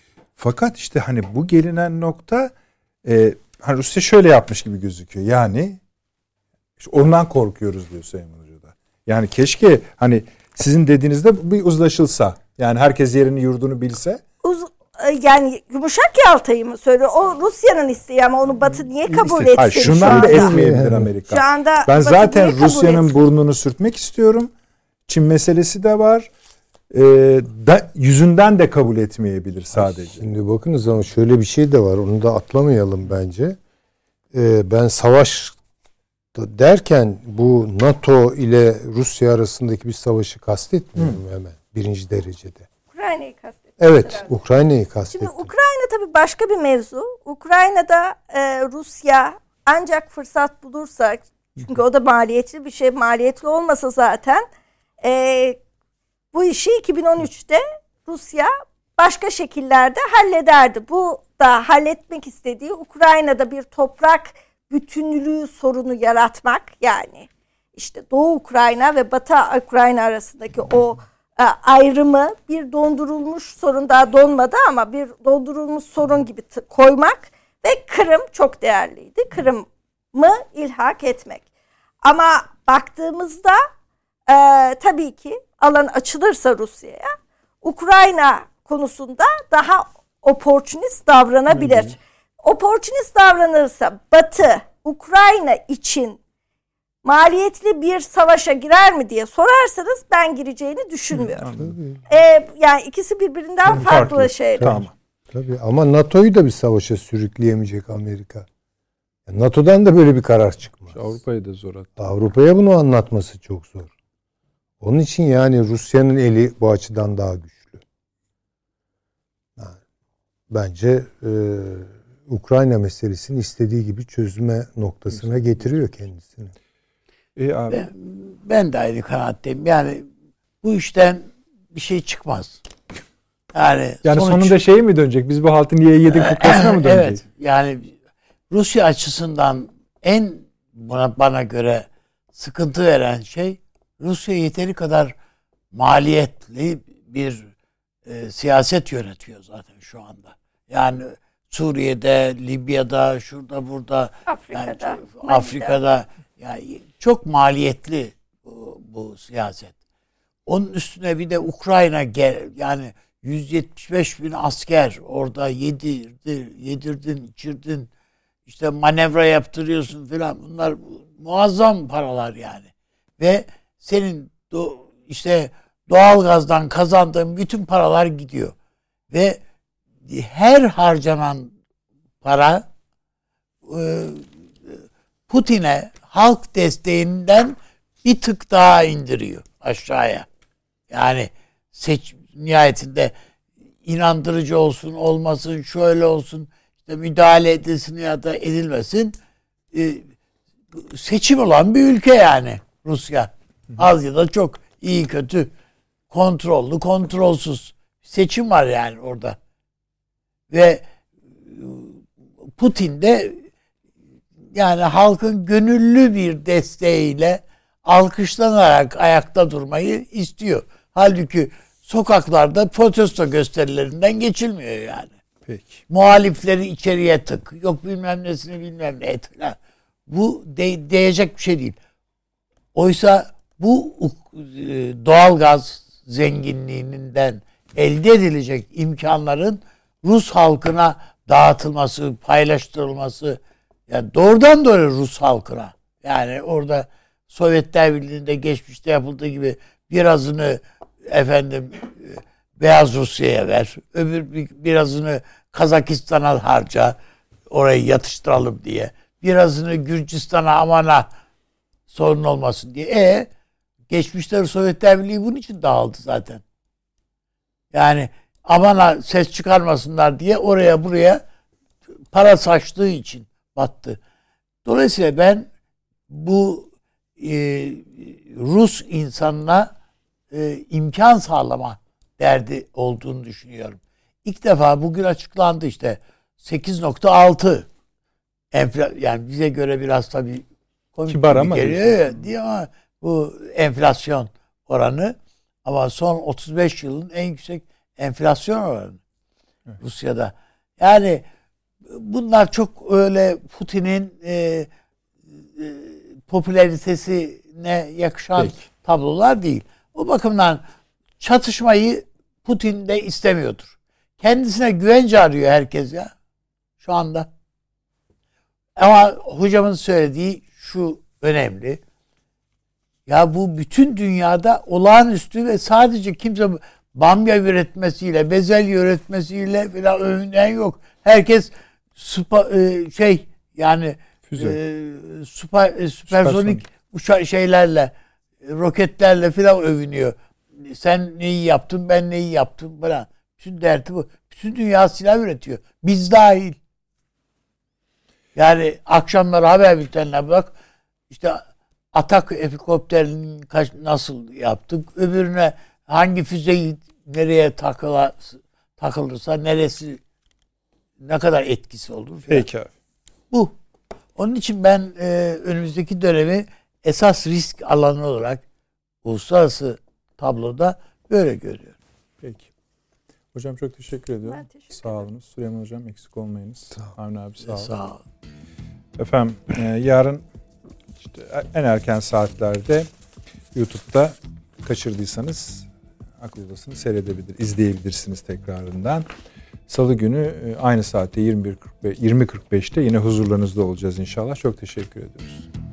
Speaker 1: Fakat işte hani bu gelinen nokta e, hani Rusya şöyle yapmış gibi gözüküyor. Yani işte ondan korkuyoruz diyor Sayın Hoca da. Yani keşke hani sizin dediğinizde bir uzlaşılsa. Yani herkes yerini yurdunu bilse.
Speaker 4: Uz, yani yumuşak Yalta'yı mı söylüyor? O Rusya'nın isteği ama onu Batı niye kabul
Speaker 1: İşte- Hayır,
Speaker 4: etsin şu
Speaker 1: şundan da
Speaker 4: anda?
Speaker 1: etmeyebilir Amerika.
Speaker 4: Şu anda
Speaker 1: Ben
Speaker 4: Batı
Speaker 1: zaten
Speaker 4: niye kabul
Speaker 1: Rusya'nın
Speaker 4: etsin?
Speaker 1: burnunu sürtmek istiyorum. Çin meselesi de var. Ee, da, yüzünden de kabul etmeyebilir sadece.
Speaker 2: Şimdi bakınız ama şöyle bir şey de var. Onu da atlamayalım bence. Ee, ben savaş da derken bu NATO ile Rusya arasındaki bir savaşı kastetmiyorum hemen birinci derecede.
Speaker 4: Ukrayna'yı kastettim.
Speaker 2: Evet,
Speaker 4: herhalde.
Speaker 2: Ukrayna'yı
Speaker 4: Şimdi
Speaker 2: kastettim.
Speaker 4: Ukrayna tabii başka bir mevzu. Ukrayna'da e, Rusya ancak fırsat bulursa, çünkü o da maliyetli bir şey, maliyetli olmasa zaten e, bu işi iki bin on üçte Rusya başka şekillerde hallederdi. Bu da halletmek istediği Ukrayna'da bir toprak bütünlüğü sorunu yaratmak, yani işte Doğu Ukrayna ve Batı Ukrayna arasındaki o e, ayrımı bir dondurulmuş sorun, daha donmadı ama bir dondurulmuş sorun gibi t- koymak ve Kırım çok değerliydi. Kırım'ı ilhak etmek. Ama baktığımızda e, tabii ki alan açılırsa Rusya'ya, Ukrayna konusunda daha opportunist davranabilir. Hmm. Opportunist davranırsa Batı Ukrayna için maliyetli bir savaşa girer mi diye sorarsanız ben gireceğini düşünmüyorum. Hmm. Ee, yani ikisi birbirinden farklı, farklı şeyler.
Speaker 2: Tamam. Tabii ama NATO'yu da bir savaşa sürükleyemeyecek Amerika. NATO'dan da böyle bir karar çıkmaz.
Speaker 1: Avrupa'yı da zor attı.
Speaker 2: Avrupa'ya bunu anlatması çok zor. Onun için yani Rusya'nın eli bu açıdan daha güçlü. Yani bence e, Ukrayna meselesini istediği gibi çözüme noktasına getiriyor kendisini.
Speaker 1: E abi.
Speaker 3: Ben, ben de aynı kanaatteyim. Yani bu işten bir şey çıkmaz. Yani,
Speaker 7: yani
Speaker 3: sonuç,
Speaker 7: sonunda şey mi dönecek? Biz bu haltı niye yedik kutlasına mı dönecek?
Speaker 3: Evet. Yani Rusya açısından en bana, bana göre sıkıntı veren şey, Rusya yeteri kadar maliyetli bir e, siyaset yönetiyor zaten şu anda. Yani Suriye'de, Libya'da, şurada burada,
Speaker 4: Afrika'da,
Speaker 3: yani, Afrika'da yani çok maliyetli bu, bu siyaset. Onun üstüne bir de Ukrayna gel, yani yüz yetmiş beş bin asker orada yedirdi, yedirdin, içirdin, işte manevra yaptırıyorsun filan. Bunlar muazzam paralar yani. Ve senin do, işte doğalgazdan kazandığın bütün paralar gidiyor. Ve her harcanan para Putin'e halk desteğinden bir tık daha indiriyor aşağıya. Yani seç, nihayetinde inandırıcı olsun, olmasın, şöyle olsun, işte müdahale edilsin ya da edilmesin. E, seçim olan bir ülke yani Rusya. Az ya da çok, iyi kötü, kontrollü, kontrolsüz. Seçim var yani orada. Ve Putin de yani halkın gönüllü bir desteğiyle alkışlanarak ayakta durmayı istiyor. Halbuki sokaklarda protesto gösterilerinden geçilmiyor yani.
Speaker 1: Peki.
Speaker 3: Muhalifleri içeriye tık. Yok bilmem nesini bilmem ne et. Bu de, değecek bir şey değil. Oysa bu doğalgaz zenginliğinden elde edilecek imkanların Rus halkına dağıtılması, paylaştırılması, yani doğrudan doğru Rus halkına. Yani orada Sovyetler Birliği'nde geçmişte yapıldığı gibi birazını efendim Beyaz Rusya'ya ver, öbür birazını Kazakistan'a harca, orayı yatıştıralım diye, birazını Gürcistan'a amana sorun olmasın diye. E geçmişte Sovyetler Birliği bunun için dağıldı zaten. Yani amana ses çıkarmasınlar diye oraya buraya para saçtığı için battı. Dolayısıyla ben bu e, Rus insanına e, imkan sağlama derdi olduğunu düşünüyorum. İlk defa bugün açıklandı işte sekiz nokta altı enfla, yani bize göre biraz tabii
Speaker 7: kibar ama
Speaker 3: geliyor diye ama bu enflasyon oranı, ama son otuz beş yılın en yüksek enflasyon oranı evet. Rusya'da. Yani bunlar çok öyle Putin'in e, e, popülaritesine yakışan Peki. tablolar değil. O bakımdan çatışmayı Putin de istemiyordur. Kendisine güvence arıyor herkes ya şu anda. Ama hocamın söylediği şu önemli. Ya bu bütün dünyada olağanüstü ve sadece kimse bamya üretmesiyle, bezelye üretmesiyle falan övünen yok. Herkes süpa, e, şey yani Füze. e, süper, e, süpersonik uçak şeylerle, roketlerle falan övünüyor. Sen neyi yaptın, ben neyi yaptım falan. Bütün derdi bu. Bütün dünya silah üretiyor. Biz dahil. Yani akşamları haber bültenine bak. İşte Atak helikopterinin kaç, nasıl yaptık? Öbürüne hangi füzeyi nereye takıla, takılırsa neresi ne kadar etkisi olur falan.
Speaker 1: Peki abi.
Speaker 3: Bu. Onun için ben e, önümüzdeki dönemi esas risk alanı olarak uluslararası tabloda böyle görüyorum.
Speaker 1: Peki. Hocam çok teşekkür ediyorum.
Speaker 4: Ben teşekkür
Speaker 1: sağ olunuz. Süleyman Hocam eksik olmayınız.
Speaker 2: Sağ ol.
Speaker 1: Avni abi sağ olun.
Speaker 3: Sağ olun.
Speaker 1: Efendim e, yarın işte en erken saatlerde YouTube'da kaçırdıysanız Akıl Odası'nı seyredebilir, izleyebilirsiniz tekrarından. Salı günü aynı saatte yirmi kırk beşte yine huzurlarınızda olacağız inşallah. Çok teşekkür ediyoruz.